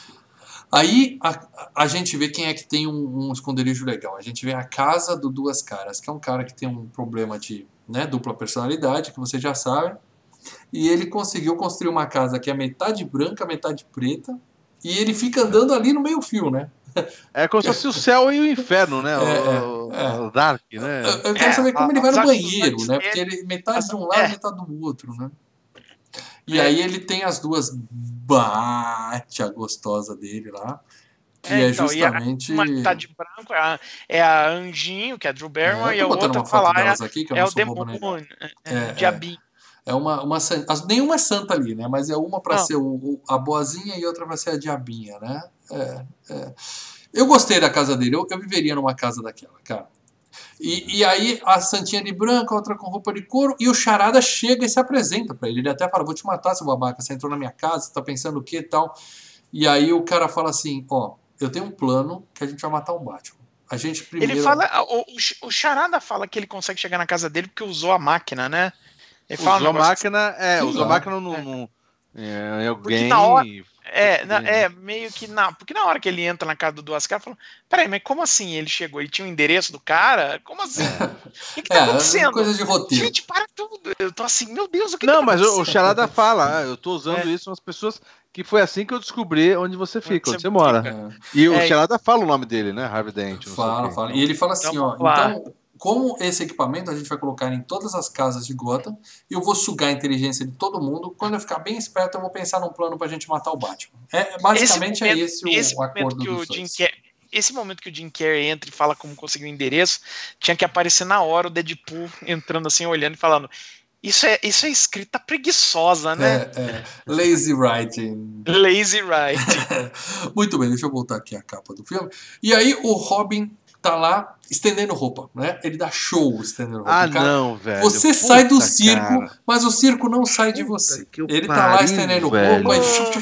Aí a gente vê quem é que tem um esconderijo legal. A gente vê a casa do Duas Caras, que é um cara que tem um problema de dupla personalidade, que você já sabe. E ele conseguiu construir uma casa que é metade branca, metade preta. E ele fica andando ali no meio-fio, né? É como se fosse o céu e o inferno, né? O Dark, né? Eu quero saber como ele vai no os banheiro, ajudantes né? Porque ele metade de um lado, metade do outro, né? E aí ele tem as duas Batia gostosa dele lá, que é então, justamente... uma que tá de branco é a Anjinho, que é a Drew Barrymore, e a outra uma foto lá delas aqui, que eu é não o sou bobo, né? demônio, Diabinho. É nenhuma é santa ali, né? Mas é uma pra Não. ser a boazinha e outra pra ser a diabinha, né? Eu gostei da casa dele. Eu viveria numa casa daquela, cara. E aí a santinha de branco, a outra com roupa de couro, e o Charada chega e se apresenta pra ele. Ele até fala, vou te matar, seu babaca, você entrou na minha casa, você tá pensando o que e tal. E aí o cara fala assim, eu tenho um plano que a gente vai matar o Batman. A gente primeiro... Ele fala, o Charada fala que ele consegue chegar na casa dele porque usou a máquina, né? Ele fala Usou a máquina, usou a máquina em alguém. Na hora, meio que porque na hora que ele entra na casa do Duas Caras, fala, peraí, mas como assim ele chegou? Ele tinha o endereço do cara? Como assim? O que tá acontecendo? Coisa de roteiro. Gente, para tudo. Eu tô assim, meu Deus, o que Não, tá mas acontecendo? o Charada fala, eu tô usando isso nas pessoas que foi assim que eu descobri onde você fica, onde você mora. E o Charada fala o nome dele, né? Harvey Dent. Fala. E ele fala assim, então, como esse equipamento a gente vai colocar em todas as casas de Gotham, e eu vou sugar a inteligência de todo mundo, quando eu ficar bem esperto, eu vou pensar num plano pra gente matar o Batman. Basicamente esse o acordo dos dois. Esse momento que o Jim Carrey entra e fala como conseguir o endereço, tinha que aparecer na hora o Deadpool entrando assim, olhando e falando, isso é escrita preguiçosa, né? Lazy writing. Lazy writing. Muito bem, deixa eu voltar aqui a capa do filme. E aí o Robin tá lá estendendo roupa, né? Ele dá show estendendo roupa. Não, velho. Você sai do circo, mas o circo não sai de você. Ele tá lá estendendo roupa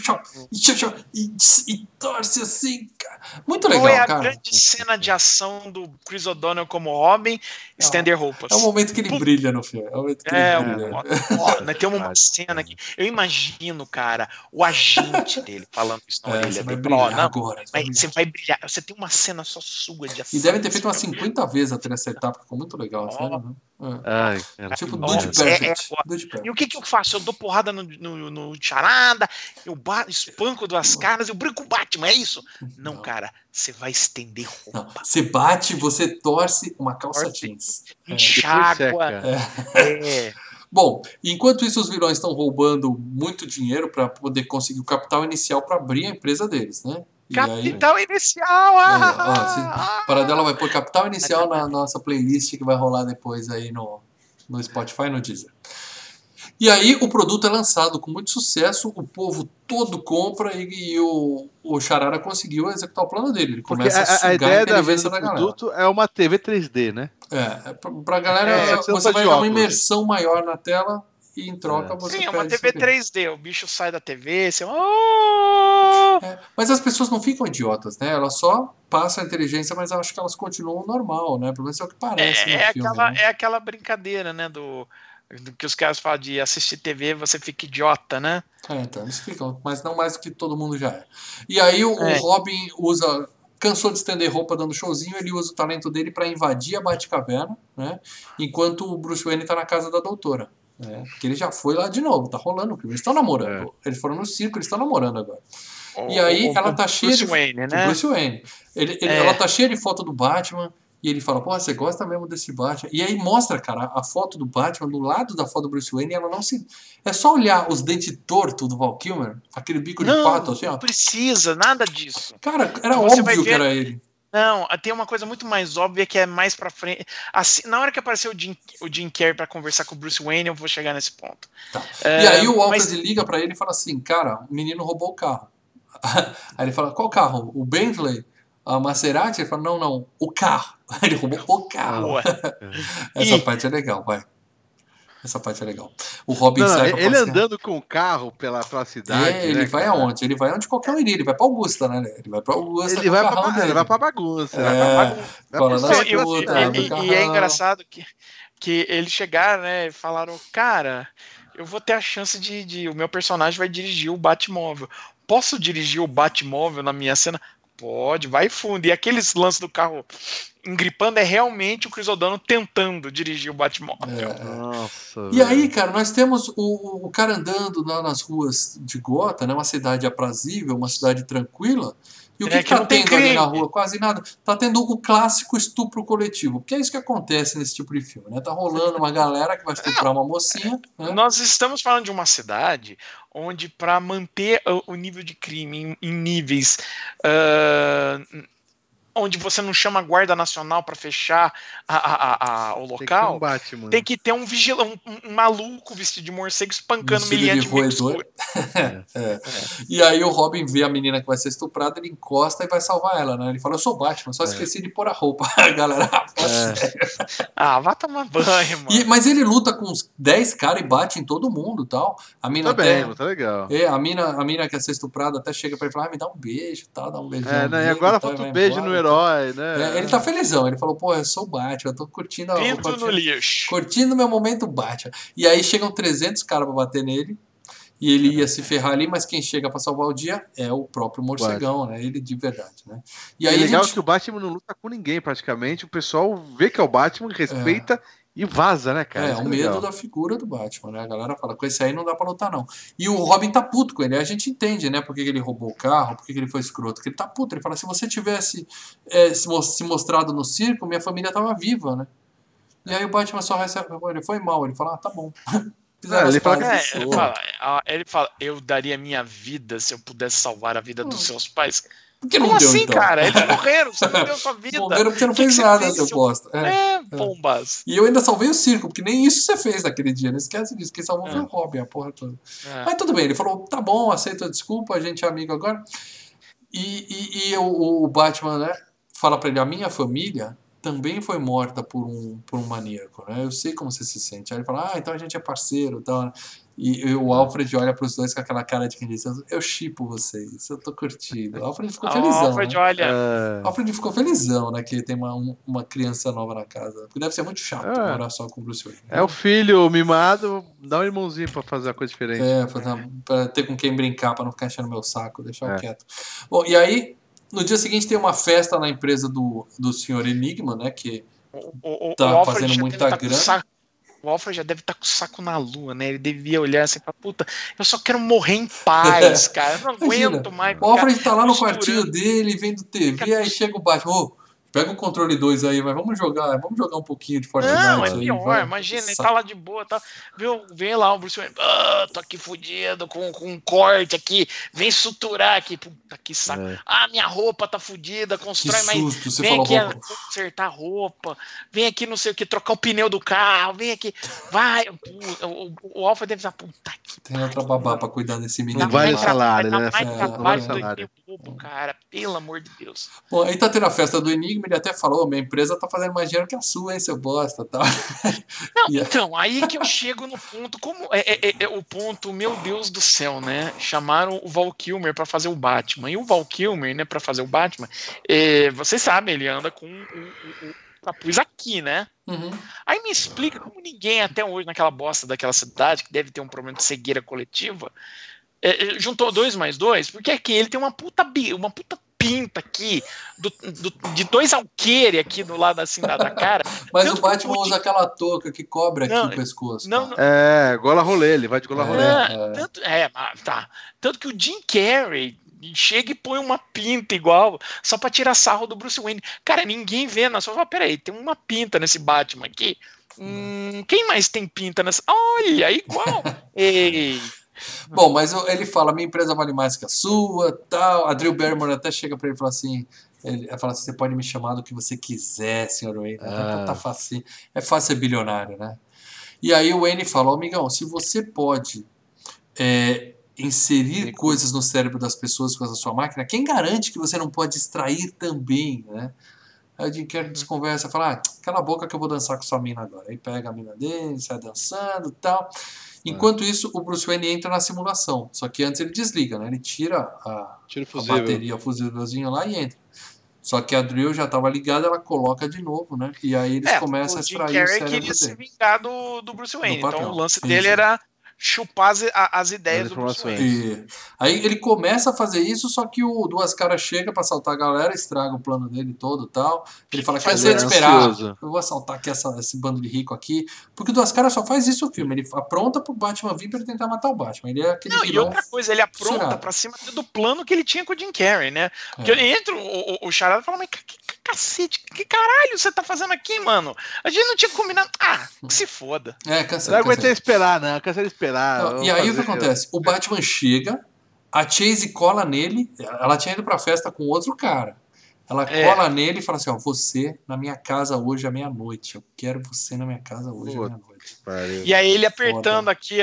e torce assim, cara. Muito legal, cara. Foi a grande cena de ação do Chris O'Donnell como Robin, estender roupas. É o momento que ele brilha no filme. É o momento que ele brilha. Tem uma cena aqui. Eu imagino, cara, o agente dele falando isso na orelha dele. Agora. Você vai brilhar. Você tem uma cena só sua de ação. E deve ter feito umas 50 vezes até acertar, porque ficou muito legal a cena, né? Tipo Dude Perfect. E o que eu faço? Eu dou porrada no Charada, eu espanco Duas Caras, eu brinco com o Batman, é isso? Não, cara, você vai estender roupa. Não, você bate, você torce uma calça jeans. Enxágua. Bom, enquanto isso os vilões estão roubando muito dinheiro para poder conseguir o capital inicial para abrir a empresa deles, né? Capital inicial! Paradela vai pôr capital inicial na nossa playlist que vai rolar depois aí no Spotify e no Deezer. E aí o produto é lançado com muito sucesso, o povo todo compra e o Charada conseguiu executar o plano dele. Ele começa a sugar a ideia da venda do produto é uma TV 3D, né? Pra galera, você vai dar uma imersão maior na tela e em troca você pede. Sim, é uma TV 3D, o bicho sai da TV, você... mas as pessoas não ficam idiotas, né? Elas só passam a inteligência, mas eu acho que elas continuam normal, né? Pelo menos é o que parece no filme. É aquela brincadeira, né? Do que os caras falam de assistir TV, você fica idiota, né? Então eles ficam, mas não mais do que todo mundo já é. E aí o Robin cansou de estender roupa dando showzinho, ele usa o talento dele para invadir a Batcaverna, né? Enquanto o Bruce Wayne tá na casa da doutora. Porque ele já foi lá de novo, tá rolando o crime. Eles estão namorando. Eles foram no circo, eles estão namorando agora. E aí ela tá cheia Bruce Wayne, né? Bruce Wayne. Ela tá cheia de foto do Batman. E ele fala, você gosta mesmo desse Batman? E aí mostra, cara, a foto do Batman do lado da foto do Bruce Wayne e ela não se... É só olhar os dentes tortos do Val Kilmer, aquele bico de pato assim, ó. Não precisa, nada disso. Cara, era óbvio que era ele. Não, tem uma coisa muito mais óbvia que é mais pra frente. Assim, na hora que apareceu o Jim Carrey pra conversar com o Bruce Wayne, eu vou chegar nesse ponto. Tá. E aí o Alfred liga pra ele e fala assim, cara, o menino roubou o carro. Aí ele fala, qual carro? O Bentley? A Maserati? Ele fala, não, o carro. Ele roubou o carro. Essa parte é legal, vai. Essa parte é legal. O Robin Não, sai pra ele passear. andando com o carro pela cidade. Ele né, vai cara? aonde? Ele vai onde qualquer um iria. Ele vai pra Augusta, né? Ele vai pra Augusta Ele com o vai carrão ele dele. vai pra bagunça. Vai pra É, bagunça. Vai cola pro nas Não, centro da putas, cidade. abre o e é carrão. engraçado que eles chegaram, né, e falaram, cara, eu vou ter a chance o meu personagem vai dirigir o Batmóvel. Posso dirigir o Batmóvel na minha cena? Pode, vai fundo. E aqueles lances do carro engripando é realmente o Chris O'Donnell tentando dirigir o Batmóvel. Nossa. E aí, cara, nós temos o cara andando lá nas ruas de Gotham, né? Uma cidade aprazível, uma cidade tranquila. E o que Que tá não tem tendo ali na crime. rua? Quase nada. Tá tendo o clássico estupro coletivo. Porque é isso que acontece nesse tipo de filme, né? Tá rolando uma galera que vai estuprar uma mocinha. Né? Nós estamos falando de uma cidade onde, para manter o nível de crime em níveis onde você não chama a Guarda Nacional para fechar o local, Batman. tem que ter um vigilante, um maluco vestido de morcego espancando Vestido miliante de roedor. E aí o Robin vê a menina que vai ser estuprada, ele encosta e vai salvar ela, né? Ele fala, eu sou Batman, só esqueci de pôr a roupa. A galera, sério. Vá tomar banho, mano. Mas ele luta com uns 10 caras e bate em todo mundo e tal. A mina Tá até... bem, tá legal. a mina que quer ser estuprada até chega pra ele e fala, me dá um beijo, tá? Dá um beijão. E nele, agora tal, falta vai um beijo embora, no herói, né? ele tá felizão, ele falou, pô, eu sou o Batman, eu tô curtindo Pinto no lixo. curtindo meu momento Batman. E aí chegam 300 caras pra bater nele, e ele ia se ferrar ali, mas quem chega pra salvar o dia é o próprio morcegão, né? Ele de verdade, né? E aí é legal que o Batman não luta com ninguém praticamente, o pessoal vê que é o Batman, respeita e vaza, né, cara? É o medo da figura do Batman, né? A galera fala, com esse aí não dá pra lutar, não. E o Robin tá puto com ele. A gente entende, né? Por que ele roubou o carro, por que ele foi escroto. Porque ele tá puto. Ele fala, se você tivesse se mostrado no circo, minha família tava viva, né? E aí o Batman só recebe, ele foi mal. Ele fala, tá bom. Ele fala ele fala, eu daria minha vida se eu pudesse salvar a vida dos seus pais. Por que não Como deu, assim, então? cara? Eles morreram, você não deu sua vida. Morreram porque não fez nada, seu bosta. Bombas. E eu ainda salvei o circo, porque nem isso você fez naquele dia. Não esquece disso. Quem salvou foi o Robin, a porra toda. Mas tudo bem, ele falou, tá bom, aceito a desculpa, a gente é amigo agora. E o Batman, né, fala pra ele, a minha família também foi morta por um maníaco, né? Eu sei como você se sente. Aí ele fala, então a gente é parceiro e tal, né? E o Alfred olha pros dois com aquela cara de quem diz, eu shippo vocês, eu tô curtindo. O Alfred ficou felizão, Alfred, né? olha... Alfred ficou felizão, né? Que tem uma criança nova na casa. Porque deve ser muito chato morar só com o Bruce Wayne. É o filho mimado, dá um irmãozinho pra fazer uma coisa diferente. Pra ter com quem brincar, pra não ficar enchendo meu saco, deixar eu quieto. Bom, e aí, no dia seguinte tem uma festa na empresa do Sr. Enigma, né? Que tá fazendo muita grana. O Alfred já deve estar com o saco na lua, né? Ele devia olhar assim e falar, puta, eu só quero morrer em paz, cara. Eu não aguento mais. O Alfred tá lá no quartinho dele, vendo TV, aí chega o Batman, pega o controle 2 aí, vamos jogar um pouquinho de Fortnite. Não, é aí, pior, imagina, ele tá lá de boa, tá, vê lá o Bruce Wayne, tô aqui fudido, com um corte aqui, vem suturar aqui, puta que saco, minha roupa tá fudida, constrói mais, você vem falou aqui consertar a roupa, vem aqui não sei o que, trocar o pneu do carro, vem aqui, vai, o Alfa deve estar, puta que tem outra babá pra cuidar desse menino. Não vale o salário, né? Mais trabalho do que bobo, cara, pelo amor de Deus. Bom, aí tá tendo a festa do Enigma, ele até falou, minha empresa tá fazendo mais dinheiro que a sua, hein, seu bosta, tal. Não, então, aí que eu chego no ponto, como o ponto, meu Deus do céu, né, chamaram o Val Kilmer pra fazer o Batman, e o Val Kilmer, né, pra fazer o Batman, vocês sabem, ele anda com o capuz aqui, né? Uhum. Aí me explica como ninguém até hoje naquela bosta daquela cidade, que deve ter um problema de cegueira coletiva, juntou 2 mais 2, porque aqui ele tem uma puta pinta aqui de 2 alqueires aqui do lado assim da cara. Mas o Batman usa aquela touca que cobre aqui o pescoço. Gola rolê, ele vai de gola rolê. Tanto que o Jim Carrey chega e põe uma pinta igual só pra tirar sarro do Bruce Wayne. Cara, ninguém vê, não. Só fala, peraí, tem uma pinta nesse Batman aqui. Quem mais tem pinta nessa? Olha, igual. Ei. Bom, mas ele fala, minha empresa vale mais que a sua, tal. A Drew Barrymore até chega pra ele e fala assim, você pode me chamar do que você quiser, Sr. Wayne. Tá fácil. É fácil ser bilionário, né? E aí o Wayne fala, amigão, se você pode inserir coisas no cérebro das pessoas com a sua máquina, quem garante que você não pode extrair também, né? Aí o Jim Carrey desconversa, fala, cala a boca que eu vou dançar com sua mina agora. Aí pega a mina dele, sai dançando e tal. Enquanto isso, o Bruce Wayne entra na simulação. Só que antes ele desliga, né? Ele tira a bateria, o fusívelzinho lá e entra. Só que a Drill já estava ligada, ela coloca de novo, né? E aí eles começam a extrair o cérebro dele. O Jim Carrey queria se vingar do Bruce Wayne. Então o lance dele era chupar as ideias do Bruce Wayne. E aí ele começa a fazer isso, só que o Duas Caras chega pra assaltar a galera, estraga o plano dele todo e tal. Ele fala, cansei de esperar, eu vou assaltar aqui esse bando de rico aqui. Porque o Duas Caras só faz isso no filme, ele apronta pro Batman vir pra ele tentar matar o Batman. Ele é aquele vilão. E outra coisa, ele apronta pra cima do plano que ele tinha com o Jim Carrey, né? Porque entra o Charada e fala, mas que cacete, que caralho você tá fazendo aqui, mano? A gente não tinha combinado. Que se foda. Cansei. Não aguentei esperar, não. Cansei de esperar. Não, e aí o que acontece? O Batman chega, a Chase cola nele, ela tinha ido pra festa com outro cara. Ela cola nele e fala assim, você na minha casa hoje à meia-noite. Eu quero você na minha casa hoje à meia-noite. E aí ele apertando aqui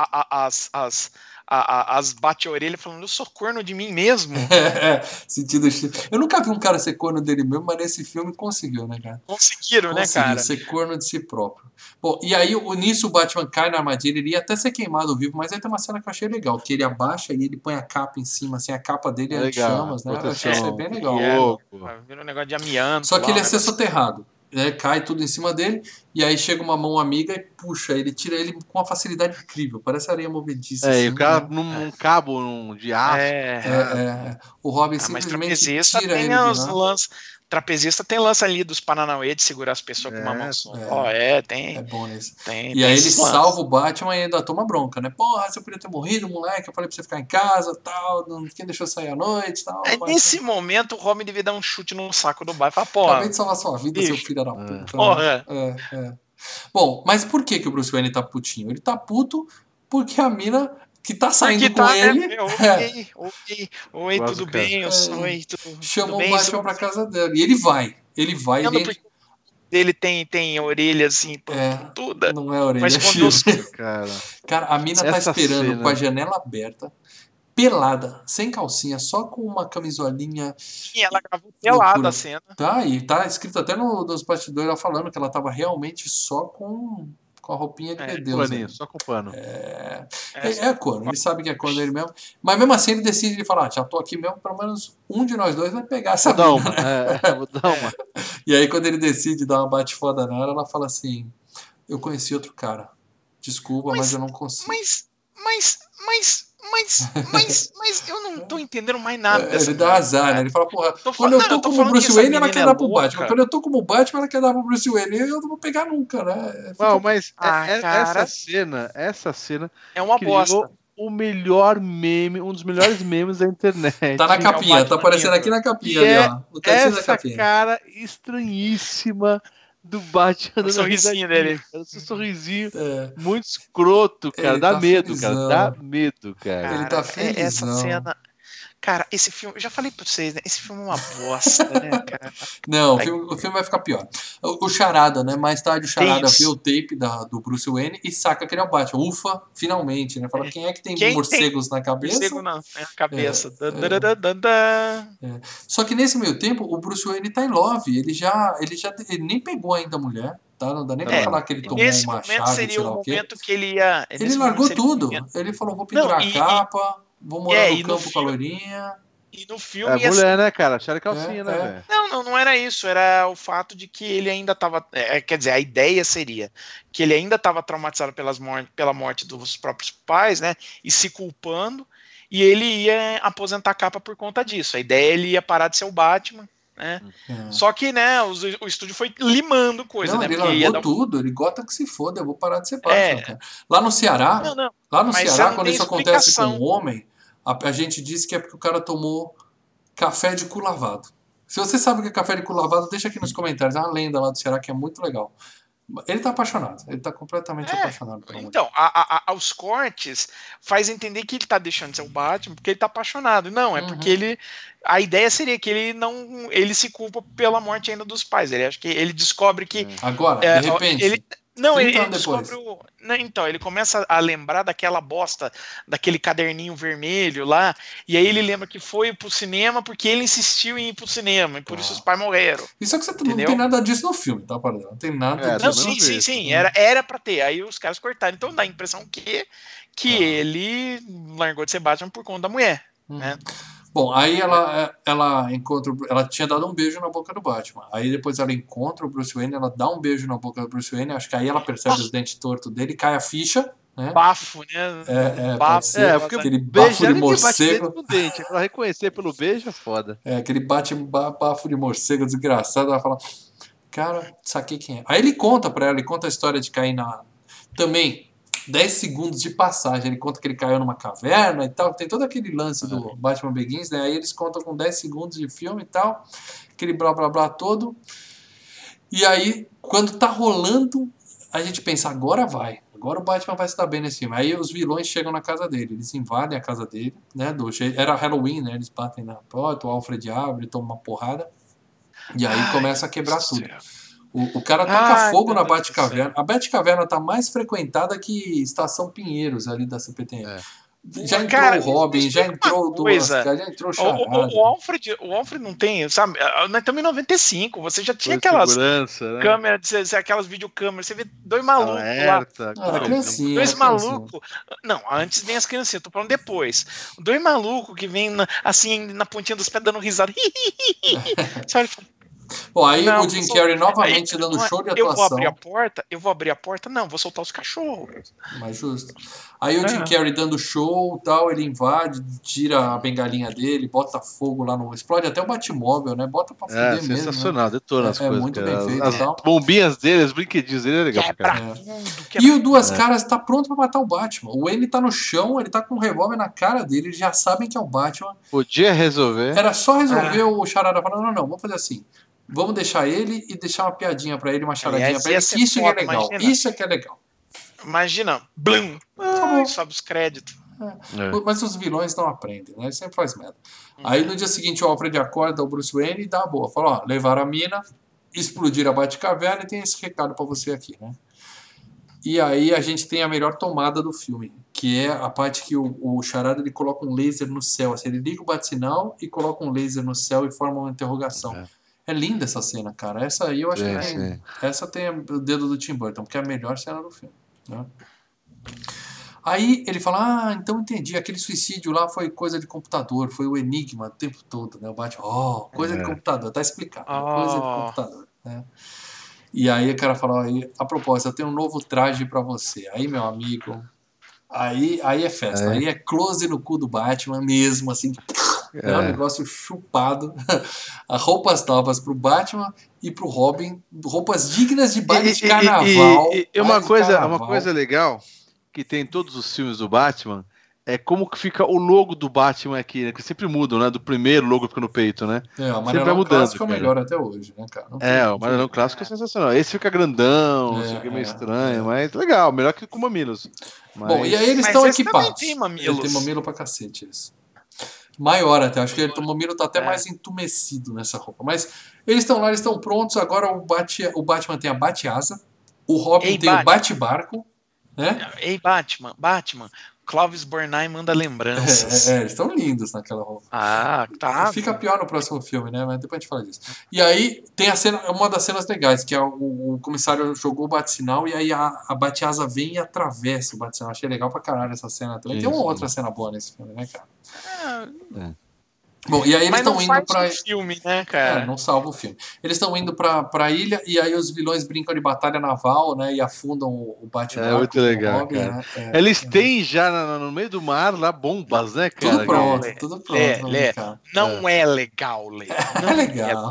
as bate-orelha falando, eu sou corno de mim mesmo. Sentido. Eu nunca vi um cara ser corno dele mesmo, mas nesse filme conseguiu, né, cara? Conseguiram, né, cara? Ser corno de si próprio. Bom, e aí nisso o Batman cai na armadilha, ele ia até ser queimado vivo, mas aí tem uma cena que eu achei legal, que ele abaixa e ele põe a capa em cima, assim, a capa dele é de chamas, né? Eu achei isso bem legal. Vira um negócio de amianto. Só que ele ia ser soterrado. Cai tudo em cima dele, e aí chega uma mão amiga e puxa, ele tira ele com uma facilidade incrível, parece areia movediça. E o cara num cabo de aço. O Robin simplesmente tira ele de lá. Trapezista tem lance ali dos Paranauê de segurar as pessoas com uma mão só. Tem. É bom isso. E aí ele salva o Batman e ainda toma bronca, né? Porra, você podia ter morrido, moleque. Eu falei pra você ficar em casa, tal. Quem deixou sair à noite, tal. Nesse momento, o Robin devia dar um chute no saco do Batman. Porra. Acabei de salvar sua vida, seu filho da puta. Bom, mas por que o Bruce Wayne tá putinho? Ele tá puto porque a mina que tá saindo com ele. Oi, tudo bem? Oi, chamou o Batman pra casa dela. E ele vai. Ele tem orelha assim, tudo. Não é orelha, mas cara, a mina tá esperando com a janela aberta, pelada, sem calcinha, só com uma camisolinha. Sim, ela gravou pelada a cena. E tá escrito até nos bastidores ela falando que ela tava realmente só com a roupinha de Deus. Só com pano. É corno, ele sabe que é corno dele mesmo. Mas mesmo assim ele decide falar, já tô aqui mesmo, pelo menos um de nós dois vai pegar essa mina. Vou dar uma. E aí quando ele decide dar uma bate-foda nela, ela fala assim, eu conheci outro cara. Desculpa, mas eu não consigo. Mas eu não tô entendendo mais nada dessa ele dá azar, né? Ele fala, porra, quando eu tô como Bruce Wayne, ela quer dar pro Batman. Quando eu tô como Batman, ela quer dar pro Bruce Wayne. Eu não vou pegar nunca, né? Mas essa cena é uma bosta. O melhor meme, um dos melhores memes da internet. Tá na capinha, tá aparecendo aqui na capinha ali, ó. No cantinho da capinha. Cara estranhíssima do Batman. O sorrisinho dele. O sorrisinho muito escroto, cara. Dá medo, cara. Ele tá felizão. Essa cena... Cara, esse filme, eu já falei pra vocês, né? Esse filme é uma bosta, né, cara? Não, o filme vai ficar pior. O Charada, né? Mais tarde o Charada vê o tape do Bruce Wayne e saca que ele é o Batman. Ufa, finalmente, né? Fala, quem é que tem morcegos na cabeça? Morcego na cabeça. Só que nesse meio tempo, o Bruce Wayne tá em love. Ele nem pegou ainda a mulher. Tá? Não dá nem pra falar que ele tomou uma chave, seria o momento que ele ia... Ele largou tudo. Ele falou, vou pendurar a capa... Vou morar no campo com a loirinha. E no filme... É mulher, né, cara? Acharam calcinha, né, velho? Não era isso. Era o fato de que ele ainda tava... quer dizer, a ideia seria que ele ainda tava traumatizado pela morte dos próprios pais, né? E se culpando. E ele ia aposentar a capa por conta disso. A ideia é ele ia parar de ser o Batman, né? Só que, né, o estúdio foi limando coisa, né? Ele largou tudo. Ele gota que se foda. Eu vou parar de ser Batman, cara. Lá no Ceará... Lá no Ceará, quando isso acontece com um homem, a gente diz que é porque o cara tomou café de cu lavado. Se você sabe o que é café de cu lavado, deixa aqui nos comentários. É uma lenda lá do Ceará que é muito legal. Ele tá apaixonado. Ele tá completamente apaixonado. Então, aos cortes, faz entender que ele tá deixando de ser o Batman porque ele tá apaixonado. Não, é porque ele... A ideia seria que ele se culpa pela morte ainda dos pais. Ele acha que ele descobre que... Agora, de repente... Não, 30 ele anos depois. descobre o. Então, ele começa a lembrar daquela bosta, daquele caderninho vermelho lá, e aí ele lembra que foi pro cinema porque ele insistiu em ir pro cinema, e por isso os pais morreram. Isso é que você não Entendeu? tem nada disso no filme, tá, Paradela? Não tem nada Não, disso. sim. Era pra ter. Aí os caras cortaram. Então dá a impressão que ele largou de ser Batman por conta da mulher. Né? Bom, aí ela encontra. Ela tinha dado um beijo na boca do Batman. Aí depois ela encontra o Bruce Wayne, ela dá um beijo na boca do Bruce Wayne. Acho que aí ela percebe os dentes tortos dele, cai a ficha. Né? Bafo, né? Pode ser, porque aquele bafo de morcego. No dente. Pra reconhecer pelo beijo é foda. Aquele bafo de morcego desgraçado. Ela fala, cara, saquei quem é. Aí ele conta pra ela, ele conta a história de cair na. Também, 10 segundos de passagem. Ele conta que ele caiu numa caverna e tal. Tem todo aquele lance do Batman Begins, né? Aí eles contam com 10 segundos de filme e tal. Aquele blá blá blá todo. E aí, quando tá rolando, a gente pensa, agora vai. Agora o Batman vai se dar bem nesse filme. Aí os vilões chegam na casa dele. Eles invadem a casa dele, né? Era Halloween, né? Eles batem na porta, o Alfred abre, toma uma porrada. E aí começa a quebrar tudo. O cara taca fogo na Batcaverna. A Batcaverna tá mais frequentada que Estação Pinheiros ali da CPTM. Já entrou o Robin, já entrou o Duas, já entrou o Charada. O Alfred não tem, sabe? Nós estamos em 95, você já tinha aquelas câmeras, aquelas videocâmeras, você vê dois malucos lá. Criancinha. Dois malucos. Não, antes vem as criancinhas, tô falando depois. Dois malucos que vêm assim na pontinha dos pés dando risada. Sabe? Bom, aí o Jim Carrey novamente dando show de atuação. Eu vou abrir a porta, não, vou soltar os cachorros. Mais justo. Aí o Jim Carrey dando show, tal, ele invade, tira a bengalinha dele, bota fogo lá no... Explode até o Batmóvel, né? Bota pra fuder mesmo. Sensacional, né? Detona as coisas. Muito bem feito. As bombinhas dele, os brinquedinhos dele é legal. E o Duas Caras tá pronto pra matar o Batman. O Wayne tá no chão, ele tá com um revólver na cara dele, eles já sabem que é o Batman. Podia resolver. Era só resolver o Charada falando, não, vamos fazer assim. Vamos deixar ele e deixar uma piadinha pra ele, uma charadinha pra ele. Isso é legal. Imagina. Isso é que é legal. Imagina, blum, sobe os créditos. Mas os vilões não aprendem, né? Ele sempre faz merda. Aí no dia seguinte o Alfred acorda o Bruce Wayne e dá a boa. Fala, levaram a mina, explodiram a Batcaverna e tem esse recado pra você aqui, né? E aí a gente tem a melhor tomada do filme, que é a parte que o Charada ele coloca um laser no céu. Assim, ele liga o bate-sinal e coloca um laser no céu e forma uma interrogação. É linda essa cena, cara. Essa aí eu acho que tem. Essa tem o dedo do Tim Burton, porque é a melhor cena do filme. Né? Aí ele fala, então entendi, aquele suicídio lá foi coisa de computador, foi o enigma o tempo todo, né? O Batman, coisa de computador, tá explicado, coisa de computador, né? E aí o cara fala, a propósito, eu tenho um novo traje pra você. Aí, meu amigo, aí é festa, aí é close no cu do Batman mesmo, assim, um negócio chupado. Roupas novas pro Batman e pro Robin, roupas dignas de baile de carnaval. E uma coisa legal que tem em todos os filmes do Batman é como que fica o logo do Batman aqui, né? Que sempre mudam, né? Do primeiro logo fica no peito, né? O amarelão clássico é o melhor até hoje, né, cara? O amarelão clássico é sensacional. Esse fica grandão, fica meio estranho, mas legal, melhor que com mamilos. Bom, e aí eles estão equipados. Tem ele tem mamilo pra cacete, isso. Maior até, acho que o mamilo tá até mais entumecido nessa roupa. Mas eles estão lá, eles estão prontos. Agora o Batman tem a Bate-Asa, o Robin tem o Bate-Barco, né? Ei, Batman, Clovis Bornai manda lembranças. Eles estão lindos naquela roupa. Tá. Fica pior no próximo filme, né? Mas depois a gente fala disso. E aí tem a cena, uma das cenas legais, que é o comissário jogou o bate-sinal e aí a Bate-Asa vem e atravessa o bate-sinal. Achei legal pra caralho essa cena também. Tem uma outra cena boa nesse filme, né, cara? Bom, e aí eles estão indo pra. Filme, né, cara? Não salva o filme. Eles estão indo pra ilha e aí os vilões brincam de batalha naval, né? E afundam o Batman. É muito legal, Robin, cara. Né? Eles têm já no meio do mar lá bombas, né, cara? Tudo pronto, tudo pronto. Não é legal, Lê. É legal.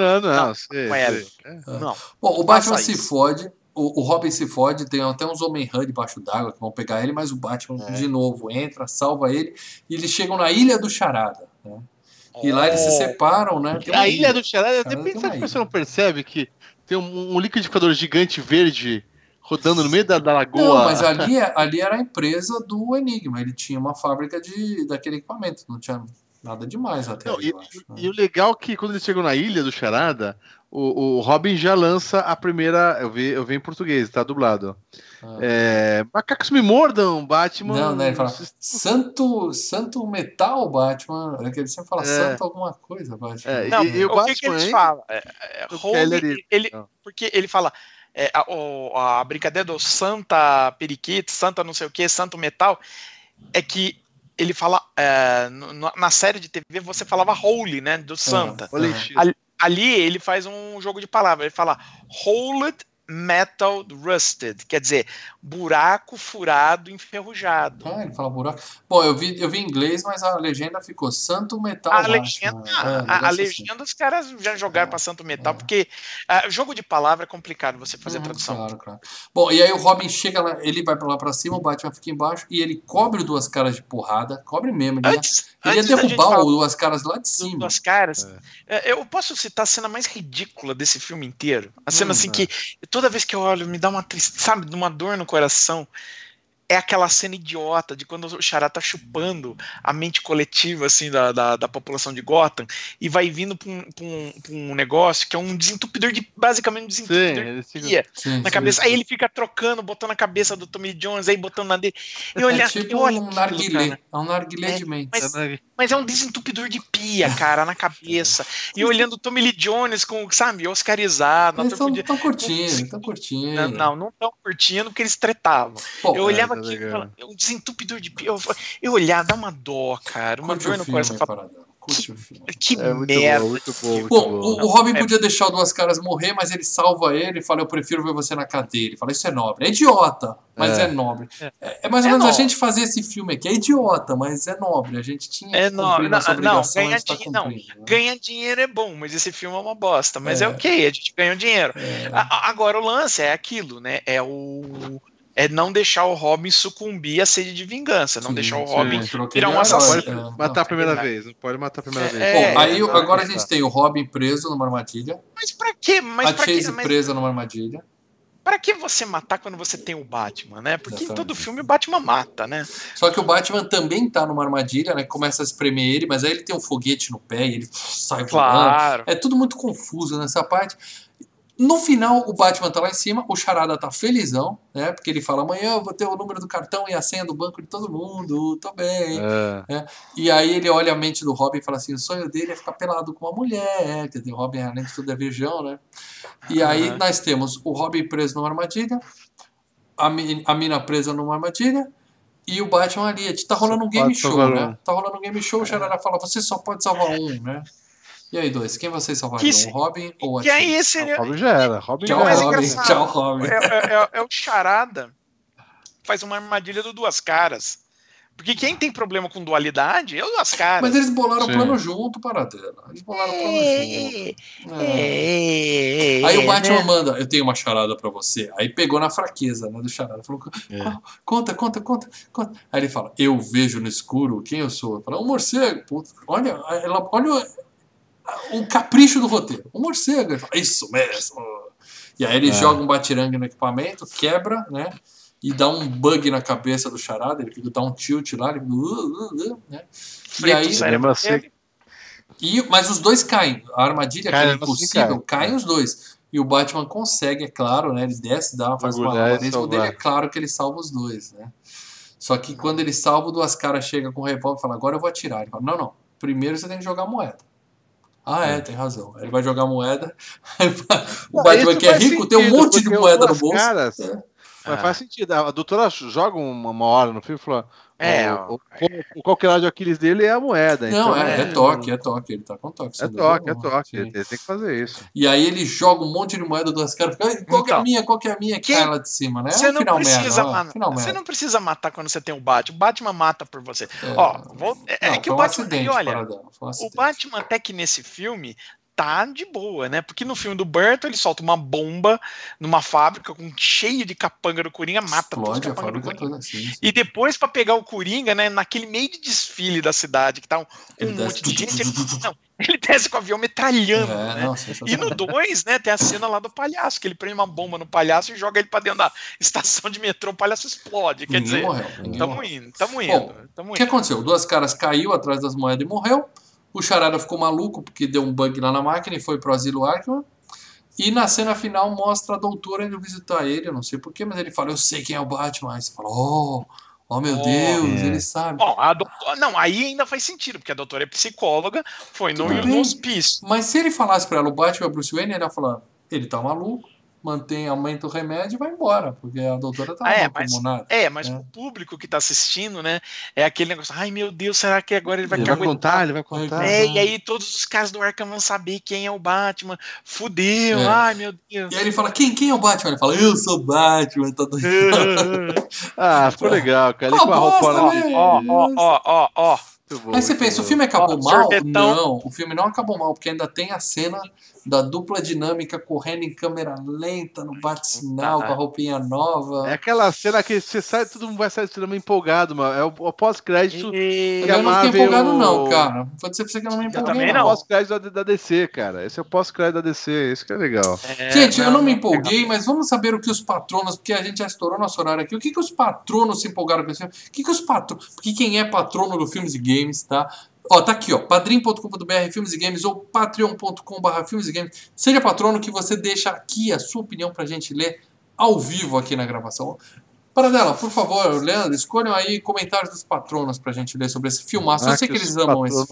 Não. Bom, o Batman se fode. O Robin se fode, tem até uns Homem-Rã debaixo d'água que vão pegar ele, mas o Batman de novo entra, salva ele e eles chegam na Ilha do Charada, né? E lá eles se separam, né? A Ilha do Charada, até pensa que você não percebe que tem um liquidificador gigante verde rodando no meio da lagoa. Não, mas ali era a empresa do Enigma, ele tinha uma fábrica daquele equipamento, não tinha... Nada demais até Não, aí, eu acho. e o legal é que quando eles chegam na ilha do Charada, o Robin já lança a primeira. Eu vi em português, tá dublado. Macacos me mordam, Batman. Não, né? Ele fala Santo Metal, Batman. É que ele sempre fala Santo alguma coisa, Batman. Não, e o o que Batman, eles hein? falam? Kelly Porque ele fala a brincadeira do Santa Periquito, Santa não sei o que, Santo Metal, é que ele fala na série de TV você falava Holy, né, do Santa. Ali ele faz um jogo de palavras, ele fala Holed Metal Rusted, quer dizer, buraco furado enferrujado. Ele fala buraco. Bom, eu vi em inglês, mas a legenda ficou Santo Metal. A legenda assim. os caras já jogaram para Santo Metal, porque jogo de palavra é complicado você fazer a tradução. Claro. Bom, e aí o Robin chega lá, ele vai lá pra cima, o Batman fica embaixo e ele cobre o Duas Caras de porrada, cobre mesmo. Ele ia derrubar o Duas Caras lá de cima. Duas Caras. Eu posso citar a cena mais ridícula desse filme inteiro. A cena assim que toda vez que eu olho me dá uma tristeza, sabe, uma dor no coração. É aquela cena idiota de quando o Charada tá chupando a mente coletiva assim, da população de Gotham e vai vindo pra um negócio que é um desentupidor basicamente um desentupidor de pia na cabeça. Aí ele fica trocando, botando a cabeça do Tommy Jones, aí botando na dele. Um narguilé. É um narguilé de mente. Mas é um desentupidor de pia, cara, na cabeça. E olhando o Tommy Lee Jones com, sabe, oscarizado. Eles estão curtindo. Não estão curtindo porque eles tretavam. Bom, eu olhava aqui, um desentupidor de pia. Eu olhava, dá uma dó, cara. Uma dor no coração. Que merda. Muito bom. Bom, o Robin podia deixar o Duas Caras morrer, mas ele salva ele e fala: eu prefiro ver você na cadeia. Ele fala: isso é nobre. É idiota, mas é nobre. É mais ou menos a gente fazer esse filme aqui. É idiota, mas é nobre. A gente tinha que cumprir nossa obrigação. Ganhar dinheiro é bom, mas esse filme é uma bosta. Mas é ok, a gente ganhou dinheiro. Agora o lance é aquilo, né? É não deixar o Robin sucumbir à sede de vingança, não deixar o Robin virar um assassino. Não pode matar a primeira vez, não pode matar a primeira vez. Bom, aí agora a gente tem o Robin preso numa armadilha. Mas pra quê? A Chase presa numa armadilha. Pra que você matar quando você tem o Batman, né? Porque em todo filme o Batman mata, né? Só que o Batman também tá numa armadilha, né? Começa a espremer ele, mas aí ele tem um foguete no pé e ele sai voando. É tudo muito confuso nessa parte. No final, o Batman tá lá em cima, o Charada tá felizão, né? Porque ele fala: amanhã eu vou ter o número do cartão e a senha do banco de todo mundo, tô bem. Né? E aí ele olha a mente do Robin e fala assim: o sonho dele é ficar pelado com uma mulher, quer dizer, o Robin, além de tudo, é virgão, né? E aí nós temos o Robin preso numa armadilha, a mina presa numa armadilha, e o Batman ali. Tá rolando um game show, né? Tá rolando um game show, o Charada fala: você só pode salvar um, né? E aí, dois, quem vocês salvariam? O Robin ou a Chase? O Robin já era. Tchau, Robin. É o Charada faz uma armadilha do Duas Caras. Porque quem tem problema com dualidade é o Duas Caras. Mas eles bolaram o plano junto, Paradela. Eles bolaram o plano junto. Aí o Batman manda: eu tenho uma charada pra você. Aí pegou na fraqueza, né, do Charada. Falou: conta. Aí ele fala: eu vejo no escuro quem eu sou. Eu falo: um morcego. Puta, olha o capricho do roteiro. O morcego. Ele fala: isso mesmo. E aí ele joga um batirangue no equipamento, quebra, né? E dá um bug na cabeça do Charada. Ele dá um tilt lá. Ele né? E aí... Mas os dois caem. A armadilha, que é impossível, caem os dois. E o Batman consegue, é claro, né? Ele desce, faz o malabarismo dele. É claro que ele salva os dois, né? Só que quando ele salva, o Duas Caras chega com o revólver e fala: agora eu vou atirar. Ele fala: não. Primeiro você tem que jogar a moeda. Tem razão. Ele vai jogar moeda. O Batman, que é rico, tem um monte de moeda no bolso. Mas faz sentido. A doutora joga uma hora no filme e falou: o calcanhar de Aquiles dele é a moeda. Não, então, é toque. Ele tá com toque. É toque. Ele tem que fazer isso. E aí ele joga um monte de moeda dos caras. Qual que é a minha? Que cai lá de cima, né? Você não precisa matar quando você tem o Batman. O Batman mata por você. Que o Batman. Olha, o Batman até que nesse filme tá de boa, né? Porque no filme do Burton ele solta uma bomba numa fábrica cheio de capanga do Coringa, mata todos os capanga do Coringa. E depois, pra pegar o Coringa, né, naquele meio de desfile da cidade, que tá um monte de gente, Ele desce com o avião metralhando, né? Não, e no 2, né, tem a cena lá do palhaço, que ele prende uma bomba no palhaço e joga ele pra dentro da estação de metrô, o palhaço explode. Quer dizer, tamo indo. O que aconteceu? Duas Caras caiu atrás das moedas e morreu. O Charada ficou maluco porque deu um bug lá na máquina e foi pro Asilo Arkham. E na cena final mostra a doutora indo visitar ele, eu não sei porquê, mas ele fala, eu sei quem é o Batman. Aí você fala, meu Deus, ele sabe. Bom, não, aí ainda faz sentido, porque a doutora é psicóloga, foi no hospício. Mas se ele falasse pra ela, o Batman é o Bruce Wayne, ela ia falar, ele tá maluco, aumenta o remédio e vai embora, porque a doutora tá maluca. Mas o público que tá assistindo, né, é aquele negócio, ai meu Deus, será que agora ele vai contar? Ele vai contar. E aí todos os caras do Arkham vão saber quem é o Batman, fudeu, ai meu Deus. E aí ele fala, quem é o Batman? Ele fala, eu sou o Batman, tá doido. Ficou legal, cara. Ele com a roupa Aí você pensa, o filme acabou mal? Não, o filme não acabou mal, porque ainda tem a cena da dupla dinâmica correndo em câmera lenta no bate-sinal com a roupinha nova. É aquela cena que você sai, todo mundo vai sair do cinema empolgado, mano. É o pós-crédito. Eu não fiquei empolgado, não, cara. Vou dizer pra você que eu não me empolguei, não. É o pós-crédito da DC, cara. Esse é o pós-crédito da DC, isso que é legal. Gente, eu não me empolguei, mas vamos saber o que os patronos, porque a gente já estourou nosso horário aqui, o que os patronos se empolgaram com esse filme? Porque quem é patrono do Filmes e Games, tá? Tá aqui, padrim.com.br, Filmes e Games, ou patreon.com.br, Filmes e Games. Seja patrono que você deixa aqui a sua opinião pra gente ler ao vivo aqui na gravação. Paradela, por favor, Leandro, escolham aí comentários dos patronos pra gente ler sobre esse filmaço. Eu sei que eles amam esse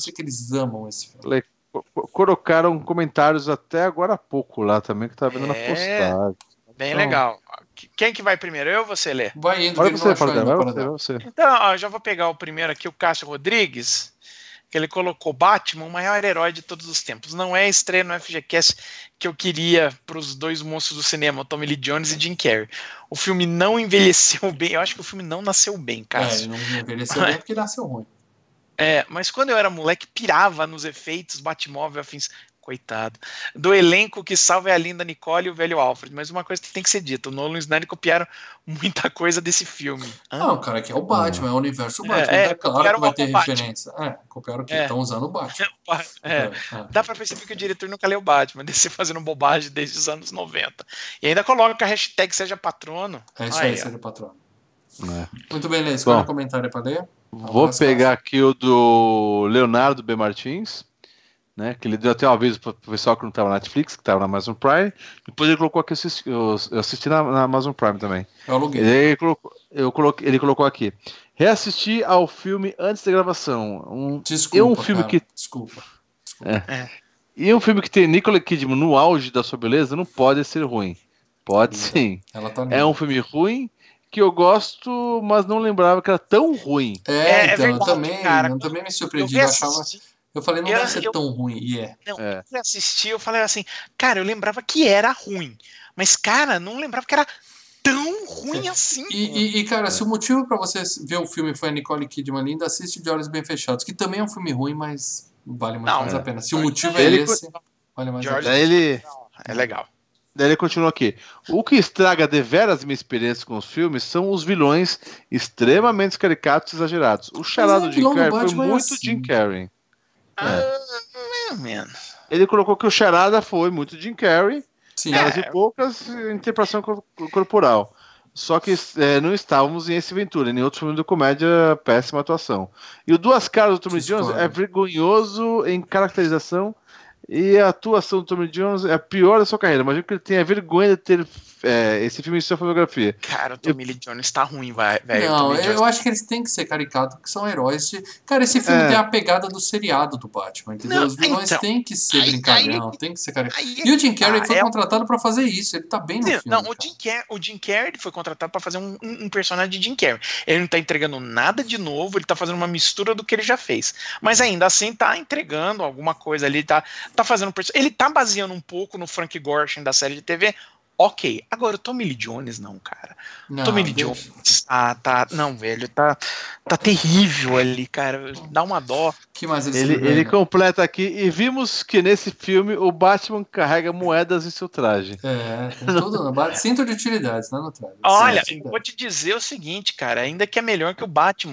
filme. Colocaram comentários até agora há pouco lá também, que tá vendo na postagem. Bem legal. Quem que vai primeiro? Eu ou você, Lê? Vai indo, vai você. Então, eu já vou pegar o primeiro aqui, o Cássio Rodrigues, que ele colocou Batman, o maior herói de todos os tempos. Não é a estreia no FGCast que eu queria para os dois monstros do cinema, Tommy Lee Jones e Jim Carrey. O filme não envelheceu bem. Eu acho que o filme não nasceu bem, Cássio. Ele não envelheceu bem porque nasceu ruim. Mas quando eu era moleque, pirava nos efeitos, Batmóvel, afins. Coitado. Do elenco que salva é a linda Nicole e o velho Alfred. Mas uma coisa que tem que ser dita: o Nolan e o Snyder copiaram muita coisa desse filme. Não, cara, que é o Batman, é o universo Batman. É claro que vai ter referência. Copiaram o quê? Estão usando o Batman. Dá pra perceber que o diretor nunca leu o Batman, desse fazendo bobagem desde os anos 90. E ainda coloca que a hashtag seja patrono. É isso aí, seja patrono. Muito bem, Lê. Escolha um comentário pra ler. Vou pegar aqui o do Leonardo B. Martins. Né, que ele deu até um aviso para o pessoal que não estava na Netflix, que estava na Amazon Prime. Depois ele colocou aqui, eu assisti na Amazon Prime também. Eu aluguei. Ele colocou aqui. Reassisti ao filme antes da gravação. Desculpa. E um filme que tem Nicole Kidman no auge da sua beleza não pode ser ruim. Pode sim. Ela tá é um filme ruim que eu gosto, mas não lembrava que era tão ruim. Eu também me surpreendi. Eu falei, não deve ser tão ruim, eu assisti, eu falei assim, cara, eu lembrava que era ruim, mas, cara, não lembrava que era tão ruim assim. E cara, se o motivo pra você ver o filme foi a Nicole Kidman linda, assiste De Olhos Bem Fechados, que também é um filme ruim, mas vale muito mais a pena. Se o motivo é esse, vale mais a pena. É legal. Daí ele continua aqui. O que estraga deveras minha experiência com os filmes são os vilões extremamente caricatos e exagerados. O charado de Jim Carrey foi muito Jim Carrey. Ele colocou que o charada foi muito Jim Carrey, e poucas interpretação corporal. Só que não estávamos em Ace Ventura, nem outro filme de comédia, péssima atuação. E o Duas Caras do Tommy Jones é vergonhoso em caracterização e a atuação do Tommy Jones é a pior da sua carreira. Imagino que ele tenha vergonha de ter esse filme em sua fotografia. Cara, o Tommy Lee Jones tá ruim, velho. Não, eu acho que eles têm que ser caricatos, porque são heróis. Cara, esse filme tem a pegada do seriado do Batman, entendeu? Os vilões têm que ser brincalhão, tem que ser caricato. E o Jim Carrey foi contratado pra fazer isso, ele tá bem no filme. Não, o Jim Carrey foi contratado pra fazer um personagem de Jim Carrey. Ele não tá entregando nada de novo, ele tá fazendo uma mistura do que ele já fez. Mas ainda assim tá entregando alguma coisa ali, tá fazendo... Ele tá baseando um pouco no Frank Gorshin da série de TV. Ok, agora o Tommy Lee Jones não, cara. Tommy Lee Jones não, velho, tá terrível ali, cara. Dá uma dó. Que mais ele completa aqui e vimos que nesse filme o Batman carrega moedas em seu traje. Tem tudo no cinto de utilidades, não no traje. Olha, eu vou te dizer o seguinte, cara, ainda que é melhor que o Batman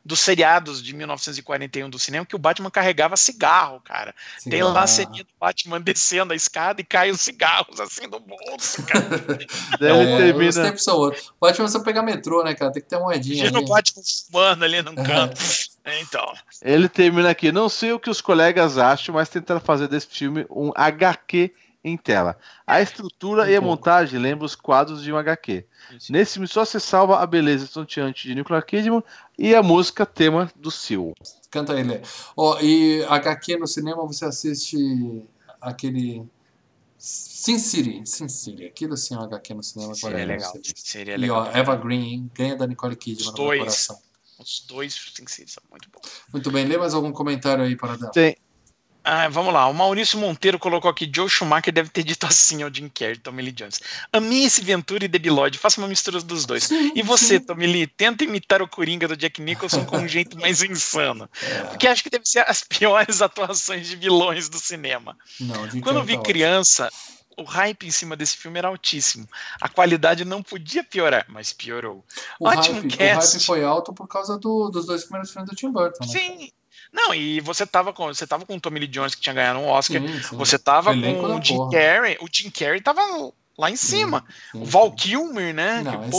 dos seriados de 1941 do cinema, que o Batman carregava cigarro, cara. Tem lá a ceninha do Batman descendo a escada e cai os cigarros assim do bolso, cara. Os tempos são outros. O Batman só pegar metrô, né, cara? Tem que ter uma moedinha. Imagina o Batman fumando ali num canto. Então. Ele termina aqui. Não sei o que os colegas acham, mas tentaram fazer desse filme um HQ em tela. A estrutura e a montagem lembram os quadros de um HQ. Nesse filme só se salva a beleza estonteante de Nicole Kidman e a música tema do Seal. Canta aí, Lê. E HQ no cinema você assiste aquele Sin City. Aquilo sim é um HQ no cinema. Seria legal. Seria legal. E Eva Green, hein? Ganha da Nicole Kidman no meu coração. Os dois Sin City são muito bons. Muito bem. Lê mais algum comentário aí para dar? Tem. Vamos lá, o Maurício Monteiro colocou aqui: Joe Schumacher deve ter dito assim ao Jim Carrey, Tommy Lee Jones. Amei esse Ventura e Debi Lloyd, faça uma mistura dos dois. E você, Tommy Lee, tenta imitar o Coringa do Jack Nicholson com um jeito mais insano. Porque acho que deve ser as piores atuações de vilões do cinema. Quando eu vi criança, o hype em cima desse filme era altíssimo. A qualidade não podia piorar, mas piorou. O hype foi alto por causa dos dois primeiros filmes do Tim Burton, né? Sim. Não, e você tava com o Tommy Lee Jones, que tinha ganhado um Oscar. Sim. Você tava com o Jim Carrey. O Jim Carrey tava lá em cima. Sim. O Val Kilmer, né?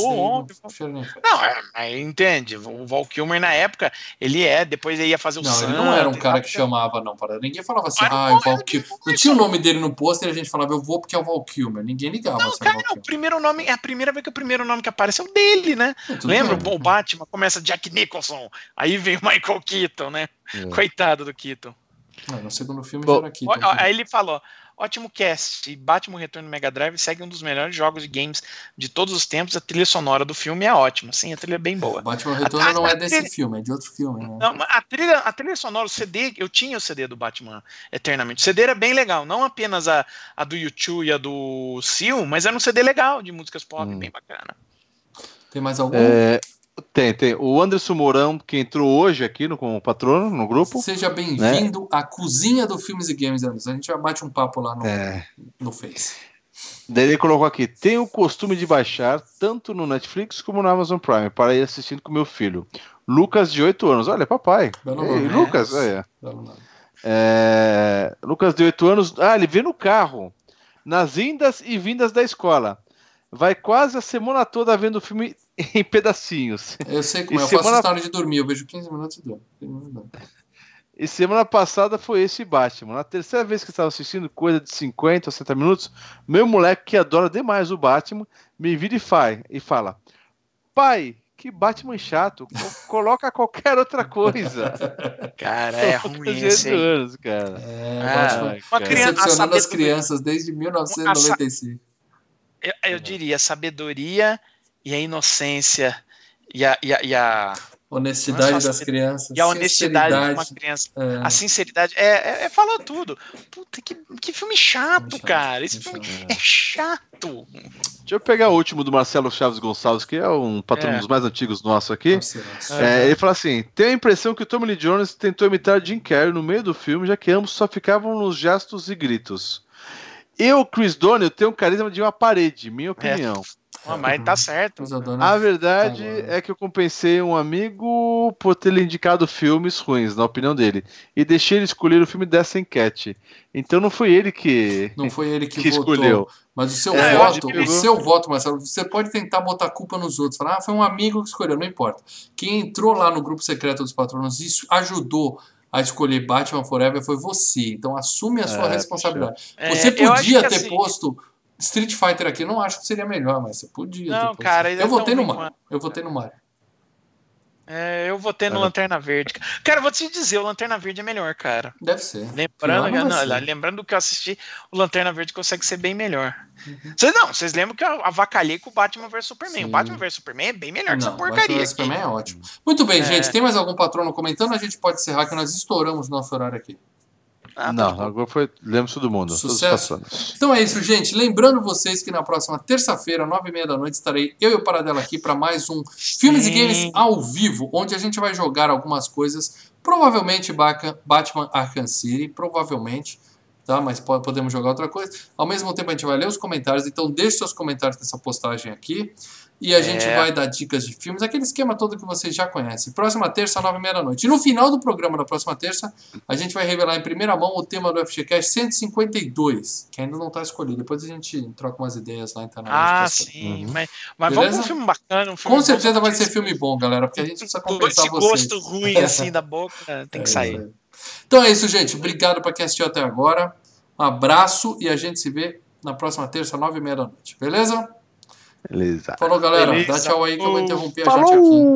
Entende? O Val Kilmer na época, depois ele ia fazer o Ele não era um cara que chamava, não. Ninguém falava assim, o Val Kilmer. Não tinha o nome dele no pôster e a gente falava, eu vou porque é o Val Kilmer. Ninguém ligava. Não, cara, o primeiro nome, é a primeira vez que o primeiro nome que aparece é o dele, né? Lembra? O Batman começa Jack Nicholson, aí vem o Michael Keaton, né? Coitado do Keaton. No segundo filme já era Keaton. Aí ele falou: ótimo cast, Batman Retorno no Mega Drive segue um dos melhores jogos de games de todos os tempos. A trilha sonora do filme é ótima. Sim, a trilha é bem boa. Batman Retorno não é desse filme, é de outro filme, né? Não, a trilha sonora, o CD, eu tinha o CD do Batman Eternamente. O CD era bem legal, não apenas a do U2 e a do Seal, mas era um CD legal de músicas pop, bem bacana. Tem mais algum? Tem. O Anderson Mourão, que entrou hoje aqui como patrono no grupo. Seja bem-vindo à cozinha do Filmes e Games, Anderson. A gente já bate um papo lá no Face. Daí ele colocou aqui: tenho o costume de baixar tanto no Netflix como no Amazon Prime para ir assistindo com meu filho. Lucas, de 8 anos. Olha, papai. Lucas, Lucas, de 8 anos. Ele vê no carro, nas indas e vindas da escola. Vai quase a semana toda vendo o filme em pedacinhos. Eu sei como eu faço isso na hora de dormir. Eu vejo 15 minutos e durmo. E semana passada foi esse Batman. Na terceira vez que eu estava assistindo, coisa de 50 ou 60 minutos, meu moleque, que adora demais o Batman, me vira e fala: pai, que Batman chato, coloca qualquer outra coisa. Cara, é ruim esse aí. Anos, cara. Uma criança decepcionando as crianças desde 1995. Eu diria a sabedoria e a inocência e a honestidade das crianças. E a honestidade de uma criança. A sinceridade. Falou tudo. Puta, que filme chato, cara. Esse filme é chato. Deixa eu pegar o último do Marcelo Chaves Gonçalves, que é um patrão dos mais antigos nosso aqui. Ele fala assim: tenho a impressão que o Tommy Lee Jones tentou imitar Jim Carrey no meio do filme, já que ambos só ficavam nos gestos e gritos. Chris Donnell, tenho um carisma de uma parede, minha opinião. Mas tá certo. A verdade é que eu compensei um amigo por ter lhe indicado filmes ruins, na opinião dele, e deixei ele escolher o filme dessa enquete. Então não foi ele que escolheu. Mas o seu voto, Marcelo, você pode tentar botar a culpa nos outros. Falar, foi um amigo que escolheu, não importa. Quem entrou lá no grupo secreto dos patronos e ajudou a escolher Batman Forever foi você. Então assume a sua responsabilidade. Você podia ter posto Street Fighter aqui. Eu não acho que seria melhor, mas você podia ter posto. Cara, eu votei no Mario. Eu votei no Lanterna Verde. Cara, eu vou te dizer, o Lanterna Verde é melhor, cara. Deve ser. Lembrando do que eu assisti, o Lanterna Verde consegue ser bem melhor. Vocês lembram que eu avacalhei com o Batman vs Superman. Sim. O Batman vs Superman é bem melhor que essa porcaria. O Batman vs Superman é ótimo. Muito bem, gente. Tem mais algum patrono comentando? A gente pode encerrar, que nós estouramos nosso horário aqui. Agora lemos todo mundo. Sucesso. Então é isso, gente. Lembrando vocês que na próxima terça-feira, 9h30 da noite, estarei eu e o Paradela aqui para mais um Filmes e Games ao vivo, onde a gente vai jogar algumas coisas. Provavelmente Batman Arkham City, provavelmente. tá? Mas podemos jogar outra coisa. Ao mesmo tempo a gente vai ler os comentários, então deixe seus comentários nessa postagem aqui. E a gente vai dar dicas de filmes, aquele esquema todo que vocês já conhecem. Próxima terça, 9h30 da noite. E no final do programa da próxima terça, a gente vai revelar em primeira mão o tema do FGCast 152, que ainda não está escolhido. Depois a gente troca umas ideias lá internamente. Sim. Mas vamos pra um filme bacana. Um filme com certeza vai ser filme bom, galera, porque a gente precisa compensar vocês. Esse gosto ruim assim da boca tem que sair. Então é isso, gente. Obrigado para quem assistiu até agora. Um abraço e a gente se vê na próxima terça, 9h30 da noite. Beleza? Beleza. Falou, galera. Beleza. Dá tchau aí que eu vou interromper a Falou! gente aqui.